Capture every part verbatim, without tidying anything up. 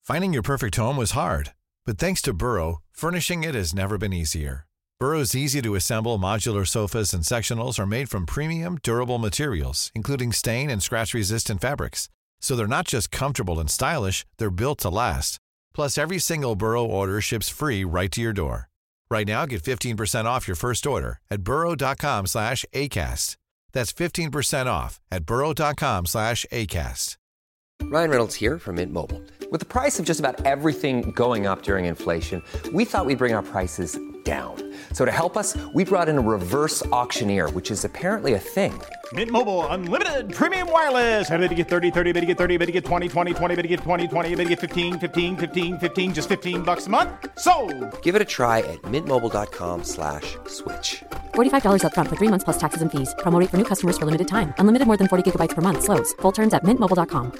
Finding your perfect home was hard, but thanks to Burrow, furnishing it has never been easier. Burrow's easy-to-assemble modular sofas and sectionals are made from premium, durable materials, including stain and scratch-resistant fabrics. So they're not just comfortable and stylish, they're built to last. Plus, every single Burrow order ships free right to your door. Right now, get fifteen percent off your first order at burrow.com slash ACAST. That's fifteen percent off at burrow.com slash ACAST. Ryan Reynolds here from Mint Mobile. With the price of just about everything going up during inflation, we thought we'd bring our prices down. So to help us, we brought in a reverse auctioneer, which is apparently a thing. Mint Mobile Unlimited Premium Wireless. How to get thirty, thirty, how to get thirty, how to get twenty, twenty, twenty, how to get twenty, twenty, how to get fifteen, fifteen, fifteen, fifteen, just fifteen bucks a month? Sold! Give it a try at mintmobile.com slash switch. forty-five dollars up front for three months plus taxes and fees. Promo rate for new customers for limited time. Unlimited more than forty gigabytes per month. Slows full terms at mint mobile dot com.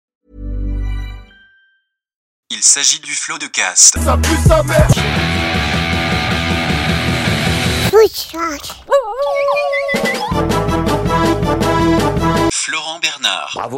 Il s'agit du flot de cast. Ça pue sa mère. Florent Bernard. Bravo.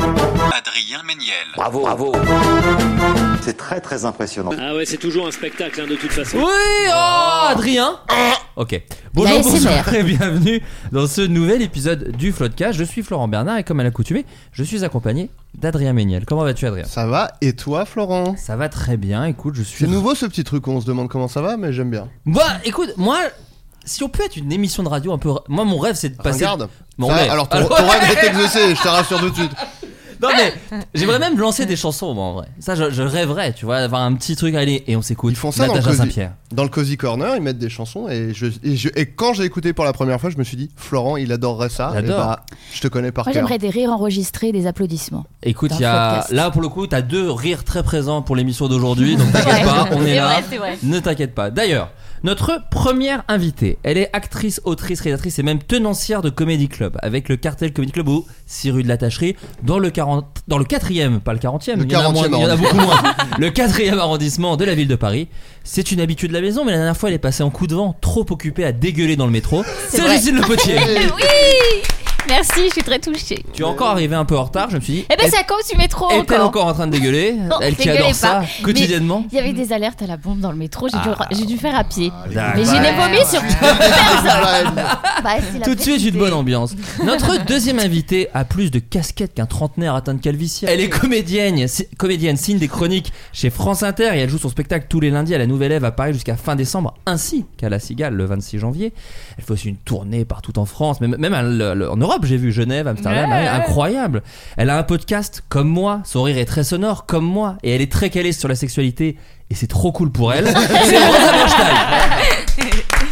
Adrien Méniel. Bravo, bravo. C'est très très impressionnant. Ah ouais, c'est toujours un spectacle hein, de toute façon. Oui, oh, Adrien. Ok. Bonjour, bonsoir et bienvenue dans ce nouvel épisode du Floodcast. Je suis Florent Bernard et comme à l'accoutumée, je suis accompagné d'Adrien Méniel. Comment vas-tu, Adrien ? Ça va, et toi, Florent ? Ça va très bien. Écoute, je suis. C'est nouveau ce petit truc où on se demande comment ça va, mais j'aime bien. Bah, écoute, moi. Si on peut être une émission de radio un peu. Moi, mon rêve, c'est de passer. Regarde. Mon ça, rêve. Alors, ton, alors, ton rêve est exaucé, je te rassure tout de suite. Non, mais j'aimerais même lancer des chansons, moi, en vrai. Ça, je, je rêverais, tu vois, d'avoir un petit truc à aller et on s'écoute. Ils font ça Natacha dans le, cozy, Saint-Pierre. dans le Cozy Corner, ils mettent des chansons et, je, et, je, et quand j'ai écouté pour la première fois, je me suis dit, Florent, il adorerait ça. J'adore. Et bah, je te connais par Moi, cœur. j'aimerais des rires enregistrés, des applaudissements. Écoute, il y a là pour le coup, t'as deux rires très présents pour l'émission d'aujourd'hui, donc t'inquiète pas, on est, c'est là. Vrai, c'est vrai. Ne t'inquiète pas. D'ailleurs, notre première invitée, elle est actrice, autrice, réalisatrice et même tenancière de Comedy Club avec le Cartel Comedy Club ou six rue de la Tacherie dans le quarante, dans le quatrième, pas le quarantième, le il y en a, moins, il y en a beaucoup moins. Le quatrième arrondissement de la ville de Paris. C'est une habitude de la maison, mais la dernière fois elle est passée en coup de vent, trop occupée à dégueuler dans le métro. C'est, c'est Justine Le Potier. Oui. Merci, je suis très touchée. Tu es encore arrivé un peu en retard, je me suis dit. Eh ben, c'est à cause du métro encore. Est-elle encore en train de dégueuler? Non, elle qui adore pas. ça quotidiennement. Il y avait des alertes à la bombe dans le métro, j'ai, ah. dû, j'ai dû faire à pied. Ah, mais j'ai vomi sur personne. Bah, tout de suite, une bonne ambiance. Notre deuxième invitée a plus de casquettes qu'un trentenaire atteint de calvitie. Elle est comédienne, comédienne, signe des chroniques chez France Inter et elle joue son spectacle tous les lundis à la Nouvelle Ève à Paris jusqu'à fin décembre, ainsi qu'à La Cigale le vingt-six janvier. Elle fait aussi une tournée partout en France, même, même en Europe, j'ai vu Genève, Amsterdam, ouais. Incroyable. Elle a un podcast comme moi, son rire est très sonore comme moi et elle est très calée sur la sexualité et c'est trop cool pour elle. C'est Rosa Blanchetaille.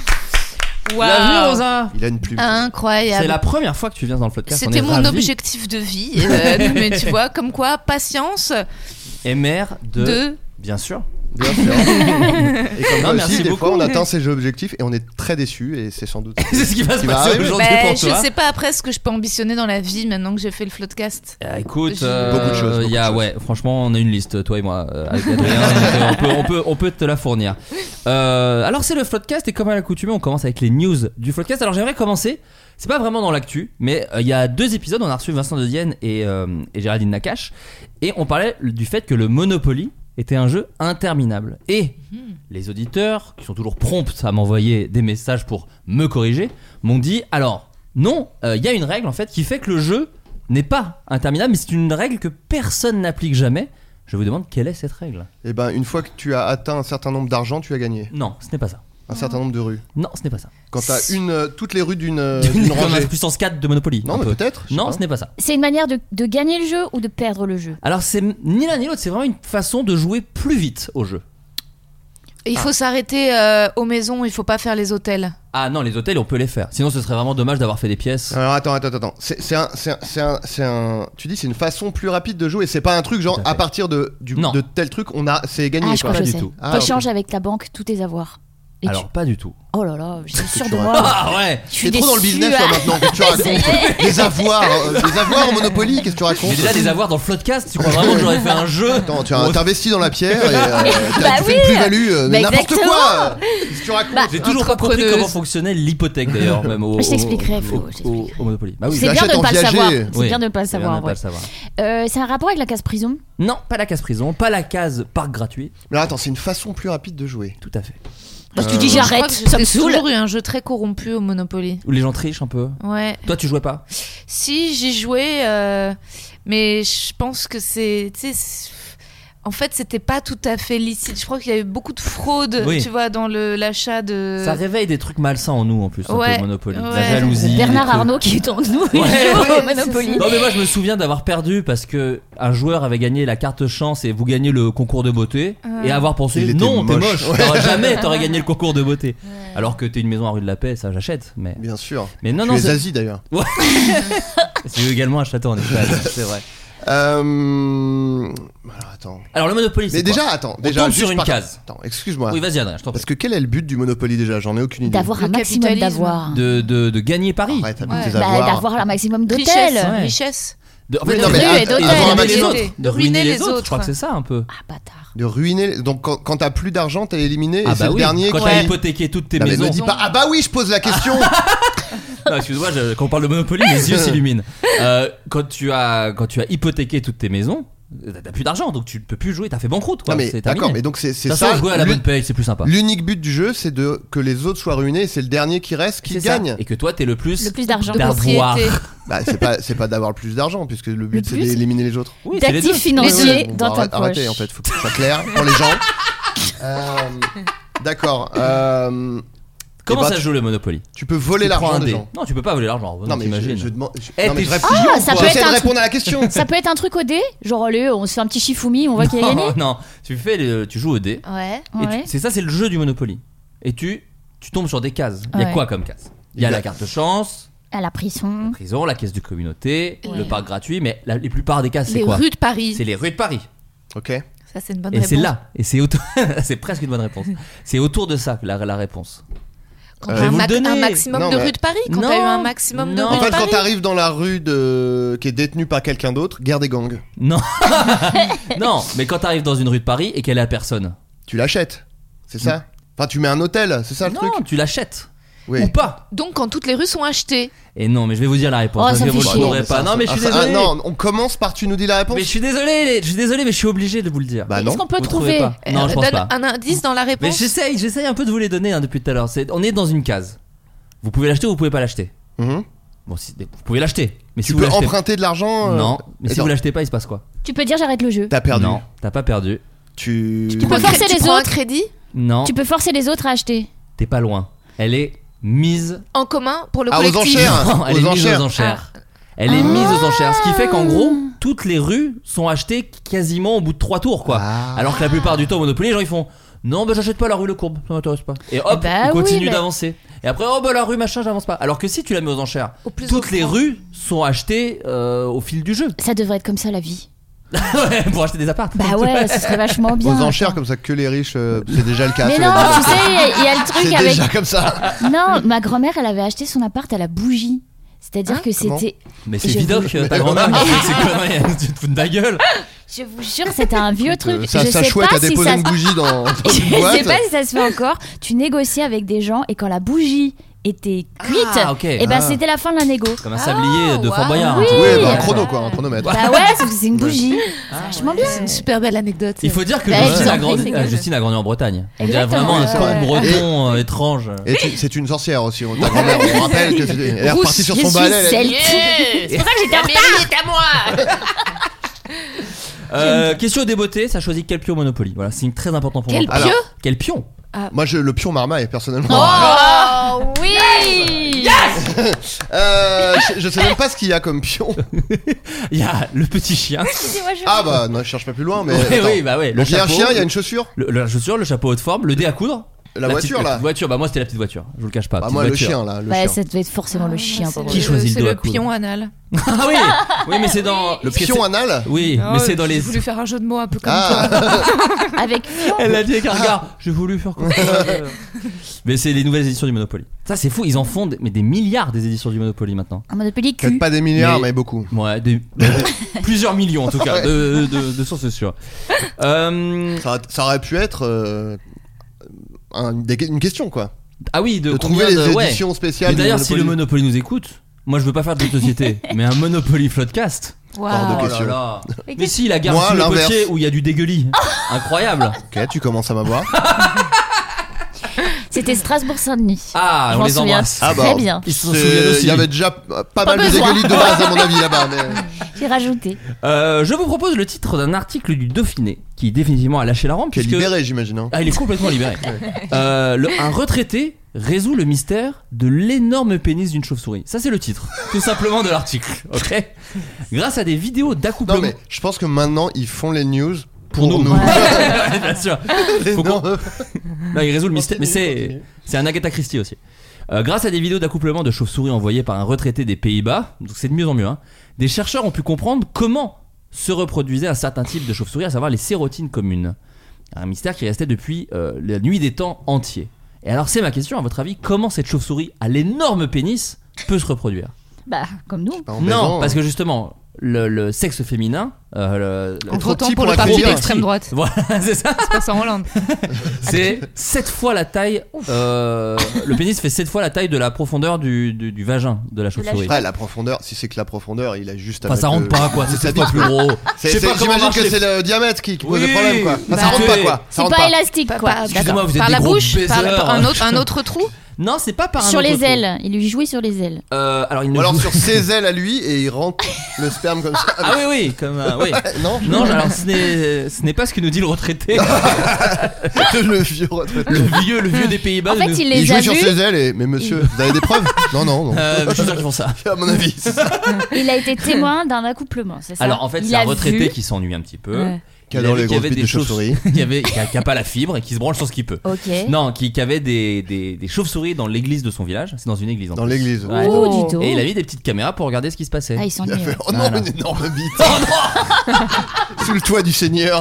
Wow. Bienvenue Rosa. Il a une plume. Incroyable. C'est la première fois que tu viens dans le podcast. C'était mon ravis. objectif de vie. Euh, mais tu vois, comme quoi, patience. Et mère de. de... Bien sûr. Bien sûr. Et comme non, merci aussi, des beaucoup. fois on atteint ces objectifs et on est très déçus et c'est sans doute c'est ce qui va se qui passer aujourd'hui bah, pour je toi. Je sais pas après ce que je peux ambitionner dans la vie maintenant que j'ai fait le Floodcast. Euh, écoute, je... euh, beaucoup de choses. Il y a, ouais, franchement, on a une liste, toi et moi, euh, avec Adrien. on, peut, on, peut, on peut te la fournir. Euh, alors c'est le Floodcast et comme à l'accoutumée, on commence avec les news du Floodcast. Alors j'aimerais commencer. C'est pas vraiment dans l'actu, mais il euh, y a deux épisodes. On a reçu Vincent de Dienne et, euh, et Géraldine Nakache et on parlait du fait que le Monopoly était un jeu interminable. Et mmh. les auditeurs, qui sont toujours prompts à m'envoyer des messages pour me corriger, m'ont dit, alors, non, il euh, y a une règle en fait qui fait que le jeu n'est pas interminable, mais c'est une règle que personne n'applique jamais. Je vous demande, quelle est cette règle ? Eh ben, une fois que tu as atteint un certain nombre d'argent, tu as gagné. Non, ce n'est pas ça. Un certain nombre de rues. Non, ce n'est pas ça. Quand t'as une, euh, toutes les rues d'une, euh, d'une, d'une rangée. Comme puissance quatre de Monopoly. Non, mais peu. peut-être. Non, pas. ce n'est pas ça. C'est une manière de, de gagner le jeu ou de perdre le jeu ? Alors, c'est ni l'un ni l'autre, c'est vraiment une façon de jouer plus vite au jeu. Et il faut ah. s'arrêter euh, aux maisons, il faut pas faire les hôtels. Ah non, les hôtels, on peut les faire. Sinon, ce serait vraiment dommage d'avoir fait des pièces. Alors attends, attends, attends. C'est, c'est, un, c'est, un, c'est, un, c'est un. Tu dis c'est une façon plus rapide de jouer. C'est pas un truc genre à, à partir de, du, de tel truc, on a, c'est gagné. Ah, je quoi. crois pas que je du sais. tout. Ah, T'échanges okay. avec ta banque tous tes avoirs. Et Alors, tu- pas du tout. Oh là là, je suis sûre de Tu moi. Ah ouais. Je suis T'es trop dans le déçue, business là hein. maintenant. Qu'est-ce que tu racontes? Des avoirs, euh, des avoirs en Monopoly. Qu'est-ce que tu racontes? Mais déjà des avoirs dans le Floodcast, tu crois vraiment que j'aurais fait un jeu? Attends, tu as t'investis dans la pierre et euh, t'as- Bah tu fais oui. une plus-value, euh, mais Bah n'importe exactement. quoi. Qu'est-ce que tu racontes? Bah, J'ai toujours pas compris Entrepreneuse. comment fonctionnait l'hypothèque d'ailleurs, même au, Je t'expliquerai, au, Flo, au, je t'expliquerai. au Monopoly. Bah oui, C'est bien l'achètes de ne en pas le viager. savoir. C'est Oui, bien de ne pas le c'est bien de savoir. pas ouais. le savoir. Euh, c'est un rapport avec la case prison. Non, pas la case prison, pas la case parc gratuit. Mais alors, attends, c'est une façon plus rapide de jouer. Tout à fait. Parce que tu dis Je crois j'arrête, que ça me j'ai saoule. toujours eu un jeu très corrompu au Monopoly. Où les gens trichent un peu. Ouais. Toi, tu jouais pas? Si, j'y jouais, euh, mais je pense que c'est. Tu sais, c'est- en fait, c'était pas tout à fait licite. Je crois qu'il y a eu beaucoup de fraude, Oui. tu vois, dans le- l'achat de. Ça réveille des trucs malsains en nous en plus, un peu Ouais, le Monopoly. La ouais. jalousie. Bernard les trucs. Arnault qui est en nous, il Ouais, joue ouais, au Monopoly. c'est Non mais moi je me souviens d'avoir perdu parce que un joueur avait gagné la carte chance et vous gagnez le concours de beauté Ah. et avoir pensé Il était non t'es moche. moche, Ouais. t'aurais jamais t'aurais gagné le concours de beauté alors que t'es une maison à rue de la Paix, ça j'achète, mais Bien sûr. mais non Tu non es c'est Zazie d'ailleurs. c'est également un château en Espagne, c'est vrai. Euh... Alors attends. Alors le Monopoly c'est Mais quoi déjà, attends. On Déjà, tombe juste sur une par- case. Attends, excuse-moi. Oui vas-y Adrien, je t'en prie. Parce que quel est le but du Monopoly déjà? J'en ai aucune idée. D'avoir un Le maximum capitalisme. d'avoir. De, de, de gagner Paris. Arrête avec Ouais. tes Bah, avoirs. d'avoir un maximum Richesse. d'hôtels. Ouais. Richesse. De, en Oui, fait, non, de mais ruiner- att- de avoir un ruiner les maximum. autres, de ruiner les autres, je crois que c'est ça un peu. Ah, bâtard. De ruiner. Donc quand, quand t'as plus d'argent, t'es éliminé. Ah et bah c'est le oui, dernier quand qui. t'as hypothéqué toutes tes Non, mais maisons. me dis pas. Ah bah oui, je pose la question. Non, excuse-moi, je- quand on parle de Monopoly, mes yeux s'illuminent. Euh, quand tu as quand tu as hypothéqué toutes tes maisons, t'as plus d'argent, donc tu ne peux plus jouer. T'as fait banqueroute, quoi. Non mais C'est d'accord, terminé. mais donc c'est c'est De toute façon, ça. jouer à la l'un- bonne paye, c'est plus sympa. L'unique but du jeu, c'est de que les autres soient ruinés et c'est le dernier qui reste qui C'est ça. gagne. Et que toi, t'es le plus. Le plus d'argent. De D'avoir. propriété. Bah c'est pas c'est pas d'avoir plus d'argent puisque le but Le c'est plus d'éliminer les autres. Oui, c'est les deux. D'actifs financiers Bon, dans bah, ta arrête- Arrêtez poche. en fait, faut que ce soit clair pour les gens. Euh, D'accord. Euh, Comment eh ben, ça tu- joue le Monopoly? tu peux voler Tu prends l'argent un des dé. gens. Non, tu peux pas voler l'argent. Non mais je, t'imagines. je demande. je- Eh, non mais t'es je réponds. Ah, ça peut J'essaie être de un répondre à la question. Ça peut être un truc au dé, genre allez, on se fait un petit Shifumi, on voit qui a gagné. Non, non, tu fais, le- tu joues au dé. Ouais. Et tu- Ouais. c'est ça, c'est le jeu du Monopoly. Et tu, tu tombes sur des cases. Il y a Ouais. quoi comme case? Il y a Il y a- la carte chance, À la prison. prison, la caisse de communauté, Ouais. le parc gratuit, mais la, les plupart des cases, c'est Les quoi? rues de Paris. C'est les rues de Paris. Ok. Ça, c'est une bonne Et réponse. c'est là, et c'est autour, c'est presque une bonne réponse. C'est autour de ça que la, la réponse. Quand Euh, t'as je vais un, vous mac- le donner. un maximum Non, de mais- rues de Paris. Quand Non. t'as eu un maximum de Non. rues En de fait, quand Paris. t'arrives dans la rue de... qui est détenue par quelqu'un d'autre, guerre des gangs. Non, non, mais quand t'arrives dans une rue de Paris et qu'elle est à personne, Tu l'achètes, c'est ça? Enfin, tu mets un hôtel, c'est ça le non, truc? tu l'achètes Oui. ou pas. Donc, quand toutes les rues sont achetées. Et non, mais je vais vous dire la réponse Oh, parce ça que me vous fait le chier. trouverez mais pas. ça, Non, mais je ça- suis ah, désolé. non, on commence par tu nous dis la réponse. Mais je suis désolé, je suis désolé, mais je suis obligé de vous le dire. Bah Est-ce non. qu'on peut Vous trouvez trouver pas. Non, je Euh, pense donne pas. un indice dans la Mais réponse. j'essaye, j'essaye un peu de vous les donner hein, depuis tout à l'heure. C'est- On est dans une case. Vous pouvez l'acheter ou vous pouvez pas l'acheter. Mhm. Bon, si, vous pouvez l'acheter. Mais si Tu vous peux l'achetez, emprunter de l'argent. euh, non. Mais si attends, vous l'achetez pas, il se passe quoi? Tu peux dire j'arrête le jeu. T'as perdu. Non, t'as pas perdu. Tu. Tu peux forcer tu les prends un autres. crédit Non, Tu peux forcer les autres à acheter. t'es pas loin. Elle est mise. en commun pour le Ah, aux collectif. enchères. Non, elle Aux est mise enchères. aux enchères. Elle est mise aux enchères, ce qui fait qu'en gros, toutes les rues sont achetées quasiment au bout de trois tours, quoi. Ah. Alors que la plupart du temps, au Monopoly, les gens ils font non, bah j'achète pas la rue Le Courbe, ça m'intéresse pas. Et hop, bah ils oui, continuent mais- d'avancer. Et après, oh bah la rue machin, j'avance pas. Alors que si tu la mets aux enchères, Au plus toutes les offrant. rues sont achetées euh, au fil du jeu. Ça devrait être comme ça la vie. Ouais, pour acheter des apparts. Bah ouais, ce serait vachement bien. Aux enchères attends. comme ça que les riches, euh, c'est déjà le cas. Mais cela non, dit. tu sais, il y a- il y, a le truc C'est avec. déjà comme ça. Non, ma grand-mère, elle avait acheté son appart à la bougie. C'est-à-dire Hein que Comment c'était. Mais c'est Je Vidocq, vous- ta grand-mère, qui fait ses conneries, tu te fous de ta gueule. Je vous jure, c'était un vieux truc. Euh, ça, je ça sais chouette pas à si déposer ça. une bougie dans, dans Je une boîte. sais pas si ça se fait encore. Tu négociais avec des gens et quand la bougie était cuite, Ah, ok. et ben Ah. c'était la fin de la négo. Comme un sablier de wow. Fort Boyard. Oui. un truc. Oui, bah, un Ouais. chrono quoi, un chronomètre. Bah ouais, sauf que c'est une bougie. C'est vachement bien. C'est une super belle anecdote. Il faut dire que Bah, Justine, ils a ont grandi, pris, c'est euh, que- Justine a grandi en Bretagne. On dirait Exactement. vraiment un Ouais. scout breton euh, étrange. Et tu- c'est une sorcière aussi. Ta grand-mère, on rappelle que c'est- elle est Rousse, repartie sur je son suis balai. elle a dit, celte. C'est pour ça que j'étais en retard. Euh, question des beautés, ça choisit quel pion au Monopoly. Voilà, c'est très important pour Quel moi. pieu Quel pion? Moi, je, le pion marmaille, personnellement. Oh oui. Euh, je, je sais même pas ce qu'il y a comme pion. Il y a le petit chien. Excusez-moi, je- Ah bah, non, je cherche pas plus loin, mais. Oui, attends. oui, bah ouais. Le Donc, il y a un chapeau, chien, il y a une chaussure. le, la chaussure, le chapeau haute forme, le dé à coudre. La voiture, petite, là. La petite voiture, bah moi c'était la petite voiture, je vous le cache pas. Bah, petite moi, le voiture. chien, là. Le Bah, chien. ça devait être forcément le Ah, chien. c'est pour Qui le- choisit le C'est dos à le coudre pion anal. Ah oui, oui, mais c'est dans Le pion anal. Oui, Oh, mais c'est dans J'ai les. voulu faire un jeu de mots un peu comme Ah. toi. Avec Elle a dit avec un regard. J'ai voulu faire quoi Mais c'est les nouvelles éditions du Monopoly. Ça c'est fou, ils en font des, mais des milliards des éditions du Monopoly maintenant. un Monopoly Peut-être cul. pas des milliards, Mais- mais beaucoup. Ouais, des, des- plusieurs millions en tout cas, de, de, de sources sûres. Euh, Ça, ça aurait pu être euh, un- des- une question, quoi. ah oui, de, De combien trouver les de, ouais. éditions spéciales. Mais du d'ailleurs, si le Monopoly. Monopoly nous écoute, moi je veux pas faire de jeu de société, mais un Monopoly Floodcast. Waouh. Hors de Oh là question. là. Mais si, la gare Moi, sous le l'inverse. potier où il y a du dégueulis. Incroyable. Ok, tu commences à m'avoir. C'était Strasbourg-Saint-Denis. Ah, Je on m'en les souviens embrasse. Ah bah, très bien. Ils se c'est- souviennent aussi. Il y avait déjà pas, pas mal de besoin. dégueulis de base, à mon avis, là-bas. Mais... J'ai rajouté. Euh, je vous propose le titre d'un article du Dauphiné qui définitivement a lâché la rampe. Qui est puisque- libéré, j'imagine. Hein. Ah, il est complètement libéré. Euh, le- un retraité résout le mystère de l'énorme pénis d'une chauve-souris. Ça, c'est le titre, tout simplement de l'article. Ok. Grâce à des vidéos d'accouplement. Non, mais je pense que maintenant, ils font les news Pour nous. Ouais. Bien sûr. Les Faut qu'on- normes. Non, il résout le mystère. Mais Continue, c'est continue. c'est un Agatha Christie aussi. Euh, grâce à des vidéos d'accouplement de chauves-souris envoyées par un retraité des Pays-Bas, donc c'est de mieux en mieux, hein, des chercheurs ont pu comprendre comment se reproduisait un certain type de chauve-souris, à savoir les sérotines communes. Un mystère qui restait depuis euh, la nuit des temps entiers. Et alors, c'est ma question, à votre avis, comment cette chauve-souris à l'énorme pénis peut se reproduire? Bah, comme nous. Pas en Non, baisant, parce hein. que justement, le, le sexe féminin, euh, le- En trop votant petit pour pour le la parti courir. d'extrême droite. Voilà, c'est ça. C'est pas ça en Hollande. C'est sept fois la taille. euh, le pénis fait sept fois la taille de la profondeur du, du, du vagin de la chauve-souris. Après, la profondeur, si c'est que la profondeur, il a juste à. Enfin, ça mettre rentre le- pas quoi, c'est C'est sept fois plus gros. C'est- Je sais c'est- pas comment J'imagine marche que les- c'est le diamètre qui, qui pose Oui. le problème, quoi. Enfin, Bah, ça rentre pas, oui. quoi. Ça C'est rentre pas pas. élastique, Par- quoi. par- Excusez-moi, vous êtes Par des la gros bouche, par, baisers. par un, autre, un autre trou. Non, c'est pas par un Sur autre les trou. ailes. Il lui jouait sur les ailes. Euh, alors il ne Ou alors joue- sur ses ailes à lui et il rentre le sperme comme ça. Ah oui oui, comme euh, oui. Non, Non, alors ce n'est ce n'est pas ce que nous dit le retraité. le vieux retraité. Le vieux le vieux des Pays-Bas. En fait, nous- il Il les a jouait sur vus. ses ailes et. Mais monsieur, vous avez des preuves? Non, non, non. Euh, je suis sûr qu'ils font ça. À mon avis, c'est ça. Il a été témoin d'un accouplement, c'est ça? Alors en fait, Il c'est un a retraité vu. qui s'ennuie un petit peu. Ouais. Qui Il adore a vu les qu'il y grosses avait bites des de chauve-souris. Il y avait qui a, qui a pas la fibre et qui se branle sur ce qu'il peut. Ok. Non, qui, qui avait des, des, des chauves-souris dans l'église de son village. C'est dans une église. En Dans plus. l'église. Ouais. Oh, dis donc. Et il a mis des petites caméras pour regarder ce qui se passait. Ah, il Il a s'ennuie. fait, ouais. oh non, Voilà. une énorme bite. Sous le toit du Seigneur.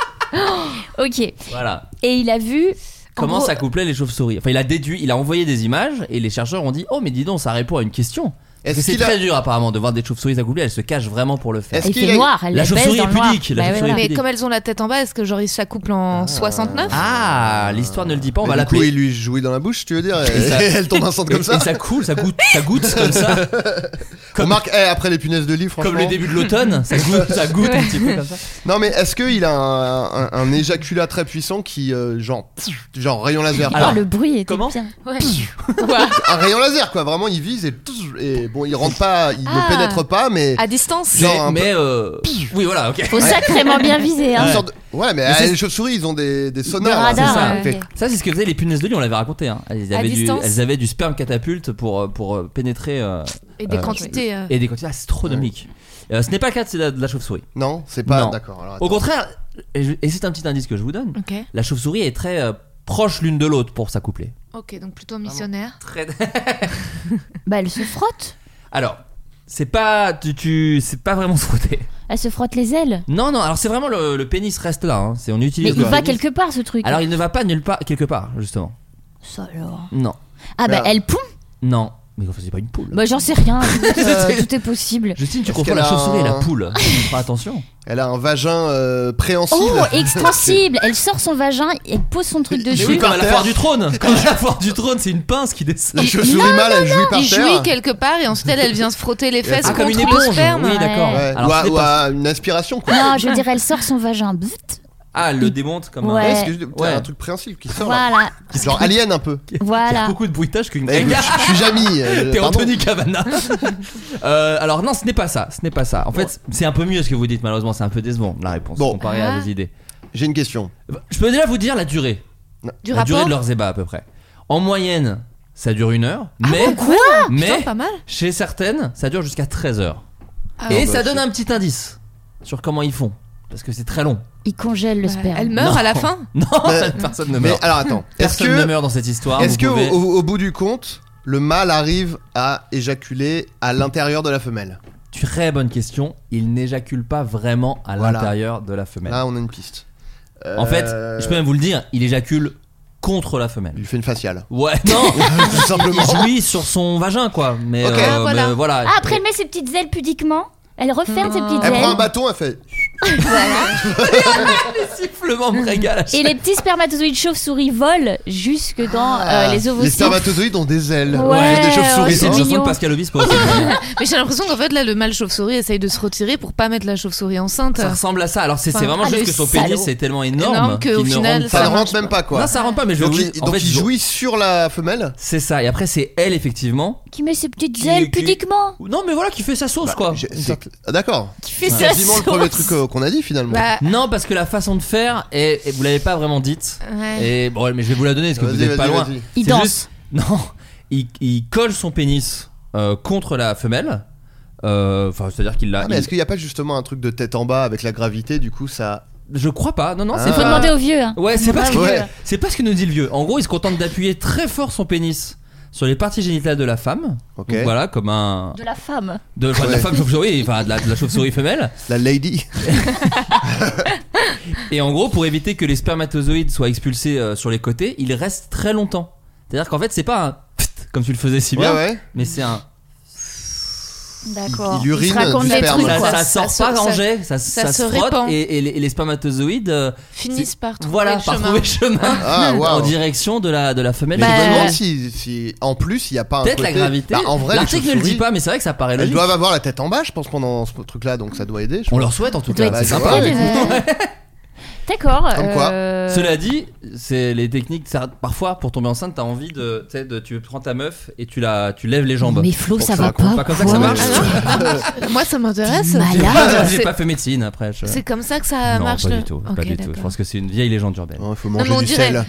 Ok. Voilà. Et il a vu. en Comment gros- s'accouplaient les chauves-souris. Enfin, il a déduit, il a envoyé des images et les chercheurs ont dit oh mais dis donc, ça répond à une question. Parce que Est-ce c'est qu'il a- très dur apparemment de voir des chauves-souris s'accoupler. Elles se cachent vraiment pour le faire. Est-ce Il qu'il fait a- noir. Elle La les baise chauve-souris dans est le noir. pudique, la Bah, chauve-souris voilà. est Mais pudique. comme elles ont la tête en bas, est-ce que genre ils s'accouplent en soixante-neuf? Ah, l'histoire ne le dit pas. On Mais va du coup, l'appeler. il lui jouit dans la bouche, tu veux dire, et, Et ça- elle tombe enceinte comme Et- ça. Et ça coule, ça goûte, ça goûte comme ça. Comme, Remarque, eh, après les punaises de lit, franchement. comme le début de l'automne, ça goûte, ça goûte un petit peu comme ça. Non, mais est-ce qu'il a un, un, un éjaculat très puissant qui, euh, genre, genre rayon laser Alors, Ah, le bruit était comment bien. Ouais. Un rayon laser, quoi. Vraiment, il vise et, et bon, il rentre pas, il Ah. ne pénètre pas, mais. À distance. Genre Mais, un mais, euh, oui, voilà, ok. Faut sacrément bien viser. Une Hein. sorte de- Ouais, mais Mais c'est- euh, les chauves-souris, ils ont des, des sonars. Des là, radars, c'est ça. ouais. Fait- Ok. Ça, c'est ce que faisaient les punaises de lit, on l'avait raconté. Hein. Elles, À avaient du, distance. elles avaient du sperme catapulte pour, pour euh, pénétrer. euh, Et des euh, quantités. euh. Et des quantités astronomiques. Euh, ce n'est pas le cas de la, de la chauve-souris. Non, c'est pas. Non. D'accord. alors, Au attends. contraire, et, je- et c'est un petit indice que je vous donne, Ok. la chauve-souris est très euh, proche l'une de l'autre pour s'accoupler. Ok, donc plutôt missionnaire. Très... Bah, elle se frotte. Alors, c'est pas, tu, tu, c'est pas vraiment se frotter. Elle se frotte les ailes. Non, non, alors c'est vraiment le, le pénis reste là. Hein. C'est, on Mais utilise il le va pénis. quelque part ce truc. Alors il ne va pas nulle part, quelque part, justement. Ça alors. Non, Ah bah Alors. elle pond. non. Mais enfin, c'est pas une poule. Bah j'en sais rien. Euh, tout est possible. Justine, tu Est-ce confonds qu'elle la a chauve-souris et la un- poule. Fais attention. Elle a un vagin euh, préhensile. Oh, extensible. Elle sort son vagin, elle pose son truc Mais Mais dessus. oui, comme par à la terre. foire du trône. Comme à la foire du trône, c'est une pince qui descend. La chauve-souris mâle, elle jouit par Il terre. jouit quelque part et ensuite elle, elle vient se frotter les fesses Ah, comme contre une le éponge. sperme. Oui, d'accord. Ouais. Alors, ou, ce à, n'est ou pas- à une aspiration, quoi. Non, je veux dire, elle sort son vagin. Bzzzt. Ah, elle le démonte comme Ouais. Ouais, un. parce que je- t'as Ouais. un truc préhensile qui sort. là. Voilà. Genre alien un peu. Il y a Voilà. beaucoup de bruitage qu'une. Mais je, je suis Jamy. euh, T'es pardon. Anthony Cavana. euh, alors non, ce n'est pas ça. Ce n'est pas ça. En fait, c'est un peu mieux ce que vous dites. Malheureusement, c'est un peu décevant la réponse Bon. comparé à Ah. vos idées. J'ai une question. Je peux déjà vous dire la durée. Du la rapport. durée de leurs ébats à peu près. En moyenne, ça dure une heure. mais Quoi? mais Putain, pas mal. chez certaines, ça dure jusqu'à treize heures. Ah Et ouais. ça bah, donne c'est- un petit indice sur comment ils font. parce que c'est très long. Il congèle le Ouais. sperme. Elle meurt Non. à la fin. Non, Mais- personne ne Mais meurt. alors attends, est-ce Personne que ne meurt dans cette histoire. est-ce vous que pouvez- au, au bout du compte, le mâle arrive à éjaculer à l'intérieur de la femelle? Très bonne question. Il n'éjacule pas vraiment à Voilà. l'intérieur de la femelle. Là, on a une piste. En fait, Euh, je peux même vous le dire, il éjacule contre la femelle. Il lui fait une faciale. Ouais, non. Tout simplement. Il jouit sur son vagin, quoi. Mais, Ok. euh, Ah, voilà. mais voilà. Ah, après, elle met ses petites ailes pudiquement. Elle referme ses petites Elle prend un ailes. bâton, elle fait. Les sifflements me régalent. Et les petits spermatozoïdes chauves-souris volent jusque dans euh, les Les ovocytes. spermatozoïdes ont des ailes. Ouais, des ouais, chauves-souris. C'est une c'est chanson de mignon. Pascal Obispo. aussi. Mais j'ai l'impression qu'en fait là le mâle chauve-souris essaye de se retirer pour pas mettre la chauve-souris enceinte. Ça ressemble à ça. Alors c'est c'est Enfin, vraiment ah, juste le que son salaud. pénis est tellement énorme, Énorme qu'au qu'il ne final, rentre Ça pas. ne rentre même pas quoi. Non, ça rentre pas. Mais je Donc, vais il, vous- en donc fait, il je- jouit sur la femelle. C'est ça. Et après c'est elle effectivement. Qui met ses petites Qui- ailes qui- pudiquement. Non mais voilà qui fait sa sauce quoi. J'ai- c'est- ah, D'accord. Qui fait C'est sa quasiment le sauce. premier truc euh, qu'on a dit finalement. Bah, Non parce que la façon de faire et, et vous l'avez pas vraiment dite. ouais. Et bon mais je vais vous la donner parce que vous Vas-y, êtes pas vas-y, loin. vas-y. Il C'est danse. juste- Non, il, il colle son pénis euh, contre la femelle. Euh, Enfin, c'est-à-dire qu'il l'a. Ah, mais il- est-ce qu'il n'y a pas justement un truc de tête en bas avec la gravité, du coup ça. Je crois pas. Non, non, Ah. c'est Faut pas. demander au vieux. Hein. Ouais, c'est pas, ce que... Ouais. c'est pas ce que nous dit le vieux. En gros, il se contente d'appuyer très fort son pénis sur les parties génitales de la femme. Ok. Donc voilà, comme un. De la femme. De, enfin, de la Ouais. femme chauve-souris, enfin de la, de la chauve-souris femelle. La lady. Et en gros, pour éviter que les spermatozoïdes soient expulsés euh, sur les côtés, il reste très longtemps. C'est-à-dire qu'en fait, c'est pas un pft, comme tu le faisais si bien, Ouais, ouais. mais c'est un. D'accord. Il- il urine se raconte du des sperme. trucs, Ça, quoi. ça sort Ça pas se- en ça- jet, ça, ça ça se se frotte répand. et, et les, et les spermatozoïdes euh, Finissent par trouver voilà, le par chemin. trouver chemin Ah, en waouh. direction de la, de la femelle. Mais je Bah, me demande euh, si, si en plus il n'y a pas un Peut-être côté. la gravité. Bah, en vrai, les l'article ne le dit chauves-souris, pas, mais c'est vrai que ça paraît elles logique. doivent avoir la tête en bas, je pense, pendant ce truc-là, donc ça doit aider. je On pense. leur souhaite en tout Ça cas. doit C'est être sympa. ouais. Ouais. D'accord. Comme quoi. euh, Cela dit, c'est les techniques. Ça, parfois, pour tomber enceinte, t'as envie de, tu sais, de, tu prends ta meuf et tu la, tu lèves les jambes. Mais Flo, Pour ça que ça va raconte pas. pas comme ça que ça quoi. marche. Moi ça m'intéresse. T'es C'est- malade. J'ai c'est- pas fait médecine après. je- C'est comme ça que ça non, marche. pas le- du tout. Ok, pas du tout. d'accord. Je pense que c'est une vieille légende urbaine. Non, il faut Non, manger mais on du dirait. sel.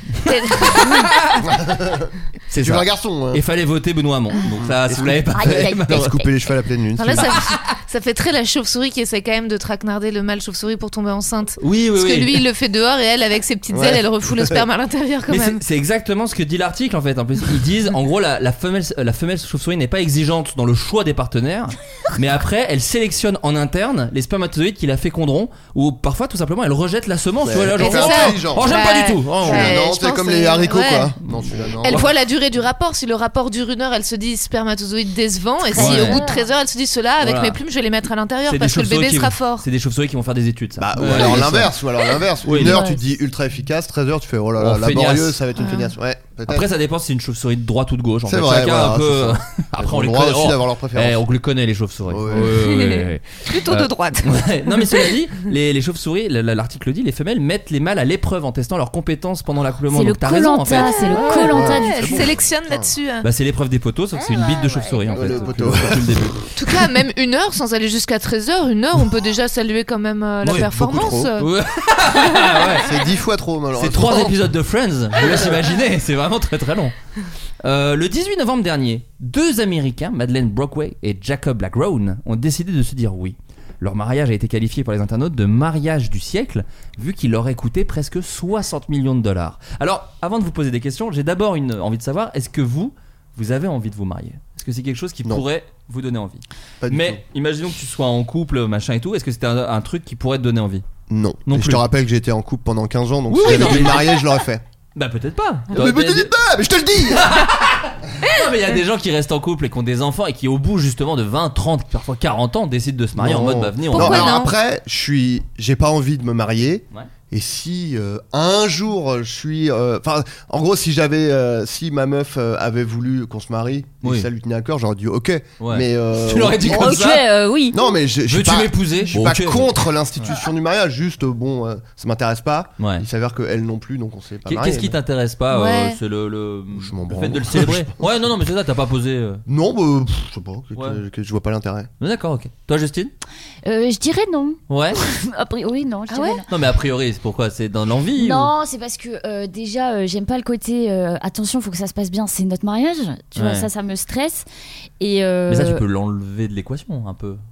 C'est Tu veux ça. un garçon hein. Et fallait voter Benoît Hamon. Donc ça, si vous l'avez pas Aïe, aïe, fait, aïe. malheureusement. Se couper les cheveux à la pleine lune. Enfin, là, ça, ça fait très la chauve-souris qui essaie quand même de traquenarder le mâle chauve-souris pour tomber enceinte. Oui, oui, Parce oui. que lui, il le fait dehors et elle, avec ses petites Ouais. ailes, elle refoule le sperme à l'intérieur quand Mais c'est même. c'est exactement ce que dit l'article en fait. En plus, ils disent en gros la, la femelle la femelle chauve-souris n'est pas exigeante dans le choix des partenaires, mais après elle sélectionne en interne les spermatozoïdes qui la féconderont ou parfois tout simplement elle rejette la semence. Ouais. Tu vois là, Mais genre c'est oh, ça. intelligent. oh, j'aime Ouais. pas du tout. Oh, Ouais. Celui-là, non, je c'est pense comme que- les haricots ouais. quoi. Non, celui-là, non. Elle voit la durée du rapport. Si le rapport dure une heure, elle se dit spermatozoïde décevant. Et si Ouais. au bout de treize heures, elle se dit cela, avec Voilà. mes plumes, je vais les mettre à l'intérieur C'est parce des que le chauves-souris bébé qui sera vont- fort. C'est des chauves-souris qui vont faire des études. Ça. Bah, ou Ouais, alors bien sûr. l'inverse, ou alors l'inverse. Oui, Une non. heure, tu te dis ultra efficace, treize heures, tu fais oh là là, Oh, laborieux, feignasse. ça va être une feignasse. Ouais, peut-être. Après ça dépend si c'est une chauve-souris de droite ou de gauche. En C'est fait, vrai, chacun voilà, un peu. c'est ça. Après Elles ont on le les droit connaît. aussi oh. d'avoir leur préférence. Eh, on les connaît les chauves-souris. Ouais. Ouais, ouais, ouais, ouais. Plutôt Euh, de droite. Ouais. Non mais cela dit, les, les chauves-souris, l- l- l'article dit, les femelles mettent les mâles à l'épreuve en testant leurs compétences pendant l'accouplement. C'est le Donc t'as raison en fait. Koh-Lanta, c'est le Koh-Lanta Ouais, du elle cul. sélectionne là-dessus. hein. Bah c'est l'épreuve des poteaux, sauf que c'est une bite de chauve-souris en Ouais, fait. le depuis poteau. le- depuis le début. En tout cas, même une heure, sans aller jusqu'à treize heures, une heure, on peut déjà saluer quand même euh, la Oui, performance. beaucoup trop. Ouais. Ouais. C'est dix fois trop malheureusement. C'est trois épisodes de Friends, je vous laisse imaginer, c'est vraiment très très long. Euh, le dix-huit novembre dernier, deux Américains, Madeleine Brockway et Jacob Blackroan, ont décidé de se dire oui. Leur mariage a été qualifié par les internautes de mariage du siècle, vu qu'il leur aurait coûté presque soixante millions de dollars. Alors, avant de vous poser des questions, j'ai d'abord une envie de savoir, est-ce que vous, vous avez envie de vous marier ? Est-ce que c'est quelque chose qui Non. pourrait vous donner envie ? Pas du Mais tout. imaginons que tu sois en couple, machin et tout, est-ce que c'était un, un truc qui pourrait te donner envie ? Non. Non Et je plus. te rappelle que j'ai été en couple pendant quinze ans, donc Oui, si oui, j'avais non, dû me mais- marier, je l'aurais fait. Bah peut-être pas. Mais, mais, te dis pas, mais je te le dis. Non mais il y a des gens qui restent en couple et qui ont des enfants et qui au bout justement de vingt, trente, parfois quarante ans décident de se marier en Non. mode bah venez on Non, Pourquoi alors non après, je suis, j'ai pas envie de me marier. Ouais. Et si euh, un jour je suis, enfin, en gros, si j'avais, euh, si ma meuf euh, avait voulu qu'on se marie, Oui. et ça lui tenait à cœur, j'aurais dit ok. Ouais. Mais euh, Tu l'aurais dit bon, comme Ok, ça. euh, oui. Non, mais je, je suis Veux-tu pas, m'épouser je suis Bon, pas ok. contre l'institution du mariage. Juste, euh, bon, euh, ça m'intéresse pas. Ouais. Il s'avère que elle non plus, donc on s'est pas Qu'est- marié. Qu'est-ce qui mais- t'intéresse pas euh, Ouais. C'est le, le, Je m'en le fait branle. de le célébrer. Ouais non non mais c'est ça t'as pas posé. euh. Non, bah, pff, je sais pas, que, Ouais. que- que je vois pas l'intérêt. Non, d'accord ok. Toi Justine ? Euh, je dirais non. Ouais. A priori, non. Je Ah dirais ouais non. Non mais a priori c'est pourquoi c'est dans l'envie Non, c'est parce que euh, déjà, euh, j'aime pas le côté euh, attention, faut que ça se passe bien, c'est notre mariage. Tu vois, Ouais. ça, ça me stresse. Et euh, ou... Mais ça tu peux l'enlever de l'équation un peu.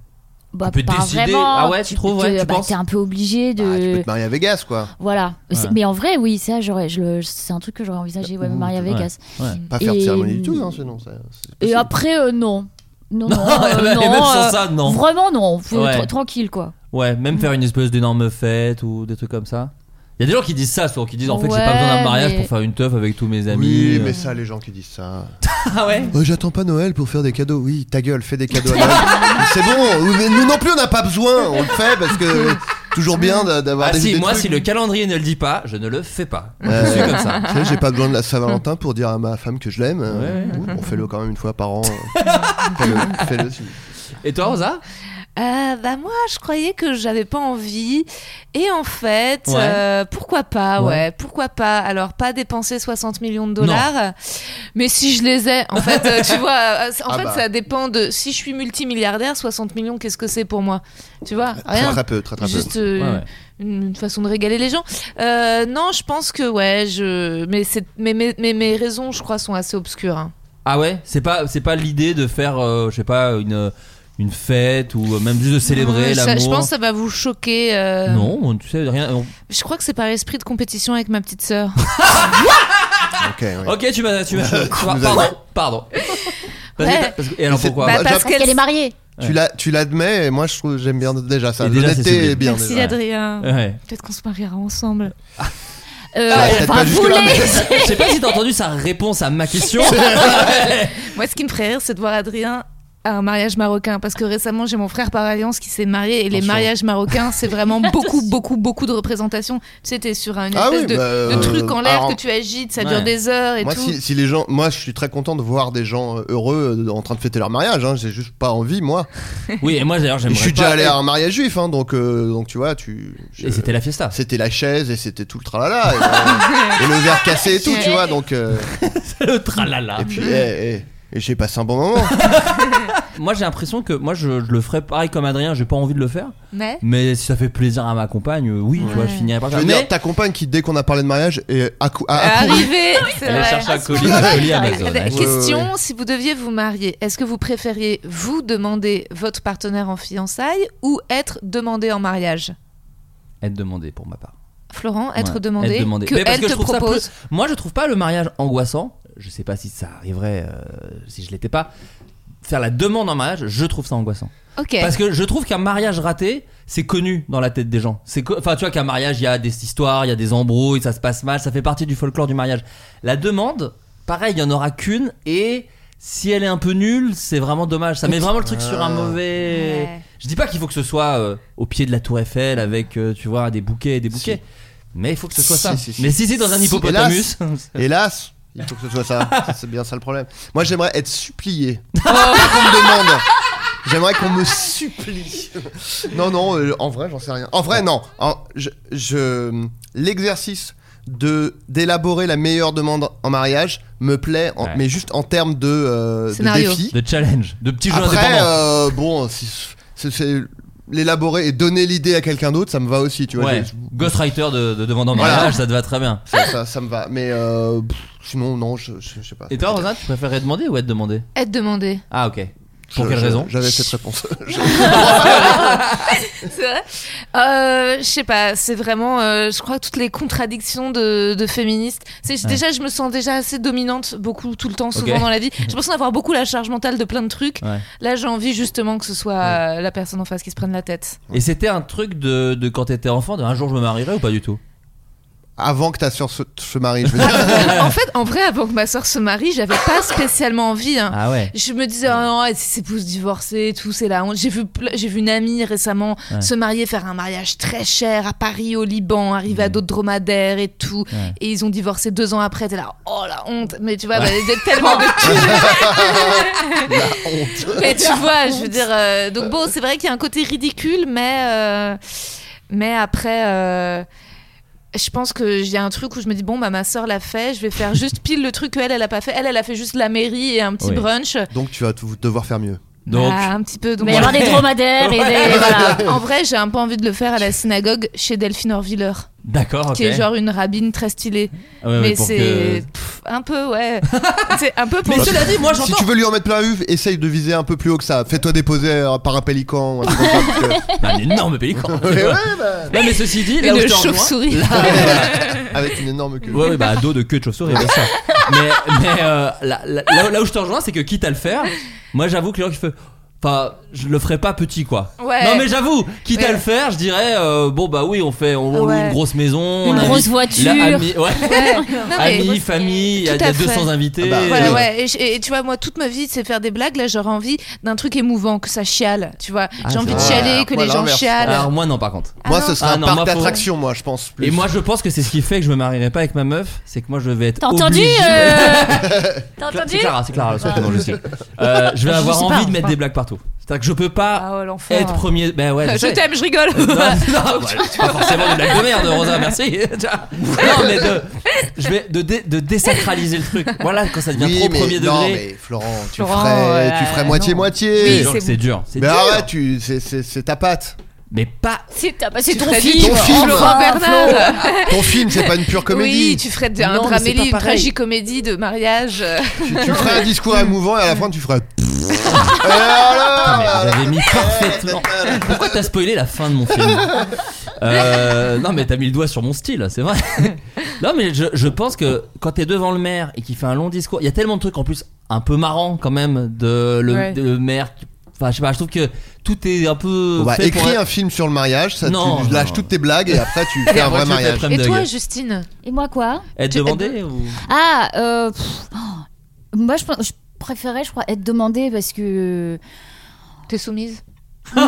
Bah, Tu peux pas décider. vraiment. Ah ouais, tu trouves, ouais, tu bah, penses t'es un peu obligé de. Ah, tu peux te marier à Vegas, quoi. Voilà. Ouais. C'est- Mais en vrai, oui, ça, j'aurais, je le... c'est un truc que j'aurais envisagé, ouais, me marier à Ouais. Vegas. Ouais. Pas faire de Et- cérémonie du tout, hein, sinon. Ça, c'est Et possible. après, euh, non. Non, non, Non, euh, et non, même sans euh, ça, non. Vraiment, non. Faut Ouais. être tranquille, quoi. Ouais, même faire une espèce d'énorme fête ou des trucs comme ça. Il y a des gens qui disent ça, souvent, qui disent en fait j'ai Ouais, pas besoin d'un mariage mais- pour faire une teuf avec tous mes amis. Oui, euh. mais ça, les gens qui disent ça. Ah ouais. Oh, j'attends pas Noël pour faire des cadeaux. Oui, ta gueule, fais des cadeaux à Noël. C'est bon, mais nous non plus on n'a pas besoin, on le fait parce que toujours bien d'a- d'avoir Ah des, si, des moi trucs. si le calendrier ne le dit pas, je ne le fais pas. Euh, Je suis comme ça. tu sais, j'ai pas besoin de la Saint-Valentin pour dire à ma femme que je l'aime. Euh, Ouais. On fait-le quand même une fois par an. euh. Fais-le, fais-le, si. Et toi Rosa? Euh, bah moi, je croyais que j'avais pas envie. Et en fait, Ouais. euh, pourquoi pas, Ouais. ouais. pourquoi pas. Alors, pas dépenser soixante millions de dollars, mais si je les ai, en fait, euh, tu vois, euh, en Ah fait, bah. ça dépend de. Si je suis multimilliardaire, soixante millions, qu'est-ce que c'est pour moi? Tu vois, rien. Très, très peu, très très peu. Juste euh, Ouais, ouais. Une, une façon de régaler les gens. Euh, non, je pense que ouais, je. Mais c'est, mais mes, mes, mes raisons, je crois, sont assez obscures. hein. Ah ouais, c'est pas c'est pas l'idée de faire euh, je sais pas une une fête ou même juste de célébrer Ouais, ça- l'amour. Je pense que ça va vous choquer. euh, Non, tu sais rien. on- Je crois que c'est par esprit de compétition avec ma petite sœur. Ok, ouais. Ok, tu m'as tu m'as Vous pardon, avez- pardon. Parce que Ouais. t'as- parce que- et alors Mais c'est- pourquoi Bah, Bah, parce j'app- Parce qu'elle est mariée. Tu l'as- tu l'admets et moi je trouve j'aime bien déjà ça. Et déjà, c'est L'honnêteté sublime. est bien. Merci déjà. Adrien. Ouais. Peut-être qu'on se mariera ensemble. Euh, Ah, peut-être enfin, pas vous jusque-là, les- Je sais pas si t'as entendu sa réponse à ma question. Moi, ce qui me ferait rire, c'est de voir Adrien à un mariage marocain. Parce que récemment, j'ai mon frère par alliance qui s'est marié. Et les Attention. mariages marocains, c'est vraiment beaucoup, beaucoup, beaucoup de représentation. Tu sais, t'es sur une Ah espèce oui, de, bah, de euh, truc en l'air alors, que tu agites. Ça ouais. dure des heures et Moi, tout. si, si les gens, moi, je suis très content de voir des gens euh, heureux euh, en train de fêter leur mariage. Hein. J'ai juste pas envie, moi. Oui, et moi d'ailleurs Et j'aimerais je suis pas- déjà allé à un mariage juif, hein, donc, euh, donc tu vois, tu. je- Et c'était la fiesta. C'était la chaise et c'était tout le tralala. Et, euh, et le verre cassé et tout, tu vois, donc. euh, Le tralala. et puis, eh, eh, et j'ai passé un bon moment. Moi j'ai l'impression que moi je, je le ferais pareil comme Adrien, j'ai pas envie de le faire. Mais Mais si ça fait plaisir à ma compagne, euh, oui, tu vois, je finirai par Je ça. veux Mais dire, ta compagne qui, dès qu'on a parlé de mariage, est accou- a accouru. arrivé, c'est elle vrai. cherche un colis, un colis Amazon. Eh ben, Ouais. question, ouais, ouais. si vous deviez vous marier, est-ce que vous préfériez vous demander votre partenaire en fiançailles ou être demandé en mariage? Être demandé pour ma part. Florent, être Ouais, demandé, être demandé. que Mais parce elle que te je trouve ça propose. peu- Moi je trouve pas le mariage angoissant. Je sais pas si ça arriverait euh, si je l'étais pas. Faire la demande en mariage, je trouve ça angoissant. Ok. Parce que je trouve qu'un mariage raté, c'est connu dans la tête des gens. C'est co- enfin tu vois qu'un mariage, il y a des histoires, il y a des embrouilles, ça se passe mal, ça fait partie du folklore du mariage. La demande, pareil, il y en aura qu'une et si elle est un peu nulle, c'est vraiment dommage. Ça met vraiment le truc sur un mauvais. Ouais. Je dis pas qu'il faut que ce soit euh, au pied de la Tour Eiffel avec euh, tu vois des bouquets et des bouquets. Mais il faut que ce soit Si, ça. si, si. Mais si c'est dans un Si, hippopotamus. Hélas, il faut que ce soit ça. Ça, c'est bien ça le problème. Moi, j'aimerais être supplié. Pas qu'on me demande. J'aimerais qu'on me supplie. Non, non, euh, en vrai, j'en sais rien. En vrai, non. En- je, je- l'exercice de d'élaborer la meilleure demande en mariage me plaît, en- Ouais. mais juste en termes de, euh, de Scénario. défi. De challenge, de petits jeux Après, indépendants. euh, bon, si- c'est, c'est- l'élaborer et donner l'idée à quelqu'un d'autre, ça me va aussi, tu vois. Ouais. j'ai- Ghostwriter de, de demande en Voilà. mariage, ça te va très bien. Ça, ça, ça me va. Mais euh, pff, sinon, non, je, je, je sais pas. Et toi, Rosa, tu préférerais demander ou être demandé? Être demandé. Ah, ok. Pour Je- quelle je- raison? J'avais cette réponse. C'est vrai. Euh, je sais pas, c'est vraiment, euh, je crois que toutes les contradictions de, de féministes. C'est, Ouais. Déjà, je me sens déjà assez dominante, beaucoup, tout le temps, souvent Ok. dans la vie. J'ai l'impression d'avoir beaucoup la charge mentale de plein de trucs. Ouais. Là, j'ai envie justement que ce soit euh, la personne en face qui se prenne la tête. Et c'était un truc de, de quand t'étais enfant, de un jour je me marierai ou pas du tout? Avant que ta sœur se, se marie, je veux dire. En fait, en vrai, avant que ma soeur se marie, j'avais pas spécialement envie. hein. Ah ouais. Je me disais, oh non, elle s'épouse divorcée et tout, c'est la honte. J'ai vu, ple- j'ai vu une amie récemment Ouais. se marier, faire un mariage très cher à Paris, au Liban, arriver à d'autres dromadaires et tout. Ouais. Et ils ont divorcé deux ans après. T'es là, oh la honte. Mais tu vois, bah, il y a tellement de thunes. La honte. Mais tu vois, je veux dire. euh, donc bon, c'est vrai qu'il y a un côté ridicule, mais, euh, mais après. euh, je pense que j'ai un truc où je me dis bon bah ma soeur l'a fait, je vais faire juste pile le truc qu'elle elle a pas fait. Elle elle a fait juste la mairie et un petit Oui. brunch. Donc tu vas t- devoir faire mieux. Donc, Bah, un petit peu. Donc Mais il va y avoir des dromadaires et des. Et Voilà. voilà. En vrai, j'ai un peu envie de le faire à la synagogue chez Delphine Orviller, d'accord, ok. qui est genre une rabbine très stylée. Ah ouais, ouais, mais pour c'est que- pff, un peu, ouais. C'est un peu pour. Mais cela dit, moi j'entends. Si tu veux lui en mettre plein la vue, essaye de viser un peu plus haut que ça. Fais-toi déposer euh, par un pélican. ou un truc comme ça, parce que- Bah, un énorme pélican. Ouais, ouais, bah. Non, mais ceci dit, là où je Une te rejoins- chauve-souris. Là, Avec une énorme queue. Ouais, ouais, bah, dos de queue de chauve-souris, bien sûr. Mais, mais euh, là, là, là, là où je te rejoins, c'est que quitte à le faire, moi j'avoue que les gens qui font. Enfin, je le ferais pas petit, quoi. Ouais. Non, mais j'avoue, quitte Ouais. à le faire, je dirais, euh, bon, bah oui, on fait, on, on loue Ouais. une grosse maison, Une on grosse invite- voiture. là, ami- ouais. Ouais. Non, mais- Amis, famille, il y a, Tout il y a à fait. deux cents invités. Ah bah, Voilà, oui. ouais. Et, je- et tu vois, moi, toute ma vie, c'est faire des blagues. Là, j'aurais envie d'un truc émouvant, que ça chiale. Tu vois, Ah, j'ai envie de c'est vrai. chialer, que Moi, les gens l'inverse. chialent. Alors, moi, non, par contre. Moi, Ah ce non. serait Ah un non, parc moi, faut- d'attractions, moi, je pense. Plus. Et moi, je pense que c'est ce qui fait que je me marierai pas avec ma meuf, c'est que moi, je vais être. T'as entendu obligé- euh... T'as C'est entendu Clara, c'est Clara, c'est moi je sais. Euh, je vais Je avoir sais envie pas, de mettre enfin. des blagues partout. C'est-à-dire que je peux pas Ah ouais, l'enfer. être premier. Ben ouais, je, Je sais. t'aime, je rigole. Euh, non, non, bah, c'est pas forcément des blagues de merde, Rosa, merci. Non, mais de, je vais de, dé- de désacraliser le truc. Voilà, quand ça devient Oui, trop mais premier non, degré. mais Florent, tu Florent, ferais, ouais, tu ferais non. moitié-moitié. Oui, C'est dur, c'est c'est dur. C'est Mais dur. arrête, tu, c'est, c'est, c'est ta patte. Mais pas. C'est ta- bah, c'est Tu ton ferais film. Ton film. Florent Enfin, Bernard. Ton film, c'est pas une pure comédie. Oui, tu ferais de- un Non, mais c'est dramélie, pas une pareil. tragicomédie de mariage. Tu, tu ferais un discours émouvant et à la fin, tu ferais. Et Ah, mais alors, vous avez mis parfaitement. Pourquoi t'as spoilé la fin de mon film euh, Non, mais t'as mis le doigt sur mon style, c'est vrai. Non, mais je, je pense que quand t'es devant le maire et qu'il fait un long discours, il y a tellement de trucs en plus un peu marrants quand même de le, Ouais. de le maire. qui- Enfin, je sais pas, je trouve que tout est un peu. On va fait pour écrire un- un film sur le mariage, ça, Non, tu lâches non. toutes tes blagues et après tu fais Et un après, vrai tu fais mariage. Prem Et Dog. toi, Justine? Et moi quoi Être Tu- demandé ou. Ah, euh, pff, oh, moi je, pense- je préférais, je crois, être demandée parce que. T'es soumise? Non,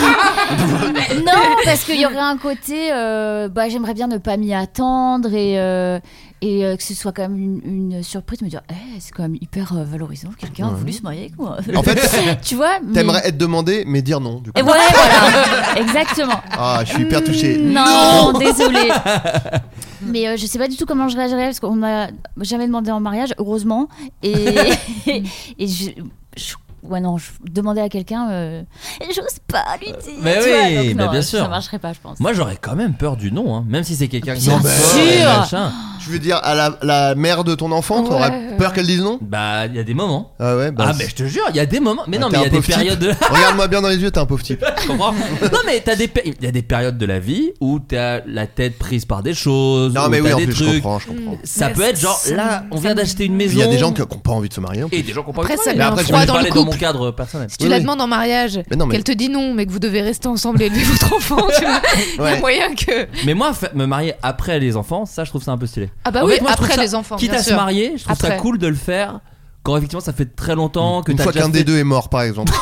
parce qu'il y aurait un côté, euh, bah, j'aimerais bien ne pas m'y attendre et, euh, et euh, que ce soit quand même une, une surprise, me dire, eh, c'est quand même hyper euh, valorisant, quelqu'un a Ouais. voulu se marier avec moi. En fait, tu vois mais- t'aimerais être demandé, mais dire non, du coup. Et ouais, voilà, exactement. Ah, je suis hyper touché. Non, désolé. Mais euh, je sais pas du tout comment je réagirais parce qu'on m'a jamais demandé en mariage, heureusement. Et, et je, je- ouais non, je demandais à quelqu'un, euh, j'ose pas lui dire. Mais tu oui, vois, donc mais non, bien sûr. Ça marcherait pas, je pense. Moi, j'aurais quand même peur du nom, hein. Même si c'est quelqu'un qui Bien est fort et sûr. machin. Je veux dire, à la, la mère de ton enfant, t'aurais Ouais, peur ouais. qu'elle dise non? Bah, il y a des moments. Ah ouais, bah. Ah, mais je te jure, il y a des moments. Mais bah, non, t'es mais il y a un des pauvre type. périodes de. Regarde-moi bien dans les yeux, t'es un pauvre type. Tu comprends? Non, mais t'as des péri- il y a des périodes de la vie où t'as la tête prise par des choses. Non, où mais oui, t'as en des plus, je trucs. comprends, je comprends. Ça Mais peut être genre ça- là, on ça vient me- d'acheter une maison. Il y a des gens qui n'ont pas envie de se marier en plus. Et des gens qui ont pas Après, envie de ça se met marier. un Après, je froid vais dans parler le dans mon couple. cadre personnel. Si tu Oui, la oui. demandes en mariage, Mais non, mais- qu'elle te dit non, mais que vous devez rester ensemble et élever votre enfant, tu vois, il y Ouais. a moyen que. Mais moi, fa- me marier après les enfants, ça, je trouve ça un peu stylé. Ah bah En oui, fait, moi, je trouve après ça- les enfants. Quitte bien à se sûr. marier, je trouve ça Après. cool de le faire quand effectivement ça fait très longtemps que Une t'as fois déjà qu'un fait- des deux est mort, par exemple.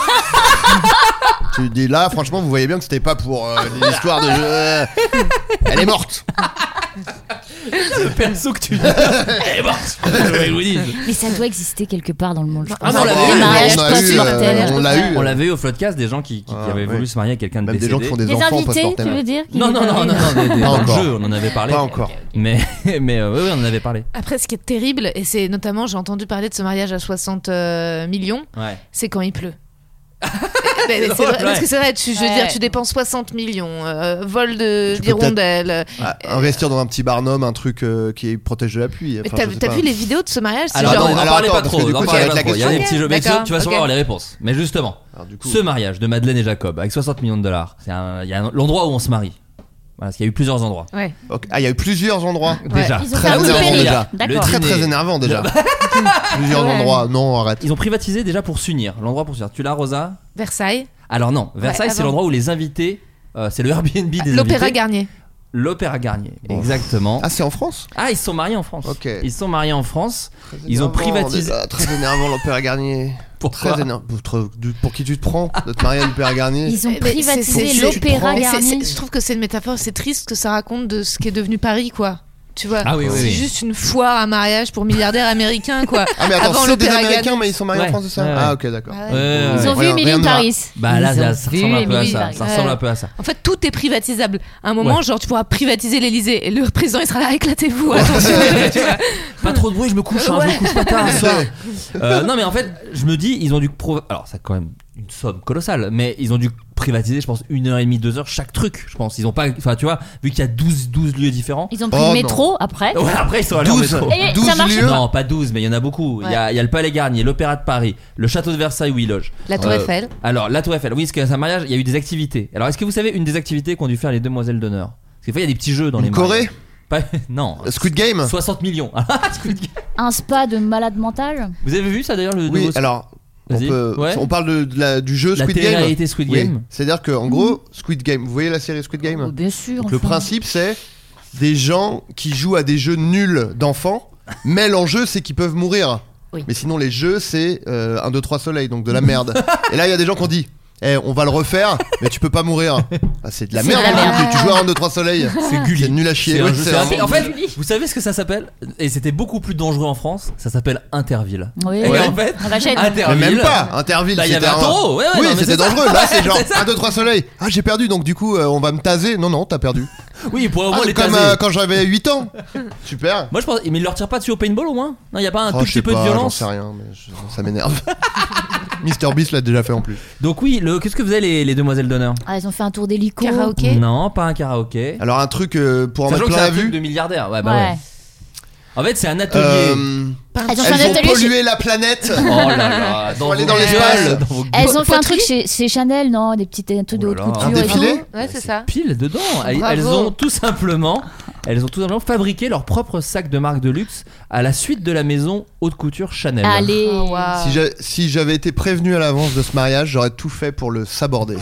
Tu dis là, franchement, vous voyez bien que c'était pas pour euh, des histoires de. euh, Elle est morte. le perso que tu dis. Elle est morte. Ouais, ils vous disent. Mais ça doit exister quelque part dans le monde. Je Ah, pense. mais on l'avait Les eu, mariages on a eu, post-mortels. euh, on l'a eu. On l'avait eu au Floodcast, des gens qui, qui, qui Ah, avaient ouais. voulu se marier avec quelqu'un de Même des décédé. gens qui font des Des enfants invités, tu post-mortem. veux dire qui Non, non, non, non, non, des, des- Pas dans le encore. jeu, on en avait parlé. Pas encore. Mais, mais euh, oui, oui, on en avait parlé. Après, ce qui est terrible, et c'est notamment, j'ai entendu parler de ce mariage à soixante euh, millions, Ouais. c'est quand il pleut. Mais c'est vrai, parce que c'est vrai, tu, je veux Ouais. dire, tu dépenses soixante millions, euh, vol de Tu peux d'hirondelles. Ah, investir dans un petit barnum, un truc euh, qui protège de la pluie. Mais Enfin, t'as je sais t'as pas. vu les vidéos de ce mariage? C'est Alors, genre- attendez, n'en alors, parlez attends, pas parce trop, que du n'en coup, ça parlez va pas être la trop. Il y a des question. petits jeux, mais D'accord, tu vas sûrement ok. avoir les réponses. Mais justement, Alors, du coup, ce mariage de Madeleine et Jacob avec soixante millions de dollars, c'est un- il y a un- l'endroit où on se marie. Voilà, parce qu'il y a eu plusieurs endroits. Ouais. ok. Ah, il y a eu plusieurs endroits. Déjà. Ils ont Très fait un petit énervant périple. déjà. D'accord. Très dîner. très énervant déjà. Plusieurs Ouais. endroits. Non, arrête. Ils ont privatisé déjà pour s'unir. L'endroit pour s'unir. Tu l'as, Rosa? Versailles. Alors non, Versailles, Ouais, c'est avant. l'endroit où les invités. euh, c'est le Airbnb des invités. L'Opéra Garnier. L'Opéra Garnier, Bon. exactement. Ah, c'est en France? Ah, ils se sont mariés en France. Ok. Ils se sont mariés en France. Très Ils ont énervant, privatisé. déjà. Très énervant l'Opéra Garnier. Pourquoi? Très énervant. Pour, pour qui tu te prends de te marier à l'Opéra Garnier? Ils ont Mais c'est- privatisé c'est- l'Opéra Mais c'est- Garnier. c'est- je trouve que c'est une métaphore, c'est triste que ça raconte de ce qui est devenu Paris, quoi. Tu vois, Ah oui, oui, c'est oui. juste une foire à mariage pour milliardaires américains, quoi. Ah, mais attends, Avant c'est des l'Opéra Américains, Garnier. mais ils sont mariés Ouais. en France, c'est ça? Ouais, ouais. Ah, ok, d'accord. Ah ouais. Ouais, Ils ont ouais. vu Rien- rien Emily de in voir. Paris. Bah là, Ils ont ça vu ressemble un peu à Emily in ça. Paris. Ça ressemble Ouais. un peu à ça. En fait, tout est privatisable. À un moment, Ouais. genre, tu pourras privatiser l'Elysée et le président, il sera là, éclatez-vous, attention. tu vois. Pas trop de bruit, je me couche, hein, je me couche pas tard ce soir. Euh, non, mais en fait, je me dis, ils ont dû. pro- Alors, ça a quand même une somme colossale, mais ils ont dû privatiser, je pense, une heure et demie, deux heures chaque truc. Je pense, ils ont pas, enfin, tu vois, vu qu'il y a douze, douze lieux différents. Ils ont pris Oh, le métro après. Ouais, après ils sont allés en douze. métro. Et douze ça marche lieux. Non, pas douze, mais il y en a beaucoup. Il Ouais. y, a, il y a le Palais Garnier, l'Opéra de Paris, le Château de Versailles où ils logent. La Tour Euh, Eiffel. Alors, la Tour Eiffel, oui, parce qu'à un mariage, il y a eu des activités. Alors, est-ce que vous savez une des activités qu'ont dû faire les demoiselles d'honneur? Parce qu'il y a des petits jeux dans Une les Corée mariages. Pas- Non. Squid Game. soixante millions. Squid Game. Un spa de malade mental. Vous avez vu ça d'ailleurs le Oui, nouveau- alors. On, Vas-y. peut- Ouais. on parle de, de la- du jeu La Squid Game. télé-réalité Squid Oui. Game. C'est-à-dire qu'en gros, Squid Game, vous voyez la série Squid Game? Oh, bien sûr. Donc, le enfin. principe, c'est des gens qui jouent à des jeux nuls d'enfants, mais l'enjeu, c'est qu'ils peuvent mourir. Oui. Mais sinon, les jeux, c'est euh, un, deux, trois soleils, donc de la merde. Et là, il y a des gens qui ont dit eh, on va le refaire, mais tu peux pas mourir. Ah, c'est de la C'est merde, de la hein, merde. tu, tu joues à un, deux, trois soleils. C'est Gulli. C'est nul à chier. C'est un Ouais, jeu, c'est c'est un- un- En fait, Gulli. vous savez ce que ça s'appelle? Et c'était beaucoup plus dangereux en France. Ça s'appelle Interville. Oui. Et Ouais. en fait, On l'achète. Mais Interville. même pas, Interville, Bah, il y c'était avait un taureau, ouais, ouais, oui, non, mais c'était c'est ça. dangereux. Là, c'est genre C'est ça. un, deux, trois soleils. Ah, j'ai perdu, donc du coup, euh, on va me taser. Non, non, t'as perdu. Oui, il pourrait au Ah, moins les comme taser. euh, quand j'avais huit ans. Super. Moi je pense, mais il leur tire pas dessus au paintball au moins? Non, il y a pas un Oh, tout je sais petit peu de pas, j'en violence. sais rien, mais je- ça m'énerve. Mister Beast l'a déjà fait en plus. Donc oui, le, qu'est-ce que vous avez les, les demoiselles d'honneur? Ah, ils ont fait un tour d'hélico. Karaoké. Non, pas un karaoké. Alors un truc euh, pour en Sachant mettre que c'est plein un la truc vue. de milliardaire. Ouais, bah Ouais. ouais. En fait, c'est un atelier. Euh, Elles ont fait un elles ont atelier. pollué chez- la planète. Oh là là, Faut dans aller vos dans l'espace. gueules, dans vos Elles gueules. ont fait un Poterie. truc chez, chez Chanel, non? Des petits trucs de Oh haute là là. couture. Un et défilé tout. Ouais, c'est ça. Pile dedans. Elles, Bravo. elles ont tout simplement, elles ont tout simplement fabriqué leur propre sac de marque de luxe à la suite de la maison haute couture Chanel. Allez. Oh, waouh. Si j'a- si j'avais été prévenu à l'avance de ce mariage, j'aurais tout fait pour le saborder.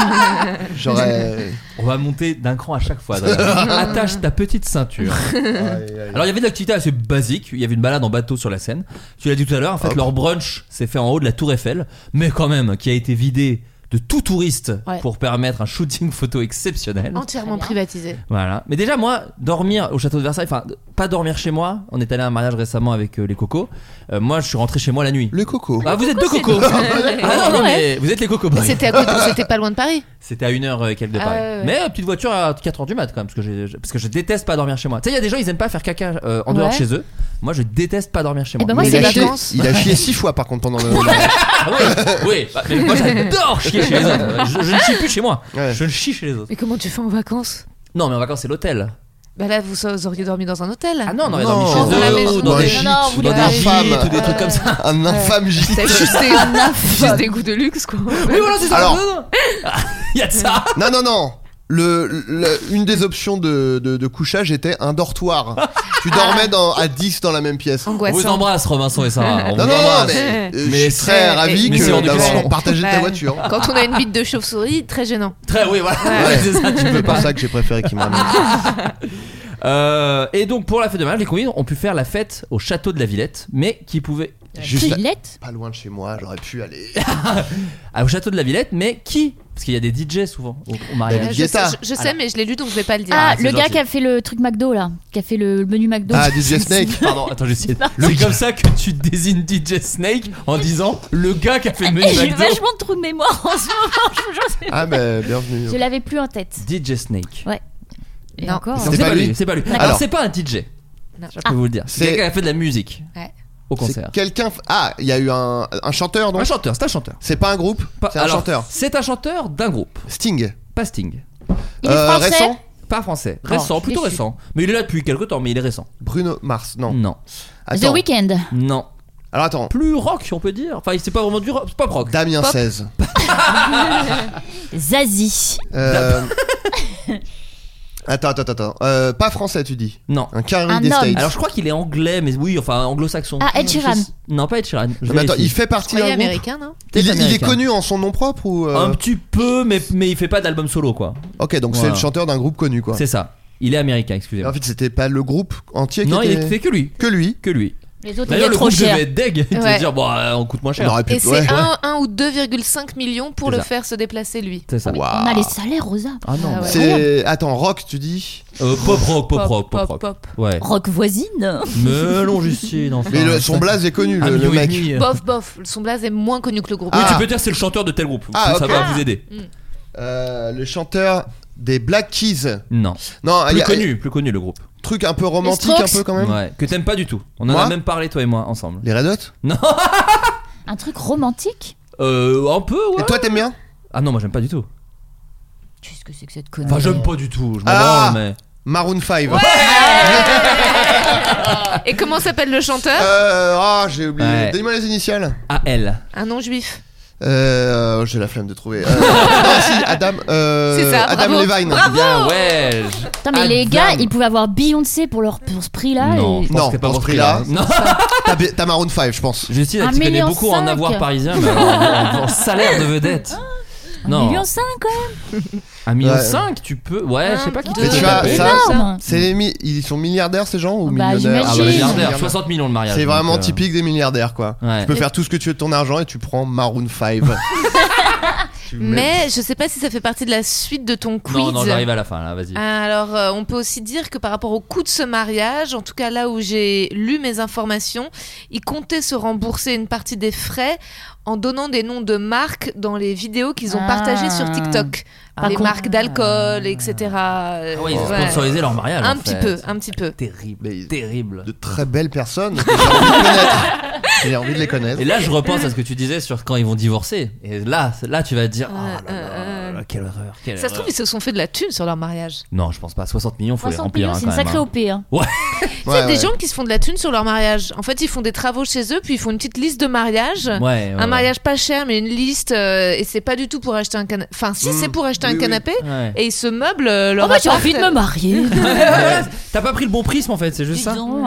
J'aurais. On va monter d'un cran à chaque fois. Adrien. Attache ta petite ceinture. Alors il y avait des activités assez basiques. Il y avait une balade en bateau sur la Seine. Tu l'as dit tout à l'heure. En fait, Hop. leur brunch s'est fait en haut de la Tour Eiffel, mais quand même qui a été vidé de tout touriste Ouais. pour permettre un shooting photo exceptionnel. Entièrement Très bien. privatisé. Voilà. Mais déjà moi, dormir au château de Versailles, enfin pas dormir chez moi. On est allé à un mariage récemment avec euh, les cocos. Euh, moi, je suis rentré chez moi la nuit. Le coco. Ah, vous êtes deux cocos. deux. Ah non, non, mais vous êtes les cocos. Mais c'était à côté, c'était pas loin de Paris. C'était à une heure et quelques de Ah Paris. ouais, ouais. Mais euh, petite voiture à quatre heures du mat quand même, parce que, j'ai- parce que je déteste pas dormir chez moi. Tu sais, il y a des gens, ils aiment pas faire caca euh, en dehors Ouais. chez eux. Moi, je déteste pas dormir chez Eh moi. ben moi, Mais c'est il, a les chié, vacances. il a chié six fois par contre pendant le. Ah oui, oui. Bah, mais moi, j'adore chier chez les autres. Je, je ne chie plus chez moi. Ouais. Je ne chie chez les autres. Mais comment tu fais en vacances? Non, mais en vacances, c'est l'hôtel. Bah là, vous, vous auriez dormi dans un hôtel. Ah non, on aurait Non. dormi chez Dans la eux, maison. ou dans Dans des un gîtes, gîte, ou dans ou des un gîtes, infâme. ou des trucs comme ça. Un infâme gîte. C'est juste des, juste des goûts de luxe, quoi. Oui, voilà, c'est ça. Alors- Il y a de ça. Non, non, non. Le, le- une des options de, de, de couchage était un dortoir. Tu dormais dans, à dix dans la même pièce. On vous Angoissant. embrasse, Robinson et Sarah. On Non, vous non, non, embrasse. mais, euh, Mais je suis très c'est- ravi mais c'est hors que de question. d'avoir partagé ta Ouais. voiture. Quand on a une bite de chauve-souris, très gênant. Très, oui, voilà. Ouais. C'est ça, tu peux C'est pour pas. ça que j'ai préféré qu'il me ramène. Euh, et donc pour la fête de mariage, les convives ont pu faire la fête au château de la Villette, mais qui pouvait Juste à- Villette. pas loin de chez moi, j'aurais pu aller. ah, au château de la Villette, mais qui parce qu'il y a des D J souvent au, au mariage. Euh, Je sais, Guetta. je, je sais, mais je l'ai lu donc je vais pas le dire. Ah, c'est le gars gentil. qui a fait le truc McDo là, qui a fait le menu McDo. Ah, D J Snake. Pardon, attends, je sais. C'est comme ça que tu désignes D J Snake en disant le gars qui a fait le menu Et j'ai McDo. vachement de trous de mémoire en ce moment. Je, je sais. Ah, bah, bienvenue. Je l'avais plus en tête. D J Snake. Ouais. Et Non. encore. Non, C'était c'est pas pas lui, lui. c'est pas lui. D'accord. Alors c'est pas un D J. Non. Je peux vous le dire. C'est C'est- quelqu'un qui a fait de la musique Ouais. au C'est concert. quelqu'un. Ah, il y a eu un, un chanteur donc. Un chanteur, c'est un chanteur. C'est pas un groupe, Pas- c'est un alors, chanteur. C'est un chanteur d'un groupe, Sting. pas Sting. Il est Euh, français. récent. Pas français, Oh, récent, plutôt déçu. récent. Mais il est là depuis quelques temps, mais il est récent. Bruno Mars. Non. Non, The Attends. Weeknd. non. Alors attends. Plus rock, on peut dire. Enfin, c'est pas vraiment du rock, c'est pop rock. Damien Pop. seize. Zazie. Euh... Attends, attends, attends. Euh, pas français, tu dis. Non. Un Carrie Un des homme. States. Alors je crois qu'il est anglais, mais oui, enfin anglo-saxon. Ah, Ed Sheeran. Je- Non, pas Ed Sheeran. Je Non, mais attends, vérifie. il fait partie Il d'un est groupe. américain, non? Peut-être Il, il est américain. connu en son nom propre ou euh, Un petit peu, mais, mais il fait pas d'album solo, quoi. Ok, donc c'est Voilà. le chanteur d'un groupe connu, quoi. C'est ça. Il est américain, Et excusez-moi. en fait, c'était pas le groupe entier qui Non, il était. était que lui. Que lui. Que lui. Les autres, ils D'ailleurs, étaient le trop groupe chers. devait être deg. Il devait Ouais. dire, bon, euh, on coûte moins On cher. aurait pu. Et c'est ouais. un, un ou deux virgule cinq millions pour C'est le ça. faire se déplacer lui. C'est ça. Waouh. On a les salaires, Rosa. Ah non. Ah ouais. C'est. Attends, rock, tu dis. Euh, pop rock, pop, rock, pop, pop, rock. pop. Ouais. Rock voisine. Mais non, Justine, enfin. Mais le- son blaze est connu, Un le, le million et mec. demi. Bof, bof. Son blaze est moins connu que le groupe. Oui, Ah. tu peux dire c'est le chanteur de tel groupe. Ah, Ça ok. va vous aider. Euh, le chanteur des Black Keys. Non. Non, il Plus y a connu, plus connu le groupe. truc un peu romantique, Strokes. un peu quand même. Ouais. Que t'aimes pas du tout. On en Moi a même parlé toi et moi ensemble. Les Red Hot. Non. Un truc romantique. Euh, un peu, ouais. Et toi, t'aimes bien? Ah non, moi j'aime pas du tout. Qu'est-ce que c'est que cette connerie? Enfin, j'aime pas du tout. Je m'en Ah, branle, mais. Maroon cinq. Ouais. Et comment s'appelle le chanteur? Euh, ah, j'ai oublié. Ouais. Donne-moi les initiales. A L. Un nom juif. Euh, j'ai la flemme de trouver. Euh, non, si, Adam. Euh, C'est ça, Adam bravo. Levine. Bravo. Bien, ouais. Putain, mais les gars, ils pouvaient avoir Beyoncé pour, leur, pour ce prix-là. Non, et- je pense Non, que c'est pas pour pour ce ce prix-là. prix-là. Non. T'as, t'as Maroon cinq, je pense. Justine, Un elle s'y connaît million beaucoup en cinq. avoir parisien, mais alors, en, en salaire de vedette. Un Non. million cinq quand même. Un million Ouais. cinq, tu peux. Ouais, je sais pas qui te Mais peut tu vois, taper. ça, énorme. c'est les mi- ils sont milliardaires ces gens ou Bah, millionnaires? Ah, bah, j'imagine. milliardaire, soixante millions de mariages. C'est donc, vraiment euh, typique des milliardaires, quoi. Ouais. Tu peux faire tout ce que tu veux de ton argent et tu prends Maroon cinq. Tu mets- Mais je sais pas si ça fait partie de la suite de ton quiz. Non, non, j'arrive à la fin là, vas-y. Alors, euh, on peut aussi dire que par rapport au coût de ce mariage, en tout cas là où j'ai lu mes informations, il comptait se rembourser une partie des frais en donnant des noms de marques dans les vidéos qu'ils ont Ah. partagées sur TikTok. Ah, les con. marques d'alcool, et cetera. Ah ouais, ils ont sponsorisé leur mariage. Un en petit fait. peu, un petit peu. Terrible, Mais- terrible. De très belles personnes que j'ai envie de connaître. J'ai envie de les connaître. Et là, je repense à ce que tu disais sur quand ils vont divorcer. Et là, là, tu vas te dire, oh là là, euh, là, quelle horreur, quelle Ça se horreur. trouve, ils se sont fait de la thune sur leur mariage. Non, je pense pas. soixante millions, faut les soixante remplir. millions, hein, c'est une quand même, sacrée hein. O P. Hein. Ouais. Tu Ouais, sais, des ouais. gens qui se font de la thune sur leur mariage. En fait, ils font des travaux chez eux, puis ils font une petite liste de mariages. Ouais, ouais, un ouais. mariage pas cher, mais une liste. euh, et c'est pas du tout pour acheter un canapé. Enfin, si, Mm. c'est pour acheter Oui, un oui. canapé. Ouais. Et ils se meublent euh, leur Oh, bah j'ai appart. envie de me marier. Ouais, T'as pas pris le bon prisme en fait, c'est juste Dis ça. donc.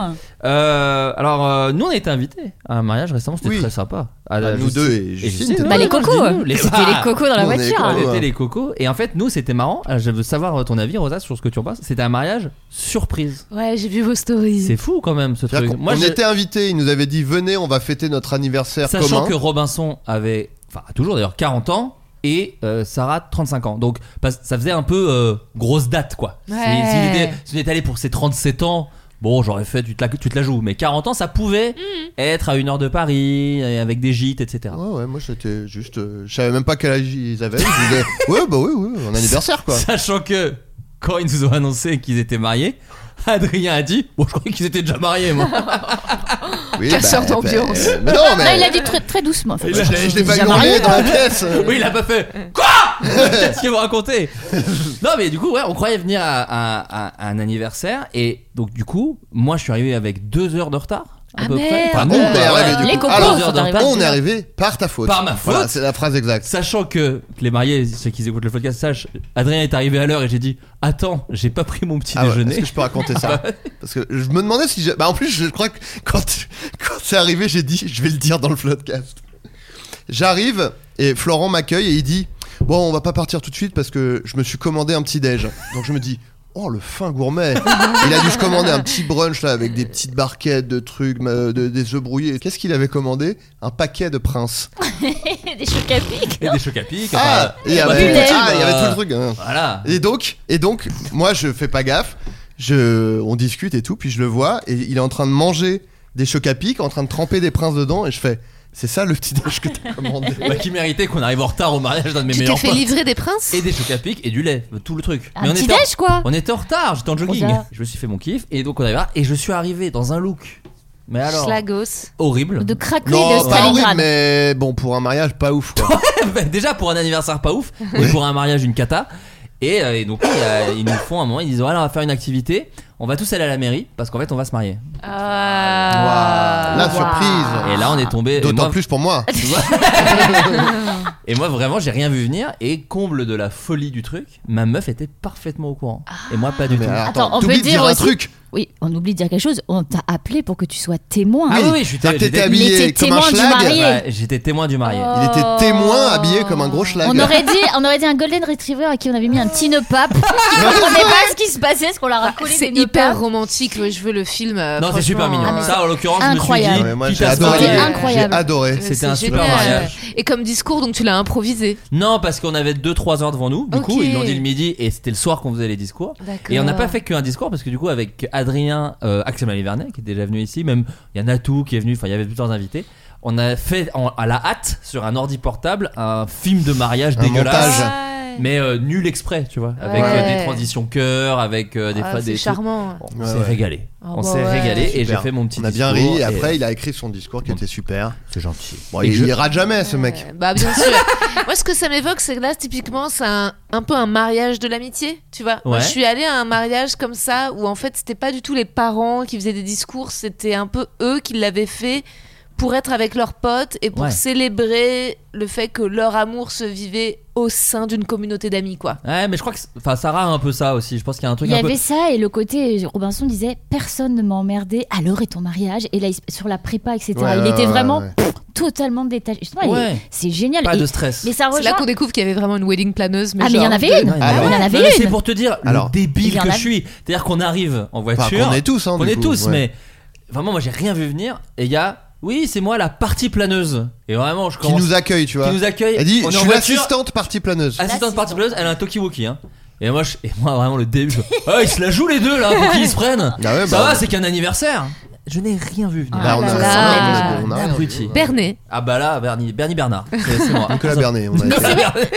Euh, alors, euh, nous on a été invités à un mariage récemment, c'était Oui. très sympa. À Ah, la- nous Justine- deux et Justine. ouais, Bah, les ouais, cocos. Justine, les- C'était Ah, les cocos dans la nous, on est voiture. cocos. On Ouais. était les cocos. Et en fait, nous c'était marrant. Alors, je veux savoir ton avis, Rosa, sur ce que tu en penses. C'était un mariage surprise. Ouais, j'ai vu vos stories. C'est fou quand même ce truc. C'est-à-dire qu'on- Moi, on j'ai- était invités, ils nous avaient dit venez, on va fêter notre anniversaire Sachant commun. que Robinson avait, enfin toujours d'ailleurs, quarante ans et euh, Sarah trente-cinq ans. Donc parce- ça faisait un peu euh, grosse date quoi. Ouais. Si- S'il était, s'il était allé pour ses trente-sept ans, bon j'aurais fait tu te la, tu te la joues. Mais quarante ans ça pouvait être à une heure de Paris et avec des gîtes, et cetera. Ouais, ouais, moi j'étais juste. euh, je savais même pas quel âge ils avaient. Je disais, ouais, bah oui, oui, un anniversaire quoi. Sachant que quand ils nous ont annoncé qu'ils étaient mariés, Adrien a dit bon je croyais qu'ils étaient déjà mariés moi. Oui, Casseur bah, d'ambiance. bah, mais non, mais. Non, il a dit très, très doucement. Je l'ai- je l'ai pas Déjà hurlé marié. dans la pièce. Oui, il a pas fait quoi. Qu'est-ce qu'ils vont raconter? Non, mais du coup, ouais, on croyait venir à, à- à un anniversaire et donc du coup, moi, je suis arrivé avec deux heures de retard. À Ah, peu près. merde. Enfin, On nous, est ouais, arrivé du Les coup. cocos Alors, sont arrivés à on deux est heures. arrivé par ta faute. Par ma Voilà, faute. c'est la phrase exacte. Sachant que, que les mariés, ceux qui écoutent le podcast sachent, Adrien est arrivé à l'heure et j'ai dit attends, j'ai pas pris mon petit Ah ouais, déjeuner. est-ce que je peux raconter ça? Parce que je me demandais si j'ai... Bah en plus je crois que quand, quand c'est arrivé j'ai dit je vais le dire dans le podcast. J'arrive et Florent m'accueille et il dit bon on va pas partir tout de suite parce que je me suis commandé un petit déj. Donc je me dis oh le fin gourmet. Il a dû se commander un petit brunch là avec des petites barquettes de trucs, de, de- des œufs brouillés. Qu'est-ce qu'il avait commandé? Un paquet de Prince. Des chocs à pic. Et des chocs à pic. Ah, enfin, il y bah, avait, tout le ah, type, il y avait tout euh, le truc. Hein. Voilà. Et donc, et donc, moi je fais pas gaffe, je, on discute et tout, puis je le vois et il est en train de manger des chocs à pic, en train de tremper des princes dedans et je fais, c'est ça le petit déj que t'as commandé? Bah, qui méritait qu'on arrive en retard au mariage d'un de mes Tu t'es meilleurs fait potes. livrer des princes? Et des chocs à pic et du lait, tout le truc. Un on petit était en- déj quoi. On était en retard, j'étais en jogging. Rosa. Je me suis fait mon kiff et donc on arrive là et je suis arrivé dans un look. Mais alors, Schlagos. horrible. De craquerie Non, de pas horrible, Stalingrad. mais bon, pour un mariage, pas ouf quoi. Bah, déjà pour un anniversaire pas ouf et pour un mariage une cata. Et, euh, et donc il y a- ils nous font un moment, ils disent voilà on va faire une activité, on va tous aller à la mairie parce qu'en fait on va se marier. Ah. Waouh, la surprise. Et là on est tombé. et D'autant moi- plus pour moi. tu vois. Et moi vraiment j'ai rien vu venir et comble de la folie du truc, ma meuf était parfaitement au courant et moi pas du Mais tout. alors, Attends, on t'oublies peut de dire un aussi- truc. Oui, on oublie de dire quelque chose. On t'a appelé pour que tu sois témoin. Ah oui, oui, je suis C'est-à-dire que j'étais- t'étais habillé Il était comme un témoin du schlag. marié. Ouais, j'étais témoin du marié. Il était témoin habillé comme un gros schlag. On aurait dit, on aurait dit un golden retriever à qui on avait mis un petit nœud pape. Il comprenait pas ce qui se passait, parce qu'on leur a collé C'est des nœuds hyper papes. romantique, ouais, je veux le film. euh, Non, c'est super franchement. mignon. Ah, mais Ça, en l'occurrence, je me suis incroyable. dit, Ouais, moi, quitte j'ai à se adoré. marier- C'était incroyable. J'ai adoré. C'était C'est un super génial. mariage. Et comme discours, donc tu l'as improvisé. Non, parce qu'on avait deux trois heures devant nous. Du Ok. coup, ils l'ont dit le midi et c'était le soir qu'on faisait les discours. D'accord. Et on n'a pas fait qu'un discours parce que du coup, avec Adrien, euh, Axel Malivernet qui est déjà venu ici, même il y a Natou qui est venu, enfin il y avait plusieurs invités. On a fait en- à la hâte sur un ordi portable un film de mariage Un dégueulasse. montage. mais euh, nul exprès, tu vois, avec Ouais. euh, des transitions cœur, avec euh, des Ah, fois c'est des. charmant. Bon, on Ouais, s'est ouais. régalé. Ah, on bah s'est ouais. régalé et j'ai Super. fait mon petit On a bien discours ri et et- après il a écrit son discours qui était super. C'est gentil. Bon, Et il, je- il rate jamais ce mec. Euh, Bah bien sûr. Moi ce que ça m'évoque c'est que là typiquement c'est un, un peu un mariage de l'amitié, tu vois. Moi Ouais. je suis allée à un mariage comme ça où en fait c'était pas du tout les parents qui faisaient des discours, c'était un peu eux qui l'avaient fait pour être avec leurs potes et pour Ouais. célébrer le fait que leur amour se vivait au sein d'une communauté d'amis quoi. Ouais, mais je crois que, c'est- enfin, Sarah a un peu ça aussi. Je pense qu'il y a un truc Il y un peu. avait ça et le côté Robinson disait personne ne m'a emmerdé alors est ton mariage et là il- sur la prépa etc Ouais, il ouais, était ouais, vraiment ouais. pff, totalement détaché. Justement, il- Ouais. c'est génial. Pas Et- de stress. Mais ça C'est là rejoint. qu'on découvre qu'il y avait vraiment une wedding planeuse. Mais Ah mais il y en genre avait de- une. Ouais, Ah, ouais. il y en avait Non, mais une. c'est pour te dire Alors, le débile il y en que a- je suis. C'est-à-dire qu'on arrive en Enfin, voiture. qu'on est tous, hein, On du est coup, tous, ouais. mais vraiment, moi j'ai rien vu venir. Et il y a, oui, c'est moi la partie planeuse. Et vraiment, je Qui commence. nous accueille, tu vois. Qui nous accueille. Elle dit On est je en suis voiture. l'assistante partie planeuse. Assistante partie planeuse, elle a un talkie-walkie, hein. Et moi, je... et moi vraiment le début. Je... Ah, ils se la jouent les deux là, pour qu'ils se prennent. Ah ouais, Ça bah, va, c'est qu'un anniversaire. Je n'ai rien vu venir. Bah, on a- Ah là on a- là. on a- on a- Abruti. Bernet. Ah bah là, Bernie, Bernie Bernard. C'est c'est moi. Nicolas Bernet, on a été- Nicolas Bernet.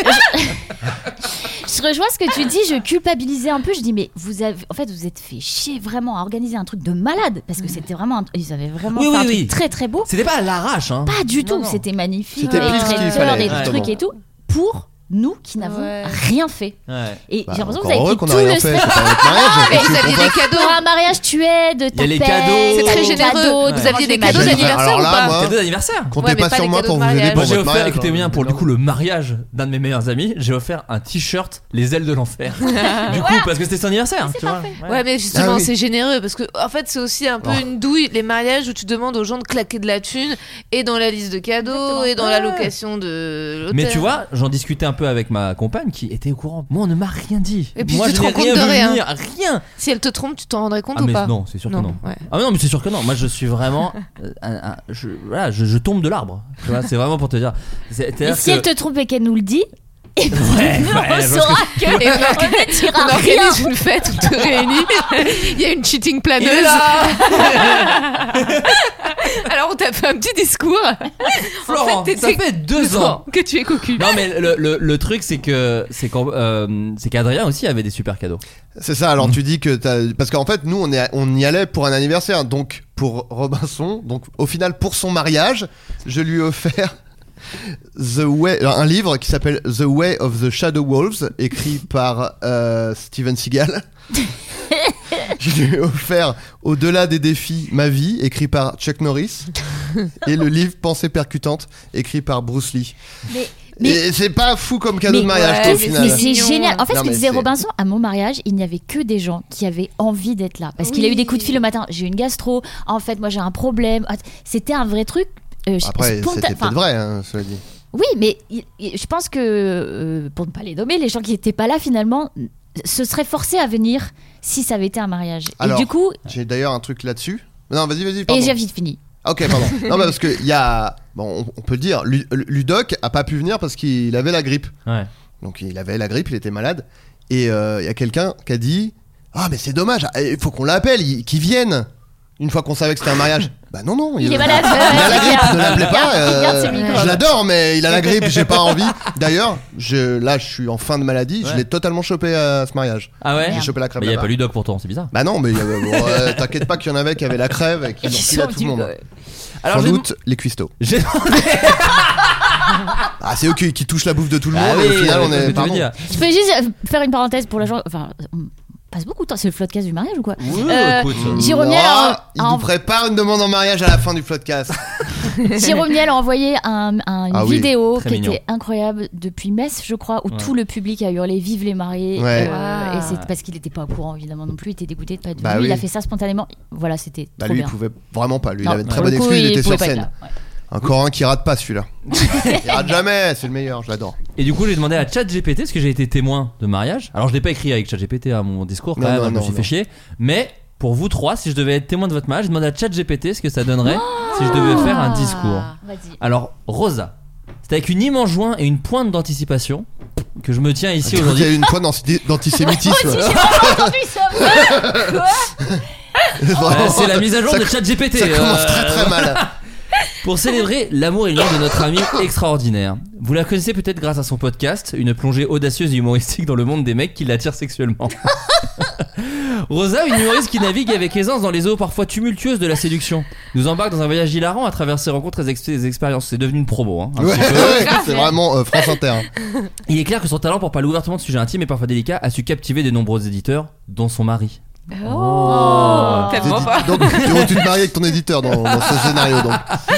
Je rejoins ce que tu dis, je culpabilisais un peu. Je dis mais vous avez, en fait, vous êtes fait chier vraiment à organiser un truc de malade parce que c'était vraiment, un... ils avaient vraiment Oui, fait oui, un oui. truc très très beau. C'était pas à l'arrache, hein. Pas du tout, non. c'était magnifique. C'était les pile ce qu'il traiteurs fallait, et le justement. truc et tout pour nous qui n'avons Ouais. rien fait. Ouais. Et Bah, j'ai l'impression que encore vous heureux avez qu'on pris a tout rien le fait, stress. c'est pas notre mariage. Mais Qu'est-ce vous qu'on aviez fait des cadeaux. Pour un mariage, tu aides, Il y a les t'appelles, cadeaux. C'est très des généreux. cadeaux, Vous tu aviez manges des des cadeaux McDo. d'anniversaire Alors ou là, pas moi, Cadeau d'anniversaire. comptez Ouais, mais pas pas sur les moi cadeaux pour de vous aider mariage. pour Moi j'ai votre offert, mariage. écoutez bien, pour Non. du coup le mariage d'un de mes meilleurs amis, j'ai offert un t-shirt Les ailes de l'enfer. Du coup, parce que c'était son anniversaire. tu vois. Ouais, mais justement, Ah oui. c'est généreux parce que en fait, c'est aussi un peu Oh. une douille les mariages où tu demandes aux gens de claquer de la thune et dans la liste de cadeaux et dans la location de l'hôtel. Mais tu vois, j'en discutais un peu avec ma compagne qui était au courant. Moi, on ne m'a rien dit. Et puis Moi, tu je te n'ai rends compte rien de vu rien. venir, rien. Si elle te trompe, tu t'en rendrais compte Ah ou mais pas? non, c'est sûr que non. ouais. Ah mais non, mais c'est sûr que non. Moi, je suis vraiment, euh, un- un- je, voilà, je, je tombe de l'arbre. Tu vois, c'est vraiment pour te dire. C'est- Et c'est-à-dire si que- elle te trompe et qu'elle nous le dit, et ben, Ouais, nous, ouais, on je vois saura ce que Et on on organise- ne dira on rien. organise une fête, on te réunit. Il y a une cheating planeuse. Il est là. Alors on t'a fait un petit discours. Florent, En fait, ça t'étais- fait deux ans. que tu es cocu. Non mais le, le, le truc c'est que c'est qu'en- euh, c'est qu'Adrien aussi avait des super cadeaux. C'est ça, alors tu dis que t'as. Parce qu'en fait, nous, on, est, on y allait pour un anniversaire. Donc, pour Robinson, donc au final, pour son mariage, je lui ai offert The Way, un livre qui s'appelle The Way of the Shadow Wolves, écrit par euh, Steven Seagal. Je lui ai offert Au-delà des défis, ma vie, écrit par Chuck Norris. Et le livre Pensée percutante, écrit par Bruce Lee. Mais, Et c'est pas fou comme cadeau mais- de mariage, ouais, toi, au mais final. mais c'est mignon. génial. En fait, Non, ce que mais disait c'est- Robinson, à mon mariage, il n'y avait que des gens qui avaient envie d'être là. Parce qu'il a eu des coups de fil le matin. J'ai une gastro. En fait, moi, j'ai un problème. Ah, C'était un vrai truc. euh, Après, sponta- c'était enfin, peut-être vrai, hein, cela dit. Oui, mais il- il- je pense que, euh, pour ne pas les nommer, les gens qui n'étaient pas là, finalement, se seraient forcés à venir si ça avait été un mariage. Alors, et du coup, J'ai d'ailleurs un truc là-dessus. Non, vas-y, vas-y. et pardon. j'ai vite fini. Ah, ok, pardon. Non, bah, parce que il y a. Bon, on, on peut le dire, Lu- Ludoc a pas pu venir parce qu'il avait la grippe. Ouais. Donc il avait la grippe, il était malade. Et euh, il y a quelqu'un qui a dit Ah, mais c'est dommage, il faut qu'on l'appelle, il- qu'il vienne. Une fois qu'on savait que c'était un mariage. Bah non, non. Il est malade. Il a la Ouais, grippe, c'est ne l'appelez clair. pas. Il garde euh, ses microbes. je l'adore, mais il a la grippe, j'ai pas envie. D'ailleurs, je, là, je suis en fin de maladie, je Ouais. l'ai totalement chopé à ce mariage. Ah ouais. J'ai chopé la crève. Mais il y a là-bas. pas Ludoc pourtant, c'est bizarre. Bah non, mais il y avait- bon, euh, t'inquiète pas qu'il y en avait qui avaient la crève et qui Et l'ont qui filé à sont tout le venus, monde. ouais. Alors Sans j'ai doute les cuistots. j'ai Ah, c'est eux qui, qui touchent la bouffe de tout le Ah monde oui, et au final on c'est ce que est tu veux pardon. dire. Je peux juste euh, faire une parenthèse pour la gens. Enfin, on passe beaucoup de temps. C'est le floodcast du mariage ou quoi Oui, Euh, écoute. Jérôme Niel Ah, a, il a nous en- prépare une demande en mariage à la fin du podcast. Jérôme Niel a envoyé un, un- une Ah oui, vidéo très qui mignon. était incroyable depuis Metz, je crois, où Ouais. tout le public a hurlé Vive les mariés. Ouais. Euh, Wow. Et c'est parce qu'il n'était pas au courant, évidemment, non plus. Il était dégoûté de pas être Bah venu. oui. Il a fait ça spontanément. Voilà, c'était Bah trop lui il bien. pouvait vraiment pas, lui il Non, avait une très pour bonne le coup, excuse, il était pouvait sur pas être scène. là, ouais. Encore un qui rate pas celui-là. Il rate jamais, c'est le meilleur, je l'adore. Et du coup, j'ai demandé à ChatGPT parce que j'ai été témoin de mariage. Alors, je l'ai pas écrit avec ChatGPT à mon discours, quand Non, même, non, je me non, suis non. fait chier. Mais pour vous trois, si je devais être témoin de votre mariage, j'ai demandé à ChatGPT ce que ça donnerait si je devais faire un discours. Vas-y. Alors, Rosa, c'est avec une immense joie et une pointe d'anticipation que je me tiens ici Il y aujourd'hui. a une pointe d'anti- d'antisémitisme. Entendu ça. Euh, c'est la mise à jour Ça- de ChatGPT. Ça commence euh, très très mal. Pour célébrer l'amour et l'union de notre amie extraordinaire. Vous la connaissez peut-être grâce à son podcast, une plongée audacieuse et humoristique dans le monde des mecs qui l'attirent sexuellement. Rosa, une humoriste qui navigue avec aisance dans les eaux parfois tumultueuses de la séduction, nous embarque dans un voyage hilarant à travers ses rencontres et ses expériences. C'est devenu une promo, hein, un Ouais, petit peu. ouais, c'est vraiment euh, France Inter. Il est clair que son talent pour parler ouvertement de sujets intimes et parfois délicats a su captiver de nombreux éditeurs, dont son mari. Oh, tellement T'es- pas. Donc tu te maries avec ton éditeur dans, dans ce scénario donc.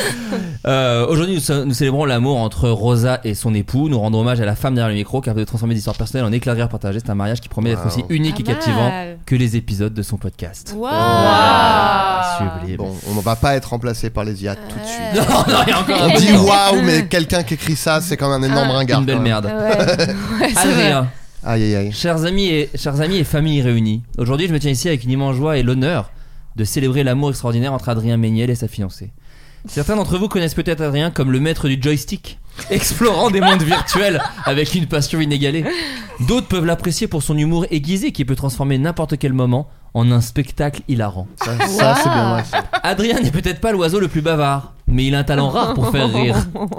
Euh, aujourd'hui, nous, nous célébrons l'amour entre Rosa et son époux. Nous rendons hommage à la femme derrière le micro, capable de transformer des histoires personnelles en éclats de rire partagés. C'est un mariage qui promet d'être Wow. aussi unique Pas et captivant mal. que les épisodes de son podcast. Waouh. Sublime. Bon, on va pas être remplacé par les I A tout de suite. Non, non, il y a encore On un dit petit temps. waouh, mais quelqu'un qui écrit ça, c'est quand même un énorme ringard. Une belle quand même. merde. Ouais, c'est Adrien, Aïe aïe aïe. chers amis et chers amis et familles réunis. Aujourd'hui, je me tiens ici avec une immense joie et l'honneur de célébrer l'amour extraordinaire entre Adrien Méniel et sa fiancée. Certains d'entre vous connaissent peut-être Adrien comme le maître du joystick, explorant des mondes virtuels avec une passion inégalée. D'autres peuvent l'apprécier pour son humour aiguisé qui peut transformer n'importe quel moment en un spectacle hilarant. Ça, ça, c'est bien vrai. ça. Adrien n'est peut-être pas l'oiseau le plus bavard, mais il a un talent rare pour faire rire.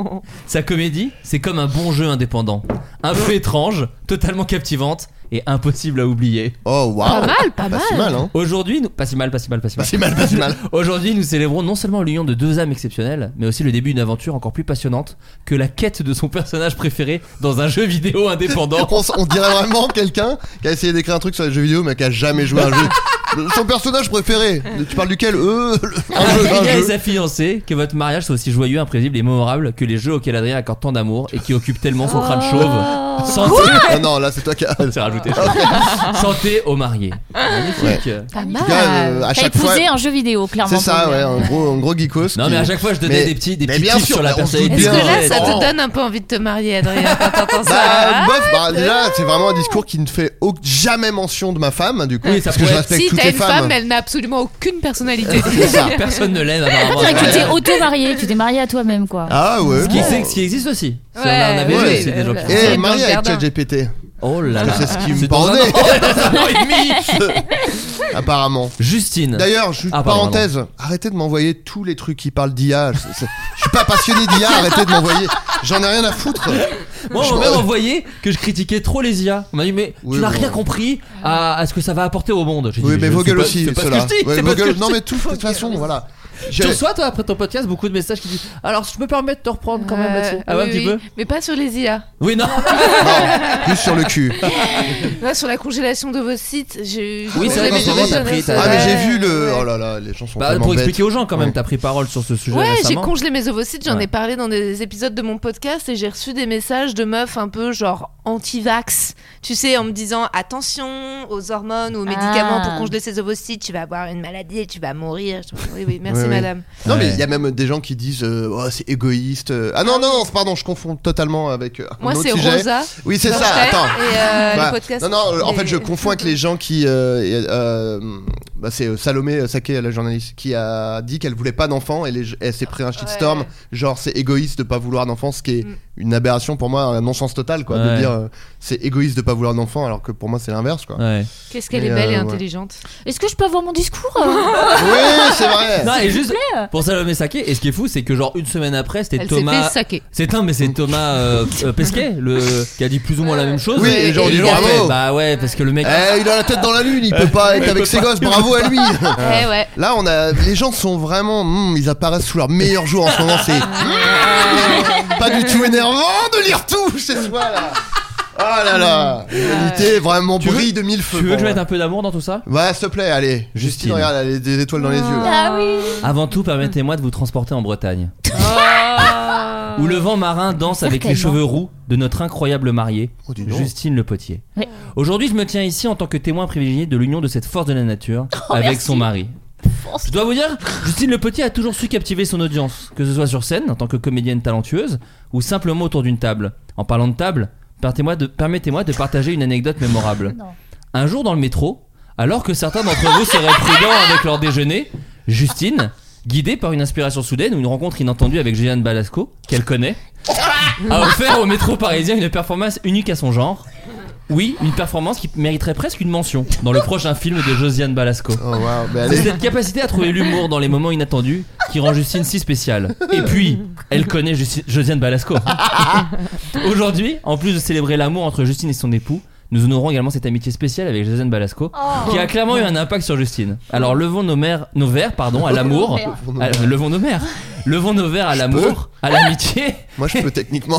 Sa comédie, c'est comme un bon jeu indépendant, un peu étrange, totalement captivante et impossible à oublier. Oh waouh. Pas mal, pas Pas si mal. mal hein. Aujourd'hui, nous... pas si mal, pas si mal, pas si Pas mal. si mal, pas si mal. Aujourd'hui, nous célébrons non seulement l'union de deux âmes exceptionnelles, mais aussi le début d'une aventure encore plus passionnante que la quête de son personnage préféré dans un jeu vidéo indépendant. On, s- on dirait vraiment quelqu'un qui a essayé d'écrire un truc sur les jeux vidéo mais qui a jamais joué à un jeu. Son personnage préféré. Tu parles duquel euh, le- Un jeu, un Adrien et jeu. sa fiancée, que votre mariage soit aussi joyeux, imprévisible et mémorable que les jeux auxquels Adrien accorde tant d'amour et qui occupent tellement son crâne chauve. Santé, Ah non, là c'est toi qui a. c'est rajouté. Santé aux mariés. Magnifique. Pas En tout cas, euh, à T'as chaque fois. épousé un jeu vidéo, clairement. C'est ça, pour ouais, lui. un gros, un gros geekos. Non qui- mais à chaque fois je donnais Mais- des petits, des mais petits bien tips sûr, sur la on se doute personnalité. Est-ce bien. que là, ça Oh. te donne un peu envie de te marier, Adrien, quand t'entends ça? Bah, hein bof, bah, déjà, c'est vraiment un discours qui ne fait au- jamais mention de ma femme, du coup, Oui, ça parce que je pourrait- respecte Si toutes t'as les une femmes. femme, elle n'a absolument aucune personnalité. C'est ça. Personne ne l'aime apparemment. On dirait que tu t'es Ouais. auto-marié, tu t'es marié à toi-même, quoi. Ah ouais. Ce qui, bon. c'est- ce qui existe aussi. Si on en Ouais, avait ouais, vu aussi des gens qui ouais. font Et ça. C'est marié Blanche avec Gardin. ChatGPT. Oh là là. C'est ce qui me C'est dans un pendait. an- dans un an et demi. Apparemment. Justine. D'ailleurs, juste Ah, pardon, parenthèse, arrêtez de m'envoyer tous les trucs qui parlent d'I A. Je c'est- je suis pas passionné d'I A, arrêtez de m'envoyer. J'en ai rien à foutre. Moi, on m'a même envoyé que je critiquais trop les I A. On m'a dit, mais Oui, tu n'as bon. rien compris à, à ce que ça va apporter au monde. J'ai dit, Oui, mais je vos sais gueules pas- aussi, c'est pas ce ceux-là. que je dis, Ouais, c'est vos pas ce que gueules- je Non, dis. mais tout, de toute façon, voilà. Tu J'ai- reçois, toi, après ton podcast, beaucoup de messages qui disent alors, je me permets de te reprendre quand même Euh, là-dessus. Ah ouais, oui, un petit oui. peu. Mais pas sur les I A. Oui, non. Non, juste sur le cul. Là, sur la congélation de vos sites, j'ai. Oui, c'est vrai qu'en ce moment, t'as pris ta- Ah, mais j'ai Ouais, vu le. ouais. Oh là là, les gens sont Bah, tellement pour bêtes. expliquer aux gens, quand même, Ouais. t'as pris parole sur ce sujet Ouais, j'ai récemment. congelé mes ovocytes, j'en Ouais. ai parlé dans des épisodes de mon podcast et j'ai reçu des messages de meufs un peu genre anti-vax, tu sais, en me disant attention aux hormones ou aux médicaments Ah. pour congeler ses ovocytes, tu vas avoir une maladie et tu vas mourir. Je dis, oui, oui, merci Oui, oui. madame. Non, mais Ouais. il y a même des gens qui disent euh, oh, c'est égoïste. Ah non, non, non, pardon, je confonds totalement avec euh, un Moi, autre c'est sujet. Rosa. Oui, c'est ça, Bernstein attends. Et euh, Bah, le podcast. non, non, en Les- fait, je confonds avec les gens qui. euh, euh, bah, c'est euh, Salomé Saké, la journaliste, qui a dit qu'elle voulait pas d'enfants et les, elle s'est pris un shitstorm. Ouais. Genre, c'est égoïste de pas vouloir d'enfants, ce qui est Mm. une aberration pour moi, un non-sens total, quoi. Ouais. De dire euh, c'est égoïste de pas vouloir d'enfants, alors que pour moi, c'est l'inverse, quoi. Ouais. Qu'est-ce qu'elle Mais, est belle et euh, ouais. intelligente. Est-ce que je peux avoir mon discours euh Oui, c'est vrai. Non, et juste pour Salomé Saké, et ce qui est fou, c'est que genre une semaine après, c'était Elle s'est Thomas. fait saquer. C'est un, mais c'est Thomas euh, euh, Pesquet, le qui a dit plus ou moins la même chose. Oui, et genre, les dis gens ont bravo. fait, bah ouais, parce que le mec. Eh, il a la tête dans la lune, il peut pas être avec ses gosses, bravo à lui. Eh ouais. Là, on a, les gens sont vraiment, hmm, ils apparaissent sous leur meilleur jour en ce moment. C'est hmm, pas du tout énervant de lire tout chez soi là. Oh là là, l'humanité vraiment Tu veux- brille de mille feux. Tu veux pour que je moi. mette un peu d'amour dans tout ça? Ouais, s'il te plaît, allez. Justine, Justine. regarde, elle a des étoiles dans les yeux. Là. Ah oui. Avant tout, permettez-moi de vous transporter en Bretagne, Oh. où le vent marin danse avec les Certainement. cheveux roux de notre incroyable mariée, Oh, dis donc. Justine Le Potier. Oui. Aujourd'hui, je me tiens ici en tant que témoin privilégié de l'union de cette force de la nature avec merci. son mari. Je dois vous dire, Justine Le Potier a toujours su captiver son audience, que ce soit sur scène en tant que comédienne talentueuse ou simplement autour d'une table. En parlant de table, permettez-moi de, permettez-moi de partager une anecdote mémorable. Non. Un jour dans le métro, alors que certains d'entre vous seraient prudents avec leur déjeuner, Justine, guidée par une inspiration soudaine ou une rencontre inattendue avec Juliane Balasco, qu'elle connaît, a offert au métro parisien une performance unique à son genre. Oui, une performance qui mériterait presque une mention dans le prochain film de Josiane Balasco. Oh wow, bah C'est cette capacité à trouver l'humour dans les moments inattendus qui rend Justine si spéciale. Et puis, elle connaît Justi- Josiane Balasco. Aujourd'hui, en plus de célébrer l'amour entre Justine et son époux, nous honorons également cette amitié spéciale avec Josiane Balasco, Oh. qui a clairement eu un impact sur Justine. Alors levons nos, mères, nos verres pardon, à l'amour. À- levons nos verres. Levons nos verres à l'amour, à l'amitié. Moi je peux techniquement.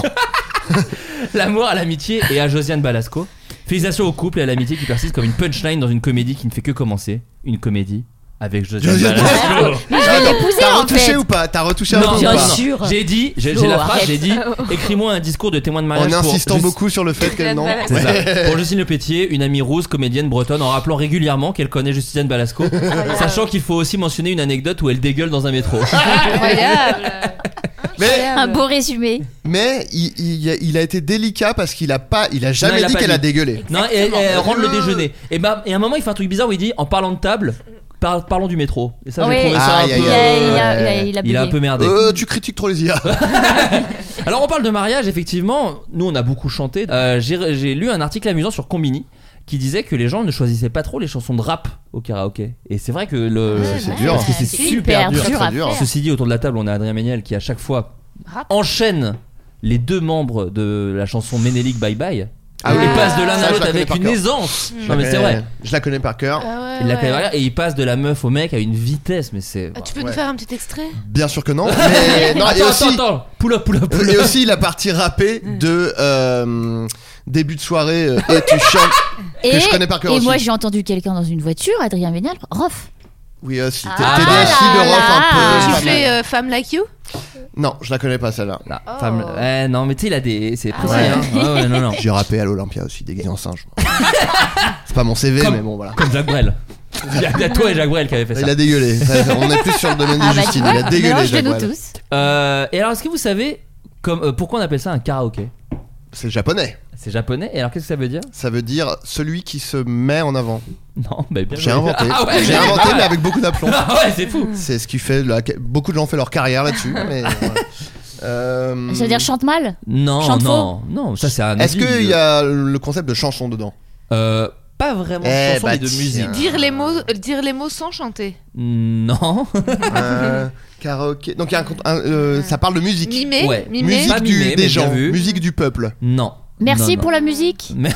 L'amour, à l'amitié et à Josiane Balasco. Félicitations au couple et à l'amitié qui persiste comme une punchline dans une comédie qui ne fait que commencer. Une comédie avec Josiane Josiane Balasco. Mais je vais l'épouser T'as en retouché fait. ou pas T'as retouché un Non, peu ou non, pas non. sûr. J'ai dit, j'ai, Flo, j'ai la phrase, arrête. j'ai dit, écris-moi un discours de témoin de mariage. En pour insistant Just- beaucoup sur le fait qu'elle non. C'est ça. Pour Justine Lepétier, une amie rousse, comédienne bretonne, en rappelant régulièrement qu'elle connaît Josiane Balasco, sachant qu'il faut aussi mentionner une anecdote où elle dégueule dans un métro. Incroyable. Mais, Un beau résumé. mais il, il, a- il a été délicat parce qu'il a pas, il a Non, jamais il a dit pas qu'elle dit. a dégueulé. Non, et elle, elle rend le déjeuner. Et bah, et à un moment, il fait un truc bizarre où il dit, en parlant de table, par- parlons du métro. Et ça, Oui. j'ai trouvé ça Aïe, un aïe, peu. Il a, aïe. il a, il a, euh, il a il a un bugué. peu merdé. Euh, tu critiques trop les I A. Alors on parle de mariage, effectivement. Nous on a beaucoup chanté. Euh, j'ai, j'ai lu un article amusant sur Combini qui disait que les gens ne choisissaient pas trop les chansons de rap au karaoké. Et c'est vrai que le c'est dur. parce que c'est c'est super hyper dur. dur à Très dur. faire. Ceci dit, autour de la table, on a Adrien Méniel qui à chaque fois Rap. enchaîne les deux membres de la chanson Ménélique Bye Bye. Ah et oui. passe de l'un Ça, à je l'autre la connais avec par une cœur. aisance. Je Non mais la c'est connais- vrai. Je la connais par cœur. Ah ouais, Il la ouais. connaît par cœur et il passe de la meuf au mec à une vitesse, mais c'est. Ah, tu peux Ouais. nous faire un petit extrait? Bien sûr que non. Mais non, et attends, aussi, attends, attends. Pull up, pull up, pull up. et aussi la partie rappée de euh, début de soirée euh, et tu chantes. Et, que je connais par cœur et aussi. moi j'ai entendu quelqu'un dans une voiture, Adrien Méniel, Rof. Oui, aussi. T- Ah T D S I de là Rof un peu. là. Tu pas fais mal. euh, Femme Like You? Non, je la connais pas celle-là. Non, Oh. femme- eh, non, mais tu sais, il a des. C'est précis, ouais. hein. Ouais, ouais, non, non. J'ai rappé à l'Olympia aussi, déguisé en singe. C'est pas mon C V, Comme- mais bon voilà. Comme Jacques Brel. Il y a il y a toi et Jacques Brel qui avaient fait ça. Il a dégueulé. On est plus sur le domaine Ah de bah tu Justine. vois, Il a dégueulé, mélange de Jacques nous Brel. tous. Euh, et alors, est-ce que vous savez comme, euh, pourquoi on appelle ça un karaoké? C'est japonais. C'est japonais. Et alors, qu'est-ce que ça veut dire? Ça veut dire celui qui se met en avant. Non, bah bien J'ai joué. inventé. Ah ouais, J'ai mais- inventé, ah ouais. mais avec beaucoup d'aplomb. Ah ouais, c'est fou. C'est ce qui fait. la- Beaucoup de gens ont fait leur carrière là-dessus. Mais voilà. Euh, Ça veut dire chante mal. Non, Chante non, non, ça c'est un. Est-ce avis, qu'il euh, y a le concept de chanson dedans? euh, pas vraiment de Eh chanson, bah mais de tiens. musique. Dire les mots, euh, dire les mots sans chanter. Non. Euh, Karaoké. Donc il y a un, con- un, euh, ça parle de musique. Mimer, Ouais. mimer. Musique Pas du- mimé, mais des bien gens. vu. Musique du peuple. Non. Merci Non, pour non. la musique. Mais...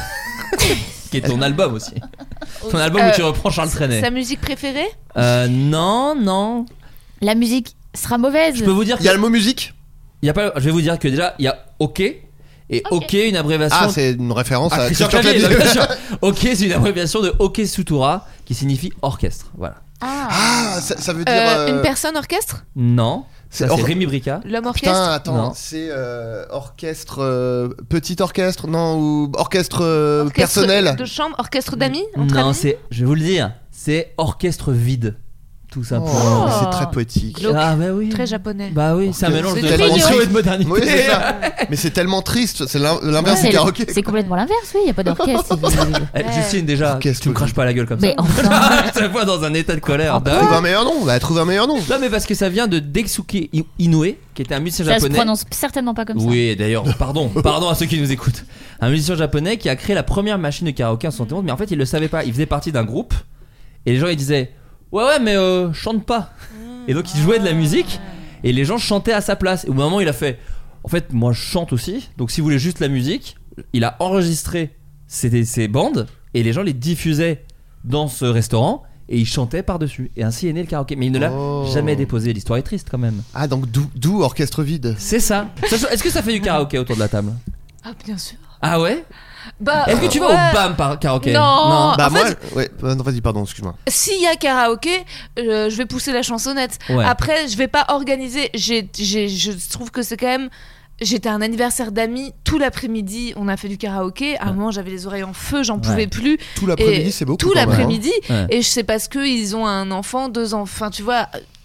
qui est ton album aussi. Ton album Euh, où tu reprends Charles Trenet. Sa musique préférée? Euh, non, non. La musique sera mauvaise. Je peux vous dire Il y a que le mot musique. il y a pas. Je vais vous dire que déjà il y a OK et OK, une abréviation. Ah, c'est une référence Ah, à Christian Christian Clavier, Clavier. bien sûr. OK, c'est une abréviation de OK Sutura qui signifie orchestre. Voilà. Ah. Ah, ça, ça veut dire. Euh, euh, Une personne orchestre? Non. C'est Ça, c'est or- Rémi Brica. L'homme Putain, orchestre? attends, Non. c'est euh, orchestre, euh, petit orchestre, non, ou orchestre, euh, Orchestre personnel. de chambre, orchestre d'amis? Entre Non, amis. c'est. Je vais vous le dire. C'est orchestre vide. Tout Oh, simplement. c'est très poétique. Glauque. Ah bah oui. Très japonais. Bah oui, c'est un C'est mélange de tellement tradition triste. et de modernité. Oui, c'est ça. Mais c'est tellement triste, c'est l'in- l'inverse C'est- du karaoké. C'est complètement l'inverse, oui, il n'y a pas d'orchestre. Eh, Justine, déjà, Orchestre tu me craches pas la gueule comme ça. Mais enfin. Ça voit dans un état de colère. dingue. Trouve un meilleur nom, bah trouve un meilleur nom. Non, mais parce que ça vient de Daisuke I- Inoue, qui était un musicien Ça se japonais. prononce certainement pas comme ça. Oui, d'ailleurs, pardon, pardon à ceux qui nous écoutent. Un musicien japonais qui a créé la première machine de karaoké en soixante et onze, mais en fait, il le savait pas. Il faisait partie d'un groupe et les gens ils disaient ouais, ouais, mais euh, chante pas. Et donc, il jouait de la musique et les gens chantaient à sa place. Et au bout d'un moment, il a fait en fait, moi je chante aussi, donc si vous voulez juste la musique, il a enregistré ses, ses bandes et les gens les diffusaient dans ce restaurant. Et il chantait par-dessus. Et ainsi est né le karaoké. Mais il ne l'a Oh. jamais déposé. L'histoire est triste quand même. Ah, donc d'où d'où orchestre vide. C'est ça. Ça, est-ce que ça fait du karaoké autour de la table? Ah, bien sûr. Ah ouais? Bah, Est-ce que tu vas ouais. au B A M par karaoké? Non. Bah en moi, fait- ouais, euh, non, vas-y, pardon, excuse-moi. S'il y a karaoké, euh, je vais pousser la chansonnette. Ouais. Après, je vais pas organiser. J'ai, j'ai, je trouve que c'est quand même. J'étais à un anniversaire d'amis, tout l'après-midi, on a fait du karaoké. À un moment, j'avais les oreilles en feu, j'en pouvais Ouais. plus. Tout l'après-midi, Et c'est beaucoup. Tout quand même, hein. l'après-midi. Ouais. Et je sais parce qu'ils ont un enfant, deux enfants. Enfin, tu vois,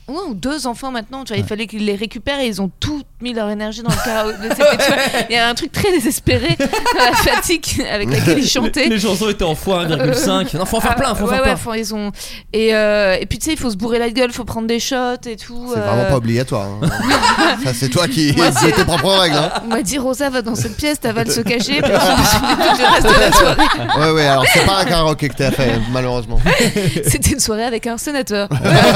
Ouais, ou deux enfants maintenant, tu vois, il fallait qu'ils les récupèrent et ils ont tout mis leur énergie dans le karaoké. C'était, tu vois, il y a un truc très désespéré dans la fatigue avec laquelle ils chantaient. Les, les chansons étaient en fois un virgule cinq. Non, faut en faire plein, faut en ouais, faire ouais, plein. faut, ils ont... et, euh, et puis tu sais, il faut se bourrer la gueule, faut prendre des shots et tout. C'est euh... vraiment pas obligatoire. Hein. Ça, c'est toi qui Moi, as tes propres règles. Hein. On m'a dit Rosa va dans cette pièce, t'avales se cacher, puis ensuite le reste de la soirée. Ouais, ouais, alors c'est pas un karaoké que t'as fait, malheureusement. C'était une soirée avec un sénateur.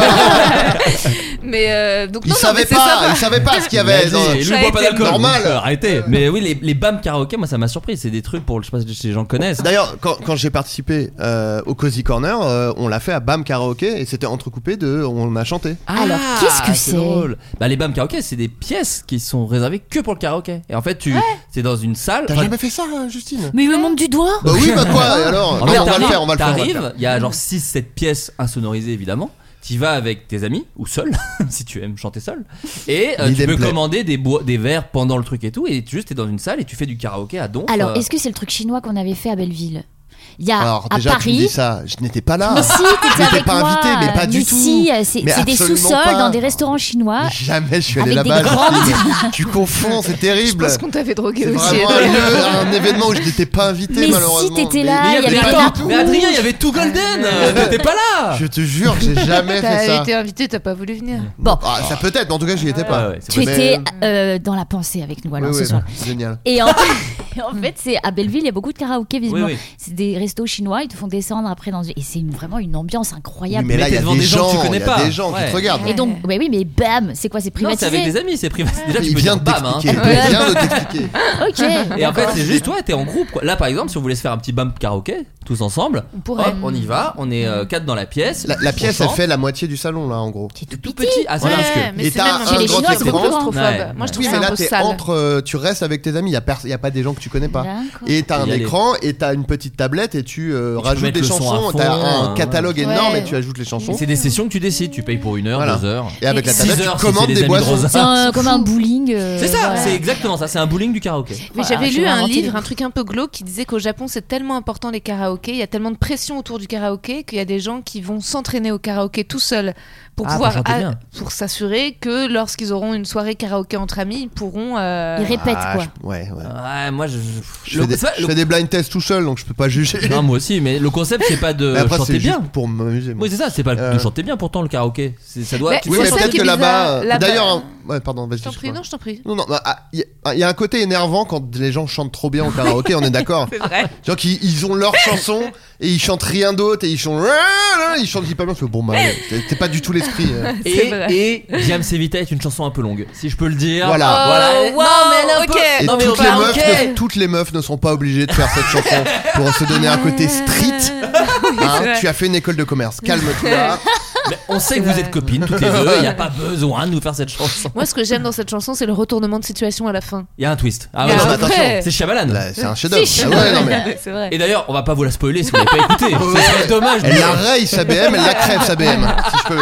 Mais euh, donc, il non, non, savait mais pas, c'est il savait pas ce qu'il y avait. Il dans... a dit, lui, il boit pas d'alcool. Normal. Euh, arrêtez. Mais oui, les, les B A M karaoké, moi ça m'a surpris. C'est des trucs pour, je sais pas si les gens connaissent. D'ailleurs, quand, quand j'ai participé euh, au Cozy Corner, euh, on l'a fait à B A M karaoké et c'était entrecoupé de, on a chanté. Ah, Alors, qu'est-ce que c'est drôle. Bah les B A M karaoké, c'est des pièces qui sont réservées que pour le karaoké. Et en fait, tu, c'est dans une salle. T'as enfin, jamais fait ça, Justine? Mais il me montre du doigt. Bah oui, bah quoi alors? En Non, fait, on va le t'arrives- faire, on va le faire. on va le T'arrives, faire. il y a genre six sept pièces insonorisées évidemment. T'y vas avec tes amis ou seul si tu aimes chanter seul et euh, tu L'idée peux me plaît. commander des, bo- des verres pendant le truc et tout et tu juste t'es dans une salle et tu fais du karaoké à donf. Alors, euh, est-ce que c'est le truc chinois qu'on avait fait à Belleville? Il y a Alors à déjà, tu me dis Paris. ça, je n'étais pas là. Mais si, Je t'étais n'étais avec pas moi. invité, mais pas du mais tout. si, c'est, Mais c'est des absolument sous-sols pas. dans des restaurants chinois. Mais jamais je suis allé Avec des là-bas. grandes- Justine. Tu confonds, c'est Je terrible. pense qu'on t'avait drogué C'est aussi. vraiment un, lieu, un événement où je n'étais pas invité, Mais si, malheureusement. t'étais Mais- là, mais, il y avait mais des attends, nappes mais Adrien, il y avait tout Golden. euh, T'étais pas là. Je te jure, j'ai jamais fait T'as ça. été invité, t'as pas voulu venir. Bon, Ah, ça peut être, mais en tout cas, j'y étais pas. Ouais, ouais, c'est tu Mais- étais euh, dans la pensée avec nous alors Oui, ce oui, soir. génial. Et en, en fait, c'est à Belleville, il y a beaucoup de karaoké visiblement. Oui, oui. C'est des restos chinois, ils te font descendre après dans et c'est une- vraiment une ambiance Oui, incroyable. mais là, il y t'es a devant des des gens que tu gens, connais il y a pas. des gens qui Ouais. te regardent. Et donc, bah oui, mais bam, c'est quoi, c'est Non, privatisé? c'est avec des amis, c'est privatisé. Déjà, tu Il peux vient dire de bam, hein. t'expliquer. Ouais. Il vient de t'expliquer. Ok. Et en fait, d'accord. c'est juste, ouais, t'es en groupe quoi. Là, par exemple, si on voulait se faire un petit bump karaoké, tous ensemble, On pourrait. hop, on y va, on est euh, quatre dans la pièce. La, la on pièce, elle chante. fait la moitié du salon, là, en gros. C'est tout tout petit. petit. Ah, c'est Ouais, minuscule. mais Et c'est t'as même un chez les grand Chinois, c'est écran. beaucoup claustrophobe. Ouais. Moi, je trouve Oui, ça mais un là, peu t'es sale. entre. euh, Tu restes avec tes amis, il n'y a, pers- y a pas des gens que tu connais pas. D'accord. Et t'as Faut un y aller. écran et t'as une petite tablette et tu euh, Et tu peux rajoutes mettre des le son à chansons. fond, T'as un hein. catalogue Ouais. énorme et tu ajoutes les Et chansons. c'est des sessions que tu décides, tu payes pour une heure, Voilà. deux heures. Et avec la Six tablette, heures tu si c'est commandes les des amis de boissons. Rosa. C'est un- comme un bowling. euh, C'est ça, voilà. c'est exactement ça, c'est un bowling du karaoké. Mais Voilà, j'avais je lu vais un inventer livre, des- un truc un peu glauque, qui disait qu'au Japon c'est tellement important les karaokés, il y a tellement de pression autour du karaoké qu'il y a des gens qui vont s'entraîner au karaoké tout seuls pour Ah, pouvoir pour chanter a- bien. pour s'assurer que lorsqu'ils auront une soirée karaoké entre amis, ils pourront. euh, Ils répètent Ah, quoi. je- Ouais, ouais. Ouais, moi je. Je le- fais des- c'est pas- je le- fais des blind tests tout seul, donc je peux pas juger. Non, moi aussi, mais le concept c'est pas de Mais après, chanter c'est bien. juste pour m'amuser. moi. Oui, c'est ça, c'est pas Euh. de chanter bien pourtant le karaoké. C'est- Ça doit. Mais tu Oui, sais, mais ça peut-être qui est que là-bas. bizarre, euh, là-bas- D'ailleurs, ouais, pardon, vas-y. Je t'en prie, excuse-moi. non, je t'en prie. Non, non, bah, ah, il y, a- il y a un côté énervant quand les gens chantent trop bien au karaoké, on est d'accord. C'est vrai. Genre qu'ils ils ont leur chanson et ils chantent rien d'autre et ils chantent. Ils chantent pas bien, je fais bon, bah, t'es- t'es pas du tout l'esprit. euh. C'est Et, vrai. et Diam Sevita est une chanson un peu longue, si je peux le dire. Voilà. voilà. Oh, non, wow, mais elle est un ok. peu- Et non, mais toutes, on les va- meufs ok. ne, toutes les meufs ne sont pas obligées de faire cette chanson pour se donner un côté street. Hein, vrai. tu as fait une école de commerce, calme-toi. Mais on sait que vous vrai. êtes copines toutes les deux, il n'y a pas besoin de nous faire cette chanson. Moi, ce que j'aime dans cette chanson, c'est le retournement de situation à la fin. Il y a un twist. Ah Il y ouais, a non, un mais attention. vrai- c'est Shyamalan. Là, c'est un chef-d'œuvre. Si, Ah ouais, non, mais c'est vrai. Et d'ailleurs, on va pas vous la spoiler si vous l'avez pas écouté. Ce serait dommage. elle de- la raye sa B M, elle la crève sa B M. Si je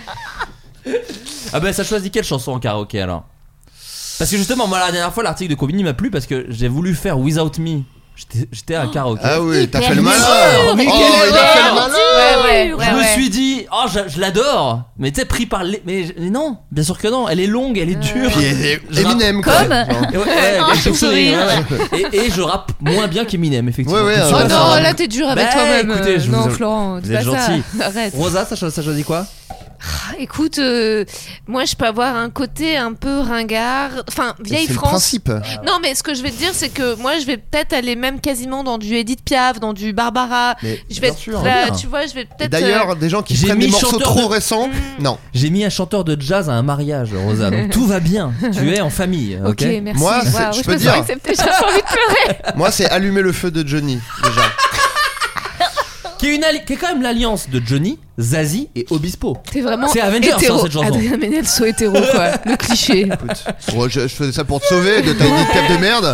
peux. Ah bah ça choisit quelle chanson en karaoké alors? Parce que justement, moi la dernière fois, l'article de Combini m'a plu parce que j'ai voulu faire Without Me. J'étais- J'étais à un karaoké. Ah oui, t'as Hyper fait le malin. dur. Oh, Mais il quelle a fait le horreur. malin. Ouais, ouais, Je ouais, me ouais. suis dit, oh, je, je l'adore, mais tu sais, pris par les. Mais, mais non, bien sûr que non, elle est longue, elle est dure. Puis elle est Je Eminem, quoi. Comme- Genre. Et, ouais, ouais, Oh, avec je le sourire, souris. ouais, ouais. Et, et je rappe moins bien qu'Eminem, effectivement. Ouais, ouais, Je suis ouais. Oh pas ça non, va. là t'es dur avec Bah, toi-même. écoutez, euh, je non, vous- Florent, vous dis êtes pas ça. gentil. Arrête. Rosa, ça, cho- ça choisit quoi? Écoute, euh, moi je peux avoir un côté un peu ringard, enfin vieille C'est le France. principe. Non, mais ce que je vais te dire, c'est que moi je vais peut-être aller même quasiment dans du Edith Piaf, dans du Barbara. Mais Je vais bien être sûr. là, Bien. tu vois, je vais Et peut-être. d'ailleurs, des gens qui J'ai prennent mis des morceaux chanteur trop de- récents, non. J'ai mis un chanteur de jazz à un mariage, Rosa, donc tout va bien. Tu es en famille, euh, ok? Ok, merci. Moi, c'est- Waouh, je je peux me dire- sens acceptée, j'ai envie de pleurer. Moi, c'est allumer le feu de Johnny, déjà. Qui est, une alli- qui est quand même l'alliance de Johnny, Zazie et Obispo. T'es vraiment. C'est Avengers, hétéro. hein, cette chanson. Adrien Méniel, so hétéro, quoi. Le cliché. Écoute, bon, je, je faisais ça pour te sauver de ta idée de cap de merde.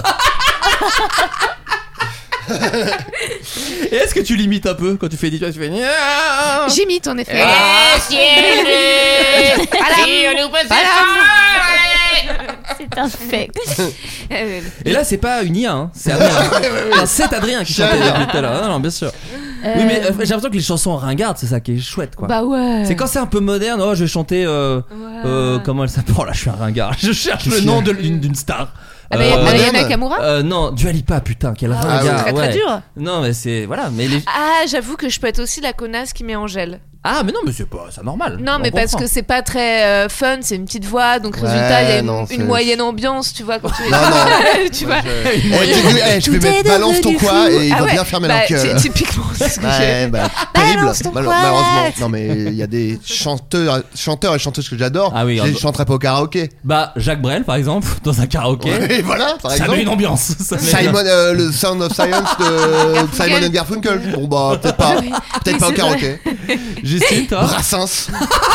Et est-ce que tu limites un peu quand tu fais des tu fais. J'imite en effet. Eh, Voilà. C'est un fait. Et là, c'est pas une I A, hein, c'est Adrien. Enfin, c'est Adrien qui chantait depuis tout à l'heure. Non, non, bien sûr. Euh... Oui, mais euh, j'ai l'impression que les chansons ringardes, c'est ça qui est chouette, quoi. Bah ouais. C'est quand c'est un peu moderne. Oh, je vais chanter. Euh, ouais. euh, comment elle s'appelle? Oh là, je suis un ringard. Je cherche le nom de- d'une d'une star. Ah bah, euh, Aya Nakamura euh, Non, Dua Lipa, putain, quel ah, ringard. C'est très ouais. très dur. Non, mais c'est. Voilà, mais les. Ah, j'avoue que je peux être aussi la connasse qui met en gel. Ah, mais non, mais c'est pas. C'est normal. Non, mais parce que c'est pas très euh, fun, c'est une petite voix, donc Ouais, résultat, il y a une, non, une moyenne ambiance, tu vois, quand tu es. Non, non. tu vois. Eh, tu- eh, je vais mettre balance ton quoi et il Ah va ouais, bien fermer bah, la queue. c'est typiquement c'est ce que Ouais, j'ai. bah, terrible. Balance ton Mal- quoi. malheureusement. Non, mais il y a des chanteurs, chanteurs et chanteuses que j'adore. Ah oui, je les grave. chanterai pas au karaoké. Bah, Jacques Brel, par exemple, dans un karaoké. Et voilà, par ça exemple. met une ambiance. Ça met Simon, euh, le Sound of Silence de Simon and Garfunkel. Bon bah peut-être pas, Oui. peut-être Oui, pas au c'est karaoké. Justine, toi. Brassens.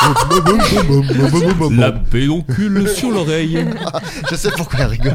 La pédoncule sur l'oreille. Je sais pourquoi elle rigole.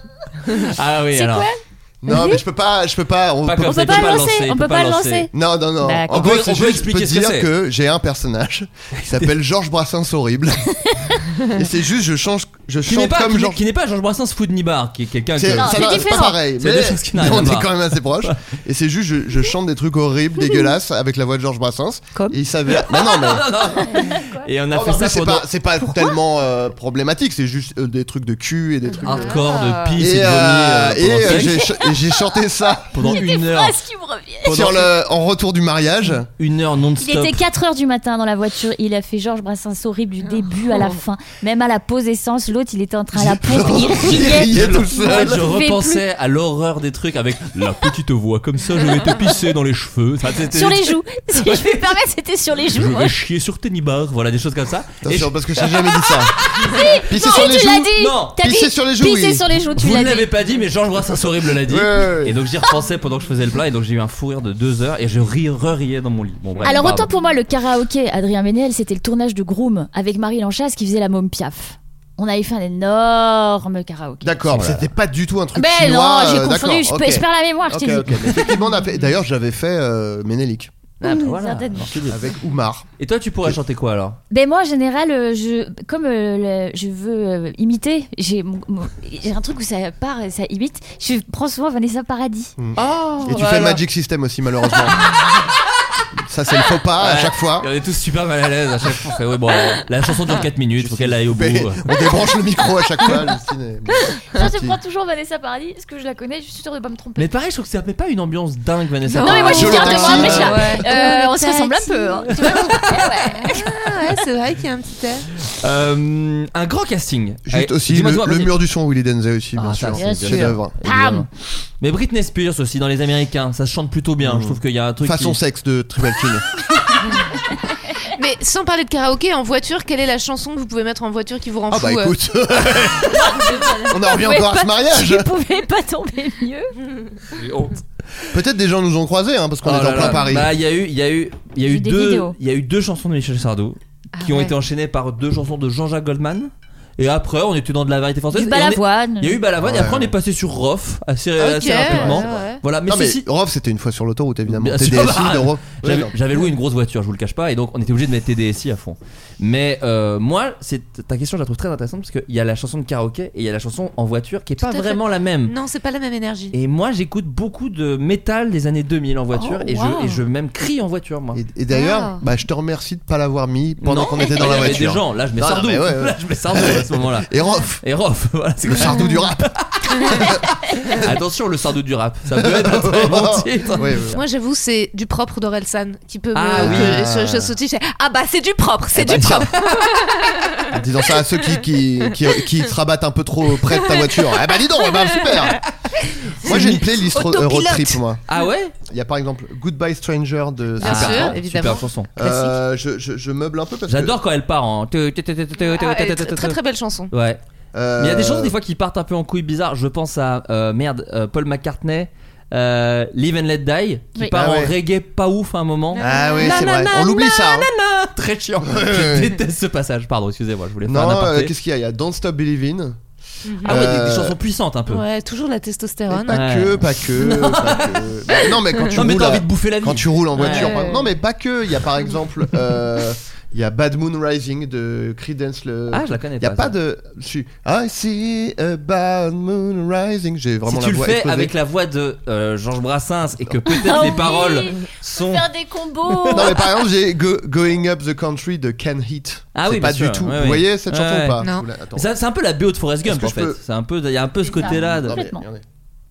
Ah oui, C'est alors. quoi? Non mais je peux pas, je peux pas. On Pas peut- comme On ça, peut il pas le lancer, il on peut pas le lancer. Non non non. D'accord. En On gros, peut- c'est on peut juste, je peux expliquer ce que dire c'est. que j'ai un personnage qui s'appelle Georges Brassens horrible. Et c'est juste, je change, je Qui n'est chante pas, comme qui, Georges. qui n'est pas Georges Brassens Foudnibar, qui est quelqu'un que. C'est Non, ça c'est n'a- c'est différent. pas pareil, C'est mais deux choses qui n'ont rien à on est voir. quand même assez proches. Et c'est juste, je, je chante des trucs horribles, dégueulasses, avec la voix de Georges Brassens. Comme Et il s'avère. Non, non, mais. Et on a Oh, fait mais en ça plus, c'est pendant pas, c'est pas tellement euh, problématique, c'est juste euh, des trucs de cul et des trucs. hardcore Ah. de pisse et, Et, de vomi. euh, euh, et pendant euh, sexe. j'ai, ch- et j'ai chanté ça Pendant une heure. Phrases qui me reviennent. sur le, en retour du mariage. Une heure Il non-stop. était quatre heures du matin dans la voiture, il a fait Georges Brassens horrible du début à la fin. Même à la pause essence, l'autre il était en train à la pompe, il Il riait. riait tout Ouais, seul. je pouvais repensais à l'horreur des trucs avec la petite voix comme ça, je vais te pisser dans les cheveux. Ça, c'était- Sur les joues. Si je peux me permettre, c'était sur les Je joues. vais chier sur tes nibards, voilà des choses comme ça. Et Attention, je- parce que j'ai jamais dit ça. Pisser Non, sur les tu l'as joues. dit. Non, T'as pisser dit sur les joues, pisser oui. sur les joues, tu Vous l'as ne dit. l'avez pas dit, mais Georges Brassens horrible l'a dit. Ouais, ouais, ouais. Et donc j'y repensais pendant que je faisais le plat, et donc j'ai eu un fou rire de deux heures et je ris, re-riais dans mon lit. Bon, bref, Alors pardon. autant pour moi le karaoké Adrien Méniel, c'était le tournage de Groom avec Marie Lanchasse qui faisait la môme Piaf. On avait fait un énorme karaoké. D'accord, mais Voilà. c'était pas du tout un truc Ben chinois. non, j'ai euh, confondu, je, d'accord, peux- ok. je perds la mémoire, je Ok, t'ai dit. ok. Mais effectivement, on a fait. D'ailleurs, j'avais fait euh, Ménélique Ah, bah, voilà. Certainement. avec Oumar. Et toi, tu pourrais chanter quoi alors? Ben moi en général, euh, je, comme euh, le- je veux euh, imiter, j'ai mon- mon- j'ai un truc où ça part et ça imite, je prends souvent Vanessa Paradis. Oh, Et tu fais Magic System aussi, malheureusement. Ça, c'est le faux pas à Ouais. chaque fois. Et on est tous super mal à l'aise à chaque fois. On fait, ouais, bon, la chanson dure quatre minutes, faut qu'elle aille au bout. Mais on débranche le micro à chaque fois, Justine. est- bon, Non, je gentil. prends toujours Vanessa Paradis parce que je la connais, je suis sûre de pas me tromper. Mais pareil, je trouve que ça met pas une ambiance dingue, Vanessa. Non, mais moi je suis Sur fière le de moi, taxi. mais je la- Ouais. Euh, on Le se ressemble un taxi. peu. Hein. Tu vois, Ah ouais, c'est vrai qu'il y a un petit air. Euh, un grand casting. Juste Allez, aussi, dis-moi, le, dis-moi, le vas-y. mur du son, Willy Denzel aussi, bien Ah, sûr. ça, c'est bien Chef sûr. d'œuvre. Évidemment. Mais Britney Spears aussi dans les Américains, ça se chante plutôt bien. Mmh. Je trouve qu'il y a un truc. Façon qui... sexe de Tribal King. Mais sans parler de karaoké, en voiture, quelle est la chanson que vous pouvez mettre en voiture qui vous rend Ah fou bah euh écoute, on en revient encore à ce mariage. Je pouvais pas tomber mieux. J'ai honte. Peut-être des gens nous ont croisés, hein, parce qu'on Oh est là en plein là. Paris. Bah, il y a eu, il y a eu, il y a J'ai eu des deux, vidéos. il y a eu deux chansons de Michel Sardou qui ont ouais. été enchaînées par deux chansons de Jean-Jacques Goldman. Et après, on était dans de la variété française. Du Et on est- Balavoine. Il y a eu Balavoine et Ouais. après on est passé sur Rof assez, Ok, assez rapidement. ouais, ouais. Voilà, mais non mais ceci, Rof, c'était une fois sur l'autoroute évidemment. Bien T D sûr, S I bah, de Rof. Ouais, J'avais, non. j'avais loué une grosse voiture, je vous le cache pas, et donc on était obligé de mettre T D S I à fond. Mais euh, moi, c'est, ta question, je la trouve très intéressante parce qu'il y a la chanson de karaoké et il y a la chanson en voiture qui est Tout pas à fait. vraiment la même. Non, c'est pas la même énergie. Et moi, j'écoute beaucoup de métal des années deux mille en voiture Oh, et, wow. je, et je même crie en voiture, moi. Et, et d'ailleurs, Ah. bah, je te remercie de pas l'avoir mis pendant Non, qu'on était dans il y la avait voiture. des gens, là je mets Non, non, Sardou, mais ouais, ouais. là je mets Sardou à ce moment-là. Et Rof, Et Rof, voilà, c'est le comme- Sardou du rap. Attention, le Sardou du rap, ça peut être un très bon titre. Ouais, ouais. Moi, j'avoue, c'est du propre d'Orelsan qui peut me. Ah oui. que je, je saute, je fais, ah bah, c'est du propre, c'est Eh bah, du tiens. propre. En disant ça à ceux qui, qui, qui, qui se rabattent un peu trop près de ta voiture. Eh bah dis donc, bah, super. Moi j'ai une playlist ro- euh, road trip moi. Ah ouais. Il y a par exemple Goodbye Stranger de Bien Super sûr, Tramp. évidemment. Super chanson. Euh, je, je, je meuble un peu parce J'adore quand elle part en. Ah, ouais, très, très très belle chanson. Ouais. que. euh, Mais il y a des chansons des fois qui partent un peu en couilles bizarres. Je pense à euh, merde, euh, Paul McCartney, euh, Live and Let Die, qui Oui. part Ah en ouais. reggae pas ouf à un moment. Ah oui, c'est vrai. On l'oublie ça. hein. Ah, très chiant. Je déteste ce passage. Pardon, excusez-moi, je voulais faire un Non, aparté. euh, qu'est-ce qu'il y a Il y a Don't Stop Believin'. Ah ouais, des, des Euh, chansons puissantes un peu. Ouais, toujours la Et testostérone. pas Ouais. que, pas que, pas que. Bah, non mais quand tu Non mais roules, t'as à- envie de bouffer la vie. quand tu roules en voiture. Ouais. par- Non mais pas que. Il y a par exemple, euh, Il y a Bad Moon Rising de Creedence. Le... Ah, je la connais Il y a pas, pas de. Je suis. I see a bad moon rising. J'ai vraiment si la tu voix le fais explosée. avec la voix de euh, Georges Brassens et que peut-être Ah les oui, paroles faut sont. faire des combos. Non mais par exemple j'ai Go- Going Up the Country de Ken Heat. Ah c'est oui, pas bien sûr. du tout. Ouais, Vous ouais. voyez cette chanson Ouais, ou pas? non. Vous la- attends. C'est c'est un peu la B O de Forrest Gump Est-ce que en je fait. peux- C'est un peu, il y a un peu ce côté-là. de- Non, mais, Complètement. regardez.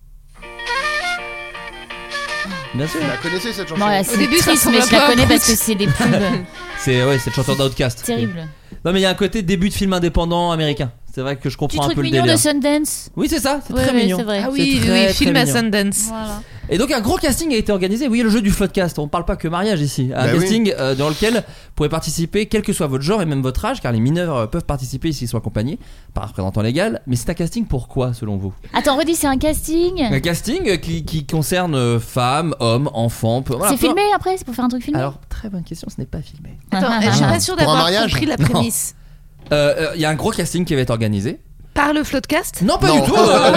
Bien sûr. Vous la connaissez cette chanson? Bon, là, c'est début, ça triste, mais ressemble je la un peu à connais parce Proust. que c'est des pubs. C'est ouais, c'est le chanteur d'Outcast. Terrible. Non mais il y a un côté début de film indépendant américain. C'est vrai que je Du comprends un truc peu le mignon délire. de Sundance. Oui c'est ça, c'est Ouais, très ouais, mignon. c'est vrai. Ah oui, C'est oui, très, oui, film très à mignon. Sundance. Voilà. Et donc un gros casting a été organisé. Oui, le jeu du Floodcast. On parle pas que mariage ici. Un Bah oui. casting euh, dans lequel vous pouvez participer, quel que soit votre genre et même votre âge, car les mineurs euh, peuvent participer s'ils sont accompagnés par un représentant légal. Mais c'est un casting pourquoi, selon vous? Attends, redis, c'est un casting. Un casting euh, qui, qui concerne euh, femmes, hommes, enfants. peu- voilà, C'est peu- filmé après, c'est pour faire un truc filmé. Alors très bonne question. Ce n'est pas filmé. Attends, je suis pas sûre Pour un d'avoir mariage compris la Non. prémisse. Il euh, euh, y a un gros casting qui va être organisé. Par le Floodcast? Non, pas Non. du tout. euh,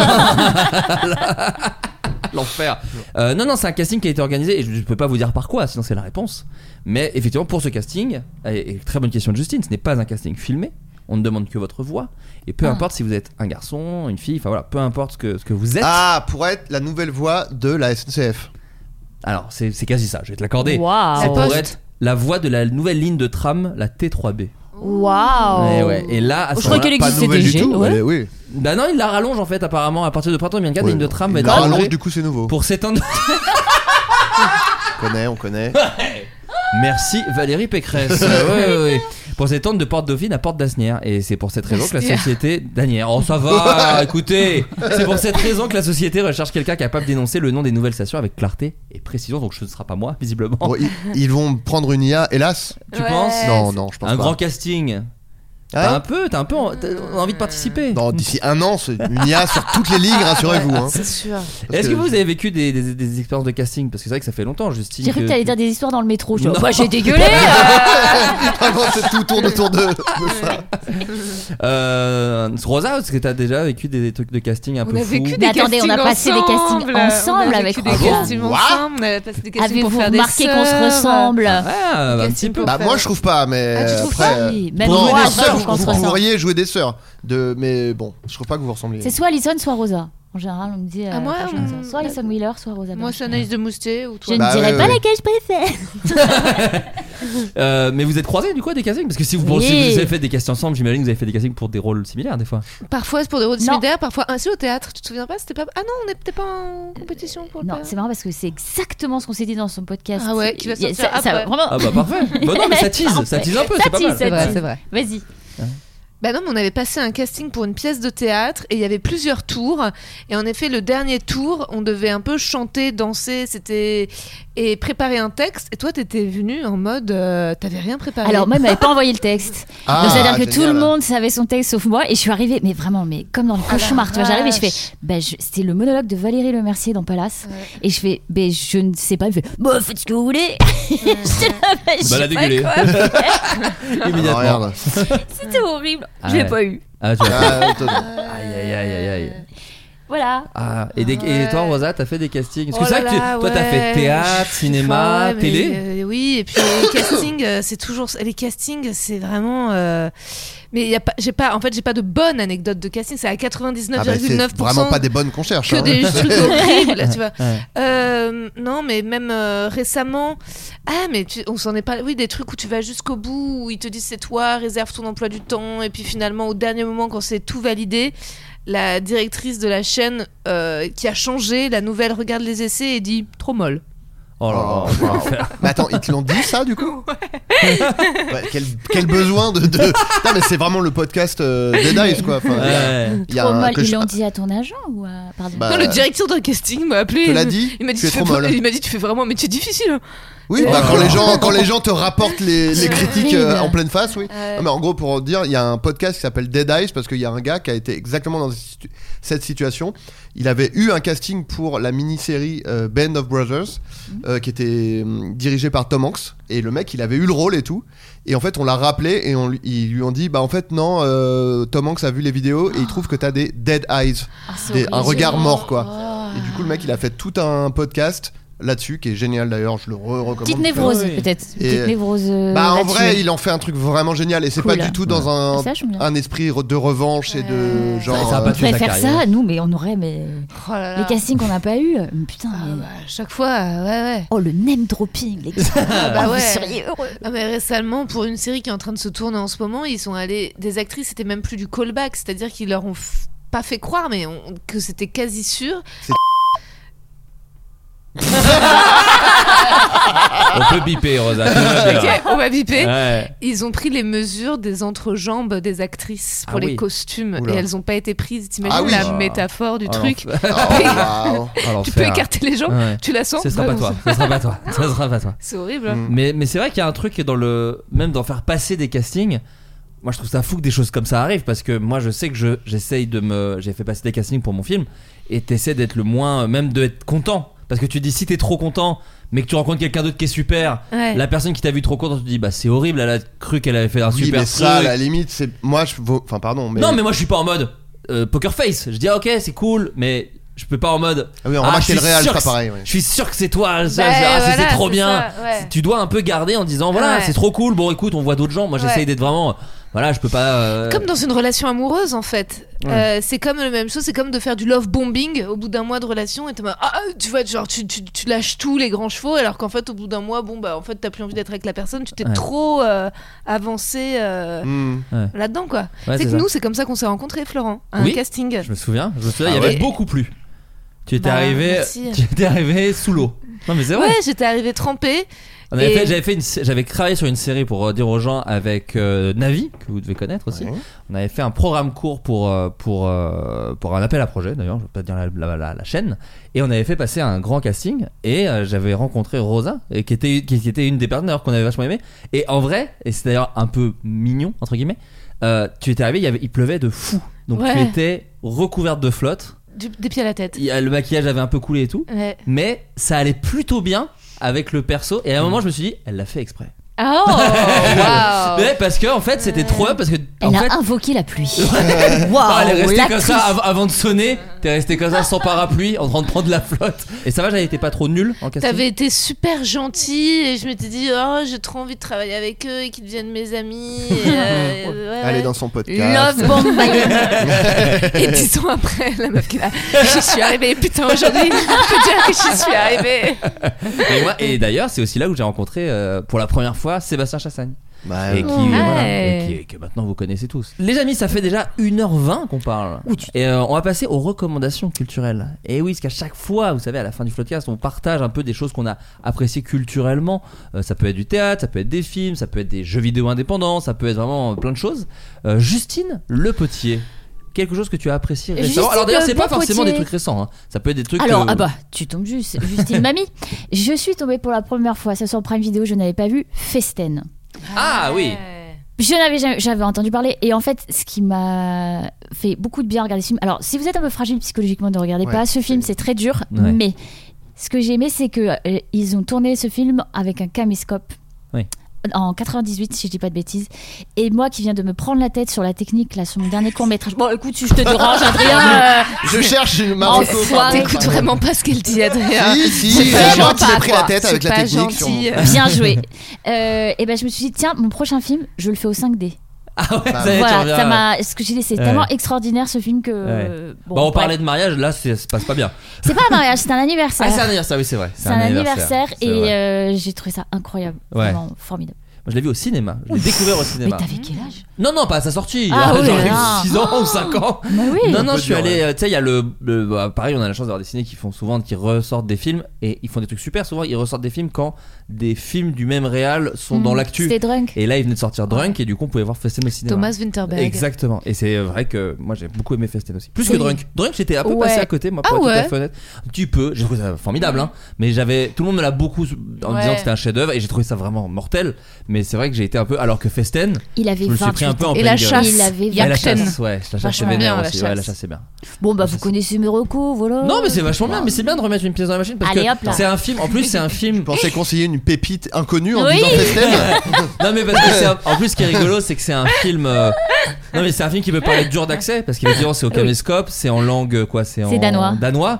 L'enfer. Euh, non, non, c'est un casting qui a été organisé et je ne peux pas vous dire par quoi, sinon c'est la réponse. Mais effectivement, pour ce casting, et, et très bonne question de Justine, ce n'est pas un casting filmé. On ne demande que votre voix. Et peu Ah. importe si vous êtes un garçon, une fille, enfin voilà, peu importe ce que, ce que vous êtes. Ah, pour être la nouvelle voix de la S N C F. Alors, c'est c'est quasi ça, je vais te l'accorder. Waouh. C'est La pour Poste. être la voix de la nouvelle ligne de tram, la T trois B. Waouh. Ouais, ouais. Et là, à ce Je crois moment-là- qu'elle Pas existait nouvelle du déjà. tout. ouais. elle est- oui. Bah non, il la rallonge en fait, apparemment. À partir de printemps deux mille vingt-quatre, la Ouais, ligne de tram va il être la rallonge, rallongée du coup c'est nouveau. pour s'éteindre. On connaît, on connaît. Merci Valérie Pécresse. Euh, ouais, ouais, ouais. Pour s'étendre de Porte Dauphine à Porte d'Asnières. Et c'est pour cette raison que la D'Asnières. société d'Asnières. Oh ça va, écoutez. C'est pour cette raison que la société recherche quelqu'un capable d'énoncer le nom des nouvelles stations avec clarté et précision. Donc ce ne sera pas moi, visiblement. Bon, ils, ils vont prendre une I A, hélas. Tu Ouais. penses? Non, non, je pense Un pas. grand casting. T'as Hein un peu, t'as un peu, en- t'as envie de participer. Non, d'ici un an, c'est une I A sur toutes les lignes, rassurez-vous. Hein. C'est sûr. Parce Est-ce que vous avez vécu des, des, des expériences de casting? Parce que c'est vrai que ça fait longtemps, Justine. J'ai cru que t'allais dire des histoires dans le métro. Je dis, Non. oh, bah, j'ai dégueulé. euh. Vraiment, c'est tout tourne autour de, de ça. Euh, Rosa, est-ce que t'as déjà vécu des, des trucs de casting un On peu a fous? vécu Mais des attendez, on a castings passé des castings ensemble. ensemble On a avec vécu des Rosa. castings What ensemble. On a passé des castings Avez-vous pour faire des remarqué qu'on se sœurs. ressemble? Ah, un Casting petit peu. pour Bah, faire- moi, je trouve pas, mais Ah, tu trouves après. pas euh, Oui, même vous moi, jouez des après, sœurs, je trouve qu'on vous se ressemble. pourriez jouer des sœurs. De... Mais bon, je trouve pas que vous ressembliez. C'est soit Alison, soit Rosa. En général, on me dit. euh, Ah, moi, quand je fais on- ça. Soit Alison Wheeler, soit Rosa. Moi, Blanche. c'est Anaïs de Moustet ou Je toi. ne Bah, dirais ouais, pas ouais. laquelle je préfère. Euh, mais vous êtes croisés du coup à des castings? Parce que si vous, Oui. si vous avez fait des castings ensemble, j'imagine que vous avez fait des castings pour des rôles similaires des fois. Parfois, c'est pour des rôles Non. similaires, parfois. Ah, si, au théâtre, tu te souviens pas? C'était pas. Ah non, on n'était pas en compétition pour le Non, théâtre. c'est marrant parce que c'est exactement ce qu'on s'est dit dans son podcast. Ah ouais, qui va Il y a- sortir ça- ça- après. Vraiment. Ah bah parfait. Bah non mais ça tease, ça tease un peu, Ça c'est pas tease, mal. ça C'est vrai, tease. c'est vrai. Vas-y. Bah non, mais on avait passé un casting pour une pièce de théâtre et il y avait plusieurs tours. Et en effet, le dernier tour, on devait un peu chanter, danser, c'était et préparer un texte. Et toi, t'étais venu en mode, euh, t'avais rien préparé. Alors moi, il m'avait pas envoyé le texte. Ah, Donc, c'est-à-dire que tout génial. le monde savait son texte sauf moi. Et je suis arrivée, mais vraiment, mais comme dans le cauchemar. Tu vois, j'arrive et je fais, bah, je- c'était le monologue de Valérie Lemercier dans Palace. Ouais. Et je fais, bah, je ne sais pas. Il fait, bah, faites ce que vous voulez. J'étais là, bah, je Bah, la sais pas dégueulé. quoi faire. Ah, Immédiatement. regarde. C'était horrible. Ah je l'ai ouais. pas eu. Ah, tu vois. Ah, étonnant. Aïe aïe aïe aïe aïe. Voilà. Ah, et, des- et toi Rosa, t'as fait des castings? Parce que Oh c'est vrai là que tu- là, toi t'as ouais. fait théâtre, cinéma, Ouais, mais, télé. euh, oui, et puis les castings, euh, c'est toujours les castings, c'est vraiment. euh, Mais il y a pas, j'ai pas, en fait, j'ai pas de bonne anecdote de casting. C'est à quatre-vingt-dix-neuf Ah bah, virgule c'est neuf pour cent vraiment pas des bonnes qu'on cherche. que hein. des trucs horribles, tu vois. Ouais. Euh, non, mais même euh, récemment, ah, mais tu- on s'en est pas. Oui, des trucs où tu vas jusqu'au bout, où ils te disent c'est toi, réserve ton emploi du temps, et puis finalement, au dernier moment, quand c'est tout validé, la directrice de la chaîne euh, qui a changé la nouvelle regarde les essais et dit trop molle. Oh là là. Oh, wow. Mais attends, ils te l'ont dit ça du coup? Ouais, quel, quel besoin de, de... Non mais c'est vraiment le podcast euh, Dead Eyes quoi. Enfin, il y a- Ouais. il y a Trop un- mal. que Ils je- l'ont dit à ton agent ou à... Pardon. Bah, Non, le directeur d'un casting m'a appelé. te l'a il me- dit Il m'a dit, Tu es tu fais trop vra- molle. il m'a dit tu fais vraiment un métier difficile. hein. Oui, bah, quand les gens quand les gens te rapportent les, les C'est critiques euh, horrible. en pleine face, oui. Ouais. Non, mais en gros pour dire, il y a un podcast qui s'appelle Dead Eyes parce qu'il y a un gars qui a été exactement dans cette situ- cette situation. Il avait eu un casting pour la mini-série euh, Band of Brothers euh, qui était hum, dirigée par Tom Hanks et le mec il avait eu le rôle et tout. Et en fait on l'a rappelé et on, lui- ils lui ont dit bah en fait non euh, Tom Hanks a vu les vidéos et il trouve que t'as des dead eyes, Ah, c'est des- un horrible. regard mort quoi. Oh. Et du coup le mec il a fait tout un podcast là-dessus, qui est génial d'ailleurs, je le re-recommande. Petite névrose, oui. peut-être. Et Petite névrose. Euh, bah, en là-dessus. vrai, il en fait un truc vraiment génial et c'est Cool. pas du tout dans un, Ça, j'aime bien. un esprit de revanche et de genre. Ça, ça a pas On pourrait faire ça, nous, mais on aurait mais Oh là là. les castings qu'on n'a pas eu. Putain. Ah mais- bah, chaque fois, euh, ouais, ouais. Oh, le name dropping, les gars. Ah bah Oh, ouais. Vous seriez heureux. Ah mais récemment, pour une série qui est en train de se tourner en ce moment, ils sont allés. Des actrices, c'était même plus du callback, c'est-à-dire qu'ils leur ont f- pas fait croire, mais on- que c'était quasi sûr. C'est- On peut biper, Rosa. tout va bien. Ok, on va biper. Ouais. Ils ont pris les mesures des entrejambes des actrices pour Ah les oui. costumes Oula. et elles ont pas été prises. T'imagines Ah oui. la Oh. métaphore du Oh, truc Oh, waouh. Oh, Tu peux l'enfer. écarter les jambes, Ouais. tu la sens Ce sera Bah pas non, toi. Ce sera pas toi. Ce sera pas toi. C'est horrible. hein. Mm. Mais, mais c'est vrai qu'il y a un truc qui est dans le. Même d'en faire passer des castings. Moi je trouve ça fou que des choses comme ça arrivent parce que moi je sais que je, j'essaye de me. J'ai fait passer des castings pour mon film et t'essaies d'être le moins. Même d'être content. Parce que tu te dis si t'es trop content mais que tu rencontres quelqu'un d'autre qui est super, Ouais. la personne qui t'a vu trop content, tu te dis bah c'est horrible, elle a cru qu'elle avait fait un Oui, super mais truc. ça, à la limite, c'est. Moi, je. vaux- Enfin, pardon, mais. Non mais moi je suis pas en mode euh, poker face. Je dis ah, ok c'est cool mais je peux pas en mode. Ah oui, on ah, remarque je suis que le réel, sûr c'est pas que pareil. ouais. Je suis sûr que c'est toi, ça, Bah, c'est- ah, c'est- voilà, c'est trop c'est bien. ça, ouais. Tu dois un peu garder en disant voilà, Ouais. c'est trop cool. Bon, écoute, on voit d'autres gens. Moi, j'essaye Ouais. d'être vraiment. Voilà, je peux pas. euh, Comme dans une relation amoureuse en fait. Ouais. Euh, c'est comme la même chose, c'est comme de faire du love bombing au bout d'un mois de relation et t'es en mode, ah, tu vois, genre tu, tu, tu lâches tous les grands chevaux alors qu'en fait au bout d'un mois, bon bah en fait t'as plus envie d'être avec la personne, tu t'es Ouais. trop euh, avancé euh, Hmm. là-dedans quoi. Ouais, c'est c'est que ça. nous c'est comme ça qu'on s'est rencontrés Florent, à un Oui. casting. Je me souviens. Je me souviens. Ah il y avait ouais. beaucoup plus. Tu étais Bah, arrivé. merci. Tu étais arrivé sous l'eau. Non mais c'est vrai. Ouais, j'étais arrivée trempée. On avait Et- fait, j'avais fait une, j'avais travaillé sur une série pour euh, dire aux gens avec euh, Navi que vous devez connaître aussi. Ouais. On avait fait un programme court pour euh, pour euh, pour un appel à projet d'ailleurs, je vais pas dire la, la, la, la chaîne. Et on avait fait passer un grand casting et euh, j'avais rencontré Rosa et qui était qui, qui était une des personnes d'ailleurs qu'on avait vachement aimé. Et en vrai, et c'est d'ailleurs un peu mignon entre guillemets, euh, tu étais arrivé, il y avait, il pleuvait de fou. Donc Ouais. tu étais recouverte de flotte. Du- des pieds à la tête. Il y a- Le maquillage avait un peu coulé et tout, Ouais. mais ça allait plutôt bien avec le perso. Et à un moment, je me suis dit, elle l'a fait exprès. Oh, waouh. Ouais, parce que en fait, c'était trop bien parce que en Elle fait, a invoqué la pluie. elle Waouh, est restée comme l'actrice. ça av- avant de sonner. T'es resté comme ça sans parapluie, en train de prendre la flotte. Et ça va, j'avais été pas trop nul en casting. T'avais été super gentil et je m'étais dit oh j'ai trop envie de travailler avec eux et qu'ils deviennent mes amis. Et, euh, ouais, ouais. Elle est dans son podcast. Love bombing. Et dix ans après, la meuf qui est là, je suis arrivée, putain, aujourd'hui, on peut dire que j'y suis arrivée. Et, moi, et d'ailleurs, c'est aussi là où j'ai rencontré euh, pour la première fois Sébastien Chassagne. Bah, Et qui, Ouais. voilà, et qui- que maintenant vous connaissez tous. Les amis, ça fait déjà une heure vingt qu'on parle. Et euh, on va passer aux recommandations culturelles. Et oui, parce qu'à chaque fois, vous savez, à la fin du podcast, on partage un peu des choses qu'on a appréciées culturellement. Euh, ça peut être du théâtre, ça peut être des films, ça peut être des jeux vidéo indépendants, ça peut être vraiment plein de choses. Euh, Justine Le Potier. Quelque chose que tu as apprécié récemment. Justine Alors d'ailleurs, Le c'est pas Bon forcément Potier. des trucs récents. Hein. Ça peut être des trucs. Alors, euh, ah bah, tu tombes juste, Justine Mamie. Je suis tombée pour la première fois, ça sur Prime Video, je n'avais pas vu Festen. Ah oui. Je n'avais jamais, j'avais entendu parler et en fait, ce qui m'a fait beaucoup de bien regarder ce film. Alors, si vous êtes un peu fragile psychologiquement, ne regardez Ouais, pas ce film, c'est- c'est très dur. Ouais. Mais ce que j'ai aimé, c'est que euh, ils ont tourné ce film avec un caméscope. Oui. En quatre-vingt-dix-huit, si je dis pas de bêtises. Et moi qui viens de me prendre la tête sur la technique là sur mon dernier court métrage. Bon, écoute, si je te dérange, Adrien. euh, Je cherche une Marocco. Enfoiré. T'écoutes vraiment pas ce qu'elle dit, Adrien. Si, si, C'est c'est vraiment moi qui pas, ai pris la quoi. tête avec C'est la pas technique sur mon- gentil. Bien joué. Euh, et ben je me suis dit tiens, mon prochain film, je le fais au cinq D. Ah ouais, Bah, ça y est, tu Voilà, reviens. ça m'a. Ce que j'ai dit, c'est Ouais. tellement extraordinaire ce film que. Ouais. bon, Bah, on bref. parlait de mariage, là, c'est- ça se passe pas bien. C'est pas un mariage, c'est un anniversaire. Ah, c'est un anniversaire, oui, c'est vrai. C'est un anniversaire, c'est et vrai. euh, j'ai trouvé ça incroyable, Ouais. vraiment formidable. Moi, je l'ai vu au cinéma. Je l'ai découvert au Mais cinéma. t'avais quel âge? Non, non, pas à sa sortie. Ah oui, J'aurais ah. six ans ou cinq ans. Bah oui. Non, Un non, peu je suis dur, allé. ouais. euh, Tu sais, il y a le. le- bah, pareil, on a la chance d'avoir des ciné qui font souvent, qui ressortent des films et ils font des trucs super. Souvent, ils ressortent des films quand des films du même réal sont Mm, dans l'actu. C'était Drunk. Et là, ils venaient de sortir Drunk et du coup, on pouvait voir Festen au cinéma. Thomas Winterberg. Exactement. Et c'est vrai que moi, j'ai beaucoup aimé Festen aussi. Plus que Oui. Drunk. Drunk, j'étais un peu Ouais. passé à côté, moi, pour Ah être tout à ouais. fait honnête. Un petit peu. J'ai trouvé ça formidable, hein. Mais j'avais. Tout le monde me l'a beaucoup en Ouais. disant que c'était un chef-d'œuvre et j'ai trouvé ça vraiment mortel. Mais c'est vrai que j'ai été un peu. Alors que Festen. Il avait Je me suis pris un peu en Et pleine la gueule. chasse. Il avait Il y a Ouais, la Yachten. chasse, ouais, la chasse c'est Vachement vénère bien, la aussi. Ouais, la chasse. chasse c'est bien. Bon bah Ça, vous c'est- connaissez mes recos, voilà. Non, mais c'est vachement bien. Mais c'est bien de remettre une pièce dans la machine parce Allez, que hop là. c'est un film. En plus, c'est un film. Je pensais conseiller une pépite inconnue en Oui. disant Festen. Non, mais parce que c'est un- en plus, ce qui est rigolo, c'est que c'est un film. euh, Non, mais c'est un film qui peut paraître dur d'accès parce qu'évidemment, c'est au caméscope, c'est en langue quoi, c'est en C'est danois. Danois.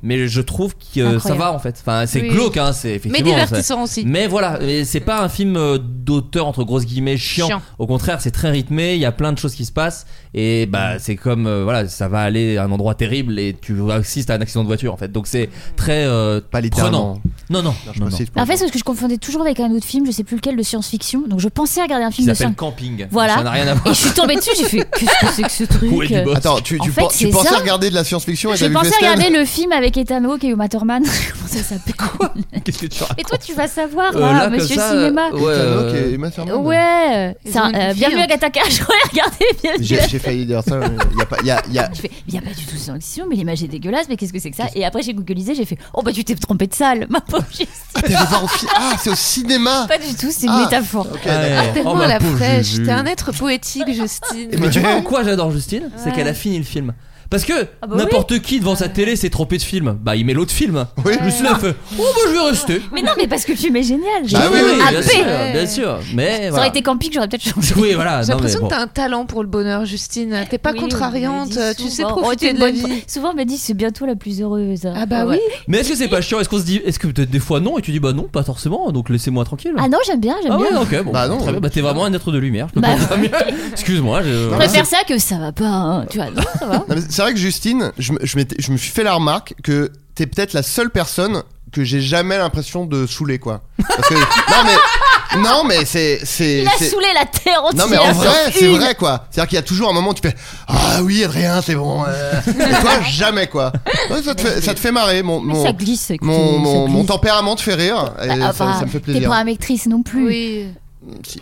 mais je trouve que euh, ça va en fait. Enfin, c'est Oui. glauque, hein, c'est effectivement. Mais divertissant c'est- aussi. Mais voilà, et c'est pas un film euh, d'auteur entre grosses guillemets chiant. Chiant. Au contraire, c'est très rythmé. Il y a plein de choses qui se passent et bah c'est comme euh, voilà, ça va aller à un endroit terrible et tu assistes à un accident de voiture en fait. Donc c'est très euh, Pas littéralement. prenant. Non non. Non, je non, non. précise pour En fait, les c'est parce que je confondais toujours avec un autre film, je sais plus lequel, de science-fiction. Donc je pensais regarder un Qui film de s'appelle science. Camping. Voilà. Ça n'a rien à voir. Et je suis tombée dessus, j'ai fait qu'est-ce que c'est que ce truc Où est du boss. Attends, tu, En tu, fait, pen- tu c'est pensais ça. regarder de la science-fiction et t'as J'ai vu pensé Vestel regarder le film avec Ethan Hawke et Uma Thurman. Comment ça s'appelle quoi Qu'est-ce que tu racontes? Et toi, tu vas savoir, Euh, là, là, comme Monsieur ça, Cinéma. euh, ouais, Ethan euh, Hawke et Uma Thurman. Ouais, Ils c'est ont un- une euh, fille, bienvenue hein. à Gataka. J'aurais regardé bienvenue. J'ai j'ai failli dire ça. Il y a pas, il y a, il y a- Je fais, il y a pas du tout de science-fiction, mais l'image est dégueulasse. Mais qu'est-ce que c'est que ça? Et après, j'ai googlisé, j'ai fait, oh bah tu t'es trompé de salle, ma pauvre Justine. Ah, t'es allé voir au fi- Ah, c'est au cinéma. Pas du tout, c'est une Ah. métaphore. Ok, Ah, d'accord. ouais. Tellement Oh, ma la pauvre fraîche. Juju. T'es un être poétique, Justine. Mais tu vois en quoi j'adore Justine? C'est Ouais. qu'elle a fini le film. Parce que Ah bah n'importe qui devant sa télé s'est trompé de film. Bah il met l'autre film. Oui. Justine elle fait oh bah je vais rester. Mais non, mais parce que le film est génial. J'ai Ah oui, oui, happé. bien sûr, Ouais. bien sûr. Mais Ça voilà. aurait été camping, j'aurais peut-être changé. Oui voilà. J'ai non, mais l'impression bon. que t'as un talent pour le bonheur, Justine. T'es pas Oui, contrariante, on me le dit tu sais souvent. Oh, profiter t'es de la bonne- vie. Souvent, on me dit c'est bientôt la plus heureuse. Ah bah Ouais. oui. Mais est-ce que c'est pas chiant? Est-ce qu'on se dit, est-ce que peut-être des fois non et tu dis bah non pas forcément donc laissez-moi tranquille. Ah non, j'aime bien, j'aime Ah ouais bien. ok bon Bah non, très ouais. bien. Bah t'es vraiment un être de lumière. Je peux Bah, pas dire mieux. Excuse-moi. Je... Je préfère ça que ça va pas. Hein. Tu vois, non, ça va. Non, mais c'est vrai que Justine, je, me- je, m'étais- je me suis fait la remarque que t'es peut-être la seule personne que j'ai jamais l'impression de saouler, quoi. Parce que, non mais, non mais c'est, c'est, Il a c'est- saoulé la terre entière. non mais en vrai, sur c'est une. vrai, quoi. C'est-à-dire qu'il y a toujours un moment où tu fais ah oui Adrien, c'est bon. euh. Et toi jamais, quoi. Ouais, ça te fait, ça te fait marrer, mon, Mais mon, ça glisse, écoutez, mon, ça mon, mon glisse. tempérament te fait rire. Et Bah, ça, enfin, ça me fait T'es plaisir. pas un actrice non plus. Oui. Si.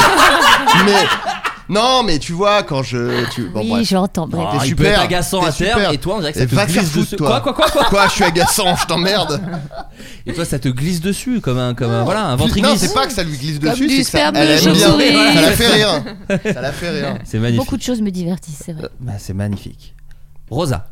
mais non, mais tu vois quand je, tu, bon oui, bref. j'entends. Bref. Oh, T'es il peut super, être agaçant t'es à terme super. et toi on dirait que Et ça te va te faire glisse foutre, dessus. toi. Quoi quoi quoi quoi. Quoi, je suis agaçant, je t'emmerde. Et toi ça te glisse dessus comme un comme un voilà un Non, ventriglisse. c'est pas que ça lui glisse Comme dessus, du c'est que ça, sperme elle de aime bien. chauve-souris. Ça la fait rire. Ça la fait rire. C'est magnifique. Beaucoup de choses me divertissent, c'est vrai. Bah, c'est magnifique. Rosa.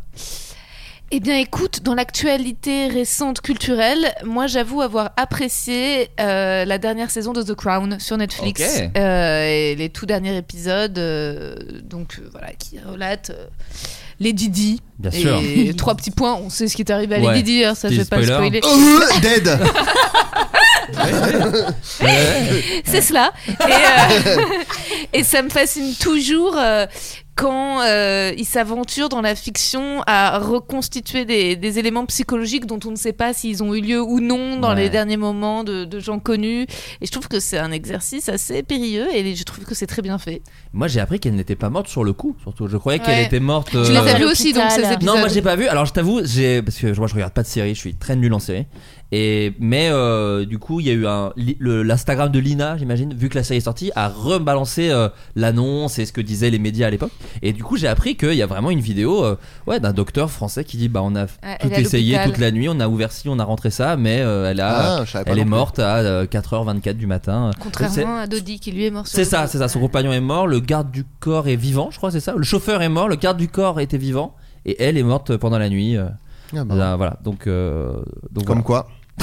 Eh bien, écoute, dans l'actualité récente culturelle, moi, j'avoue avoir apprécié euh, la dernière saison de The Crown sur Netflix. Ok. Euh, et les tout derniers épisodes, euh, donc euh, voilà, qui relatent euh, Lady Di. Bien et sûr. trois petits points, on sait ce qui est arrivé à Ouais. Lady Di, hein, ça je Petit vais pas le spoiler. spoiler. Euh, dead. C'est cela. Et, euh, et ça me fascine toujours euh, quand euh, ils s'aventurent dans la fiction à reconstituer des, des éléments psychologiques dont on ne sait pas s'ils ont eu lieu ou non dans Ouais. les derniers moments de, de gens connus. Et je trouve que c'est un exercice assez périlleux et je trouve que c'est très bien fait. Moi j'ai appris qu'elle n'était pas morte sur le coup. Surtout je croyais Ouais. qu'elle était morte. Tu euh, les as vus à aussi, donc, ces l'hôpital. épisodes. Non moi j'ai pas vu. Alors je t'avoue j'ai parce que moi je regarde pas de série. Je suis très nul en série. Et mais euh, du coup il y a eu un li- le- l'Instagram de Lina j'imagine vu que la série est sortie a rebalancé euh, l'annonce et ce que disaient les médias à l'époque. Et du coup j'ai appris qu'il y a vraiment une vidéo euh, ouais d'un docteur français qui dit bah on a Ouais, tout elle est à essayé l'hôpital. toute la nuit, on a ouvert ci, on a rentré ça, mais euh, elle a Ah, je savais pas elle non est plus. morte à euh, quatre heures vingt-quatre du matin. C'est- Contrairement à Dodi qui lui est mort sur C'est le ça, coup. c'est ça. Son compagnon est mort, le garde du corps est vivant, je crois, c'est ça. Le chauffeur est mort, le garde du corps était vivant, et elle est morte pendant la nuit. euh, Ah bah. là, voilà, donc, euh, donc Comme voilà. quoi.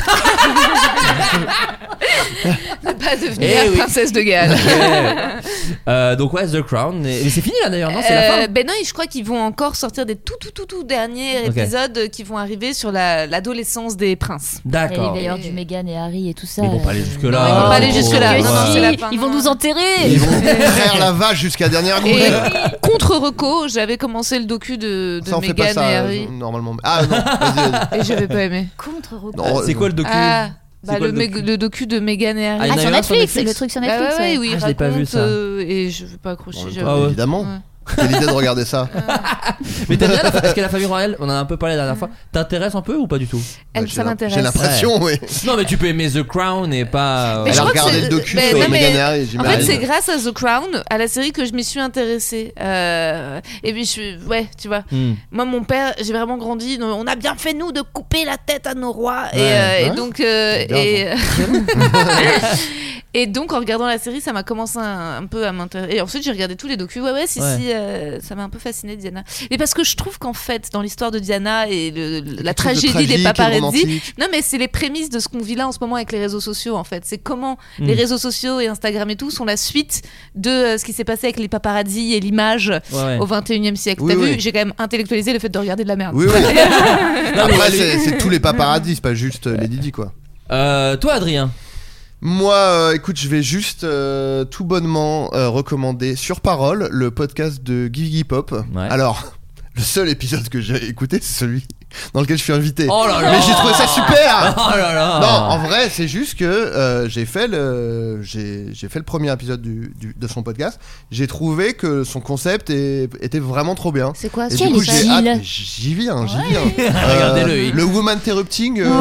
Ne pas devenir Eh la oui. princesse de Galles. Ouais. Euh, donc ouais, The Crown. Et- Mais c'est fini là d'ailleurs, non? C'est la Euh, fin. ben non, je crois qu'ils vont encore sortir des tout tout tout tout derniers Ok. épisodes qui vont arriver sur la- l'adolescence des princes. Et il D'accord. va y avoir du Meghan et Harry et tout ça. Mais ils vont pas aller jusque là. Non, ils vont pas aller jusque-là. Que Non, non, si, c'est la fin. ils vont nous enterrer. Ils vont traire la vache jusqu'à la dernière goutte. Et contre reco, j'avais commencé le docu de, de Ça on fait pas Meghan ça et euh, Harry normalement. Ah non, vas-y, vas-y. et j'avais pas aimé. Contre recours. Non, C'est quoi le docu? Ah, bah, C'est quoi le, le Meg- docu le docu de Meghan et Harry. Ah, il y en Ah, a sur eu un sur Netflix, Netflix le truc sur Bah Netflix. ouais, ouais, ouais. oui, Ah, je l'ai pas vu, raconte, ça. euh, et je veux pas accrocher. En même j'avoue. temps, Ah ouais. évidemment. Ouais. Quelle idée de regarder ça. Mais t'aimes bien la fa- Est-ce que la famille royale, on en a un peu parlé la dernière fois, t'intéresse un peu ou pas du tout? Elle, Ouais, j'ai ça l'im- m'intéresse. J'ai l'impression, oui. Non, mais tu peux aimer The Crown et pas. Mais Elle je a crois que regardé c'est- le docu mais sur non, mais- Meghan et Harry, En j'imagine. fait, c'est grâce à The Crown, à la série, que je m'y suis intéressée. Euh, et puis, je, ouais, tu vois. Hmm. Moi, mon père, j'ai vraiment grandi. dans- On a bien fait, nous, de couper la tête à nos rois. Et, Ouais. euh, et Ouais. donc. euh, C'est bien, et, Et donc en regardant la série, ça m'a commencé un, un peu à m'intéresser. Et ensuite j'ai regardé tous les docus. Ouais ouais, si Ouais. si, euh, ça m'a un peu fasciné Diana. Et parce que je trouve qu'en fait, dans l'histoire de Diana et le, la quelque chose de tragédie tragique des et paparazzi, romantique. non mais c'est les prémices de ce qu'on vit là en ce moment avec les réseaux sociaux en fait. C'est comment Mm. les réseaux sociaux et Instagram et tout sont la suite de euh, ce qui s'est passé avec les paparazzi et l'image Ouais, ouais. au vingt et unième siècle. Oui, T'as oui. vu, j'ai quand même intellectualisé le fait de regarder de la merde. Oui, oui. Non, mais Après, lui- c'est, c'est tous les paparazzis, c'est pas juste euh, les Didi, quoi. Euh, toi, Adrien. Moi, euh, écoute, je vais juste euh, tout bonnement euh, recommander Sur Parole, le podcast de Gigi Pop. Ouais. Alors, le seul épisode que j'ai écouté, c'est celui dans lequel je suis invité. Oh là là. Mais j'ai trouvé ça super. Oh là là. Non, en vrai, c'est juste que euh, j'ai fait le j'ai, j'ai fait le premier épisode du, du- de son podcast. J'ai trouvé que son concept est- était vraiment trop bien. C'est quoi Et ce du Quel coup, est j'ai Gilles hâte. mais J'y viens, j'y viens. Regardez-le, il- Le Woman Interrupting. euh,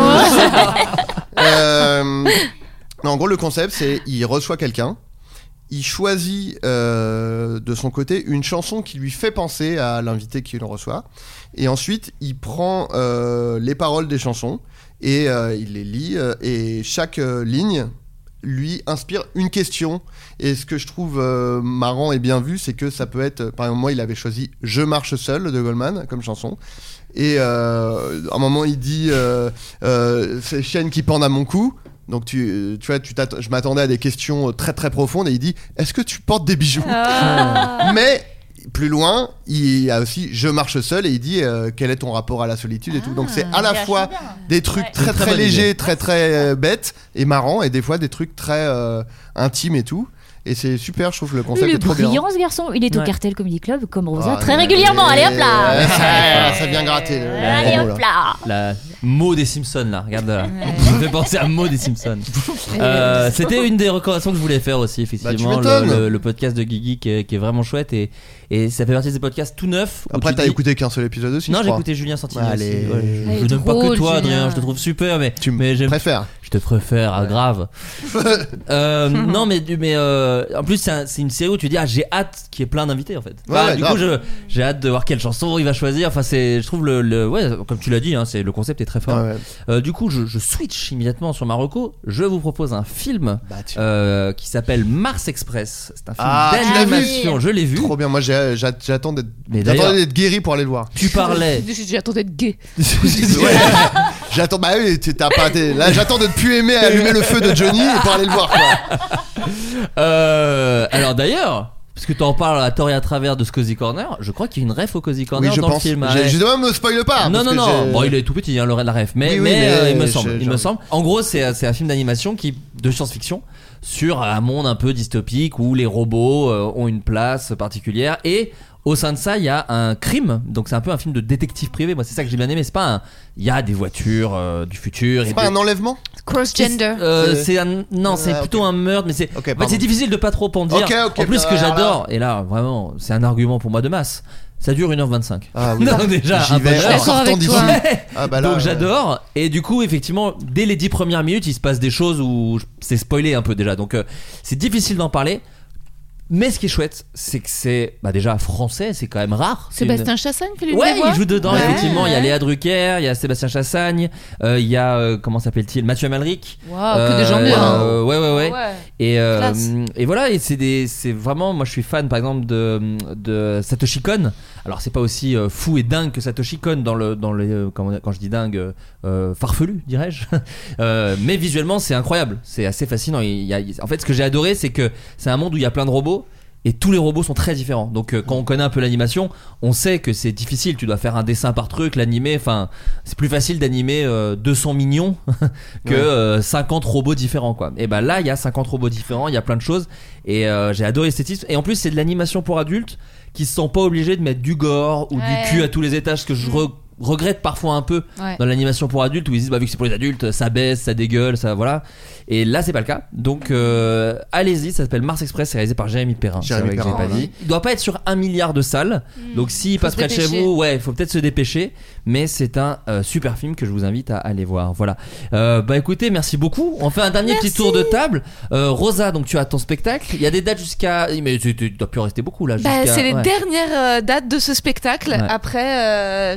euh, non, en gros, le concept, c'est il reçoit quelqu'un, il choisit euh, de son côté une chanson qui lui fait penser à l'invité qui le reçoit, et ensuite il prend euh, les paroles des chansons et euh, il les lit, euh, et chaque euh, ligne lui inspire une question. Et ce que je trouve euh, marrant et bien vu, c'est que ça peut être, euh, par exemple, moi il avait choisi Je marche seul de Goldman comme chanson, et euh, à un moment il dit euh, euh, c'est chaîne qui pendent à mon cou. Donc tu, tu vois, tu t'att- je m'attendais à des questions très très profondes, et il dit est-ce que tu portes des bijoux? Ah. Mais plus loin, il y a aussi Je marche seul, et il dit euh, quel est ton rapport à la solitude et tout. Donc c'est à la fois des trucs Ouais. très Très très bonne légers, idée. très très euh, bêtes et marrants, et des fois des trucs très euh, intimes et tout. Et c'est super, je trouve que le concept Il est est trop bien. brillant ce garçon. Il est au Ouais. Cartel Comedy Club comme Rosa Ah, très mais- régulièrement. Allez hop là. Ouais, ça, ça vient gratter. le- le Allez promo, hop là. là. La mot des Simpsons là, regarde là. Ça me fait penser à mot des Simpsons. Euh, c'était une des recommandations que je voulais faire aussi, effectivement. Bah, tu m'étonnes. le, le, le podcast de Guigui qui est, qui est vraiment chouette, et, et ça fait partie de ces podcasts tout neufs. où Après, tu t'as dis- écouté qu'un seul épisode aussi? Non, je j'ai crois. écouté Julien Santini Allez. aussi. Ouais, je Ah, il je est n'aime pas que drôle, toi, Julien. Adrien. Je te trouve super, mais Tu mais me j'aime. préfères. Je te préfère, ah, grave. euh, non, mais, mais euh, en plus, c'est, un- c'est une série où tu dis, ah, j'ai hâte qu'il y ait plein d'invités en fait. Ouais, Enfin, ouais, du grave. coup, je, j'ai hâte de voir quelle chanson il va choisir. Enfin, c'est, je trouve le, le ouais, comme tu l'as dit, hein, c'est, le concept est très fort. Ouais, ouais. Euh, du coup, je, je switch immédiatement sur ma reco. Je vous propose un film Bah, tu- euh, qui s'appelle Mars Express. C'est un film Ah, tu l'as vu? d'animation. Je l'ai vu. Trop bien, moi j'ai- j'a- j'attends d'être, Mais j'attendais d'ailleurs- d'être guéri pour aller le voir. Tu parlais. J'attends d'être gay. Ouais. J'attends, bah oui, t'es- t'as pas, t'es- là j'attends de ne plus aimer allumer le feu de Johnny et pour aller le voir, quoi. Euh, alors d'ailleurs, parce que t'en parles à tort et à travers de ce Cozy Corner, je crois qu'il y a une ref au Cozy Corner Oui, je dans pense. le film. J'ai- ouais. Justement, me spoil pas. Non, parce non, que non. j'ai- Bon, il est tout petit, hein, le la ref, mais, Oui, oui, mais, mais euh, il me je- semble. j'ai Il me envie. semble. En gros, c'est c'est un film d'animation qui de science-fiction sur un monde un peu dystopique où les robots euh, ont une place particulière, et au sein de ça, il y a un crime. Donc c'est un peu un film de détective privé. Moi, c'est ça que j'ai bien aimé. C'est pas un. Il y a des voitures euh, du futur. et C'est pas des- un enlèvement? Cross-gender. Euh, C'est- c'est un non, c'est Ah, plutôt ok. un meurtre, mais c'est Ok, en fait, pardon. c'est difficile de pas trop en dire. Ok, ok, en plus, ce que bah, j'adore, et là vraiment, c'est un argument pour moi de masse. Ça dure une heure vingt-cinq. Ah oui. Non, déjà, J'y un vais peu en d'heure. D'accord sortant avec d'ici. toi. Ouais. Ah bah là, Donc ouais. j'adore, et du coup effectivement dès les dix premières minutes il se passe des choses où je- c'est spoilé un peu déjà, donc euh, c'est difficile d'en parler. Mais ce qui est chouette, c'est que c'est bah déjà français, c'est quand même rare. C'est Sébastien une- Chassagne fait l'une Ouais, des voix. il joue dedans, Ouais, effectivement. Il y a ouais. Léa Drucker, il y a Sébastien Chassagne, euh, il y a euh, comment s'appelle-t-il, Mathieu Amalric. Waouh, que des gens bien. hein. Euh, ouais, ouais, ouais. Ouais. Et, euh, Classe. et voilà, et c'est des, c'est vraiment, moi je suis fan par exemple de, de Satoshi Kon. Alors c'est pas aussi euh, fou et dingue que Satoshi Kon dans le, dans le, euh, comment- quand je dis dingue, euh, euh, farfelu dirais-je. Euh, mais visuellement c'est incroyable, c'est assez fascinant. Il y a, en fait, ce que j'ai adoré, c'est que c'est un monde où il y a plein de robots. Et tous les robots sont très différents. Donc euh, quand on connaît un peu l'animation, on sait que c'est difficile. Tu dois faire un dessin par truc, l'animer. Enfin, c'est plus facile d'animer euh, deux cents mignons que Ouais. euh, cinquante robots différents, quoi. Et ben là, il y a cinquante robots différents, il y a plein de choses. Et euh, j'ai adoré l'esthétisme. Et en plus, c'est de l'animation pour adultes qui se sont pas obligés de mettre du gore ou Ouais. du cul à tous les étages, ce que je re- regrette parfois un peu Ouais. dans l'animation pour adultes, où ils disent bah vu que c'est pour les adultes, ça baisse, ça dégueule, ça voilà. Et là c'est pas le cas. Donc euh, allez-y, ça s'appelle Mars Express, c'est réalisé par Jérémy Perrin. Jérémy C'est vrai que j'ai Perrin, pas ouais. dit. Il doit pas être sur un milliard de salles. Donc s'il Faut passe se près de chez dépêcher. vous, ouais, il faut peut-être se dépêcher. Mais c'est un euh, super film que je vous invite à aller voir. Voilà. Euh, bah écoutez, merci beaucoup. On fait un dernier Merci. petit tour de table. Euh, Rosa, donc tu as ton spectacle. Il y a des dates jusqu'à. Mais tu, tu dois plus rester beaucoup là. Bah, jusqu'à- c'est les ouais. dernières euh, dates de ce spectacle. Ouais. Après, euh, je raconterai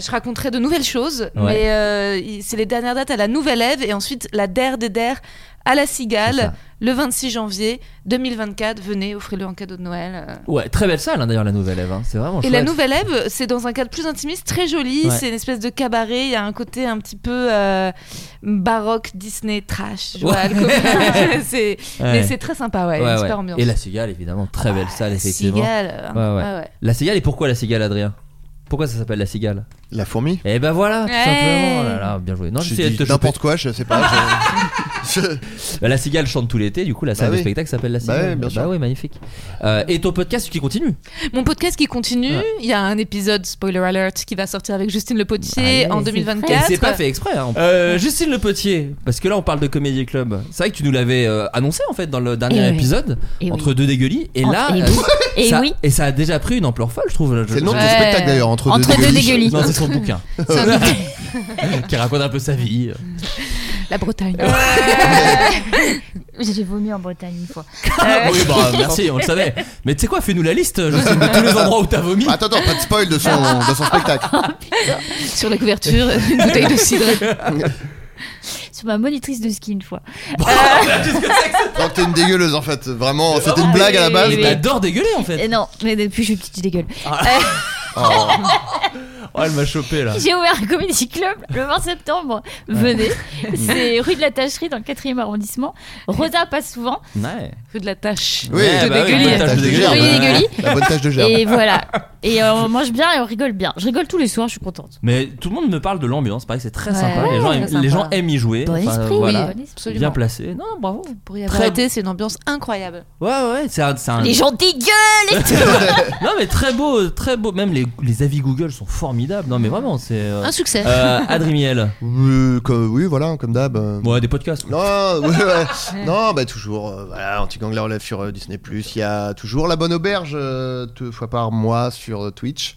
ferait de nouvelles choses, Ouais. mais euh, il- c'est les dernières dates à la Nouvelle Ève et ensuite la Der des Der à la C'est Cigale ça. le vingt-six janvier deux mille vingt-quatre. Venez, offrez-le en cadeau de Noël. euh. Ouais, très belle salle hein, d'ailleurs la Nouvelle Ève. Hein. C'est vraiment Et chouette. la Nouvelle Ève, c'est dans un cadre plus intimiste, très joli. Ouais. C'est une espèce de cabaret. Il y a un côté un petit peu euh, baroque, Disney, trash. Je vois, Ouais. le côté- c'est, Ouais. Mais c'est très sympa, ouais. Ouais, une super ouais. ambiance. Et la Cigale évidemment, très belle salle effectivement. Cigale, Ouais, ouais. ah ouais. La Cigale et pourquoi la Cigale, Adrien? Pourquoi ça s'appelle la Cigale? La fourmi. Et ben voilà, tout Ouais. simplement. Oh là là, bien joué. Non, J'ai j'essayais de dit te choper. n'importe quoi, je sais pas. je- je- Bah, la Cigale chante tout l'été, du coup la salle Bah de oui. spectacle s'appelle la Bah Cigale. oui, bien sûr. Bah oui, magnifique. Euh, et ton podcast qui continue. Mon podcast qui continue, Ouais. il y a un épisode spoiler alert qui va sortir avec Justine Le Potier Allez, en c'est deux mille Et vingt-quatre. c'est pas fait exprès. Hein. Euh, Justine Le Potier, parce que là on parle de Comedy Club. C'est vrai que tu nous l'avais euh, annoncé en fait dans le dernier Eh oui. épisode Eh entre oui. deux dégueulis. Et En- là, et euh, oui. Et ça, oui. et ça a déjà pris une ampleur folle, je trouve. Je- C'est le nom de je- ton Ouais. spectacle d'ailleurs, entre, Entre deux deux dégueulis. dégueulis. Non, c'est son bouquin C'est un- qui raconte un peu sa vie. La Bretagne. J'ai vomi en Bretagne une fois. Oui, bah merci, on le savait. Mais tu sais quoi, fais-nous la liste, Justine, de tous les endroits où t'as vomi. Attends, attends, pas de spoil de son, de son spectacle. Sur la couverture, une bouteille de cidre. Sur ma monitrice de ski une fois. Donc t'es une dégueuleuse en fait, vraiment, c'était une blague à la base. Mais t'adores dégueuler en fait. Et non, mais depuis je suis petite, je dégueule. Oh. Oh, elle m'a chopé là. J'ai ouvert un comedy club le vingt septembre. Venez. C'est rue de la Tacherie dans le quatrième arrondissement. Rosa passe souvent. Ouais. Rue de la Tâche. Oui, Ouais, de bah oui, dégueulis. bonne tâche de Tâche de dégueulis. gerbe. Oui, Ouais. dégueulis. La bonne tâche de gerbe. Et voilà. Et euh, on mange bien et on rigole bien. Je rigole tous les soirs, je suis contente. Mais tout le monde me parle de l'ambiance, pareil, c'est très Ouais, sympa. ouais, les, gens très aiment, sympa. les gens aiment y jouer. Bon Enfin, esprit, voilà. oui, bon esprit. Absolument. Bien placé. Non, bravo. Pour y Très avoir été, c'est une ambiance incroyable. Ouais, ouais, c'est un. c'est un- Les gens dégueulent et tout. Non, mais très beau, très beau. Même les, les avis Google sont formidables. Non, mais vraiment, c'est. euh, Un succès. Euh, Adrimiel. Oui, comme- oui, voilà, comme d'hab. euh. Ouais, des podcasts. quoi. Non, ouais, ouais. non, bah toujours, euh, voilà, Anti-Gang la relève sur euh, Disney+. Il y a toujours La Bonne Auberge, euh, deux fois par mois sur euh, Twitch.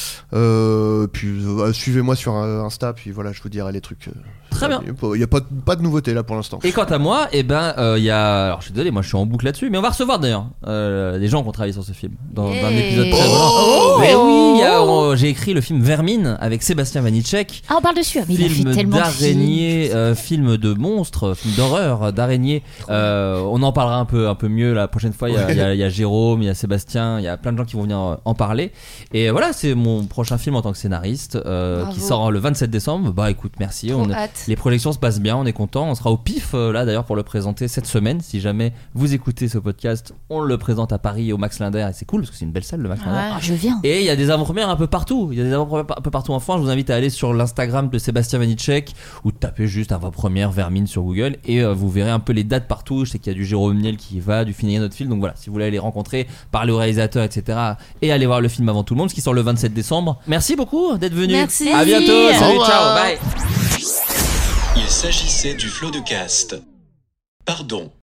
Euh, puis euh, suivez-moi sur euh, Insta, puis voilà, je vous dirai les trucs. euh, Très bien. Il n'y a pas, pas de nouveauté là pour l'instant. Et quant à moi, eh ben, il euh, y a. Alors, je suis désolé, moi, je suis en boucle là-dessus, mais on va recevoir d'ailleurs euh, des gens qui ont travaillé sur ce film dans, dans un Yeah. épisode très Oh. volant. Mais oui, il y a, on- j'ai écrit le film Vermine avec Sébastien Vanitschek. Ah, on parle dessus. Ah, mais il a fait Film tellement de d'araignée, films. euh, film de monstres, film d'horreur, d'araignée. Euh, on en parlera un peu, un peu mieux la prochaine fois. Il y a, il y a- il y a Jérôme, il y a Sébastien, il y a plein de gens qui vont venir euh, en parler. Et voilà, c'est mon prochain film en tant que scénariste euh, Bravo. qui sort le vingt-sept décembre. Bah écoute, merci. Trop On, hâte. les projections se passent bien, on est content. On sera au pif euh, là d'ailleurs pour le présenter cette semaine. Si jamais vous écoutez ce podcast, on le présente à Paris au Max Linder et c'est cool parce que c'est une belle salle le Max Linder. Ah, je viens. Et il y a des avant-premières un peu partout. Il y a des avant-premières un peu partout en France. Je vous invite à aller sur l'Instagram de Sébastien Vanitschek ou tapez juste avant-première Vermine sur Google et euh, vous verrez un peu les dates partout. Je sais qu'il y a du Jérôme Niel qui y va, du Finir notre film. Donc voilà, si vous voulez aller les rencontrer, parler au réalisateur, et cetera. Et aller voir le film avant tout le monde, ce qui sort le vingt-sept décembre. Merci beaucoup d'être venu. Merci. À bientôt. Au Salut, revoir. ciao, bye. Il s'agissait du flot de cast. Pardon,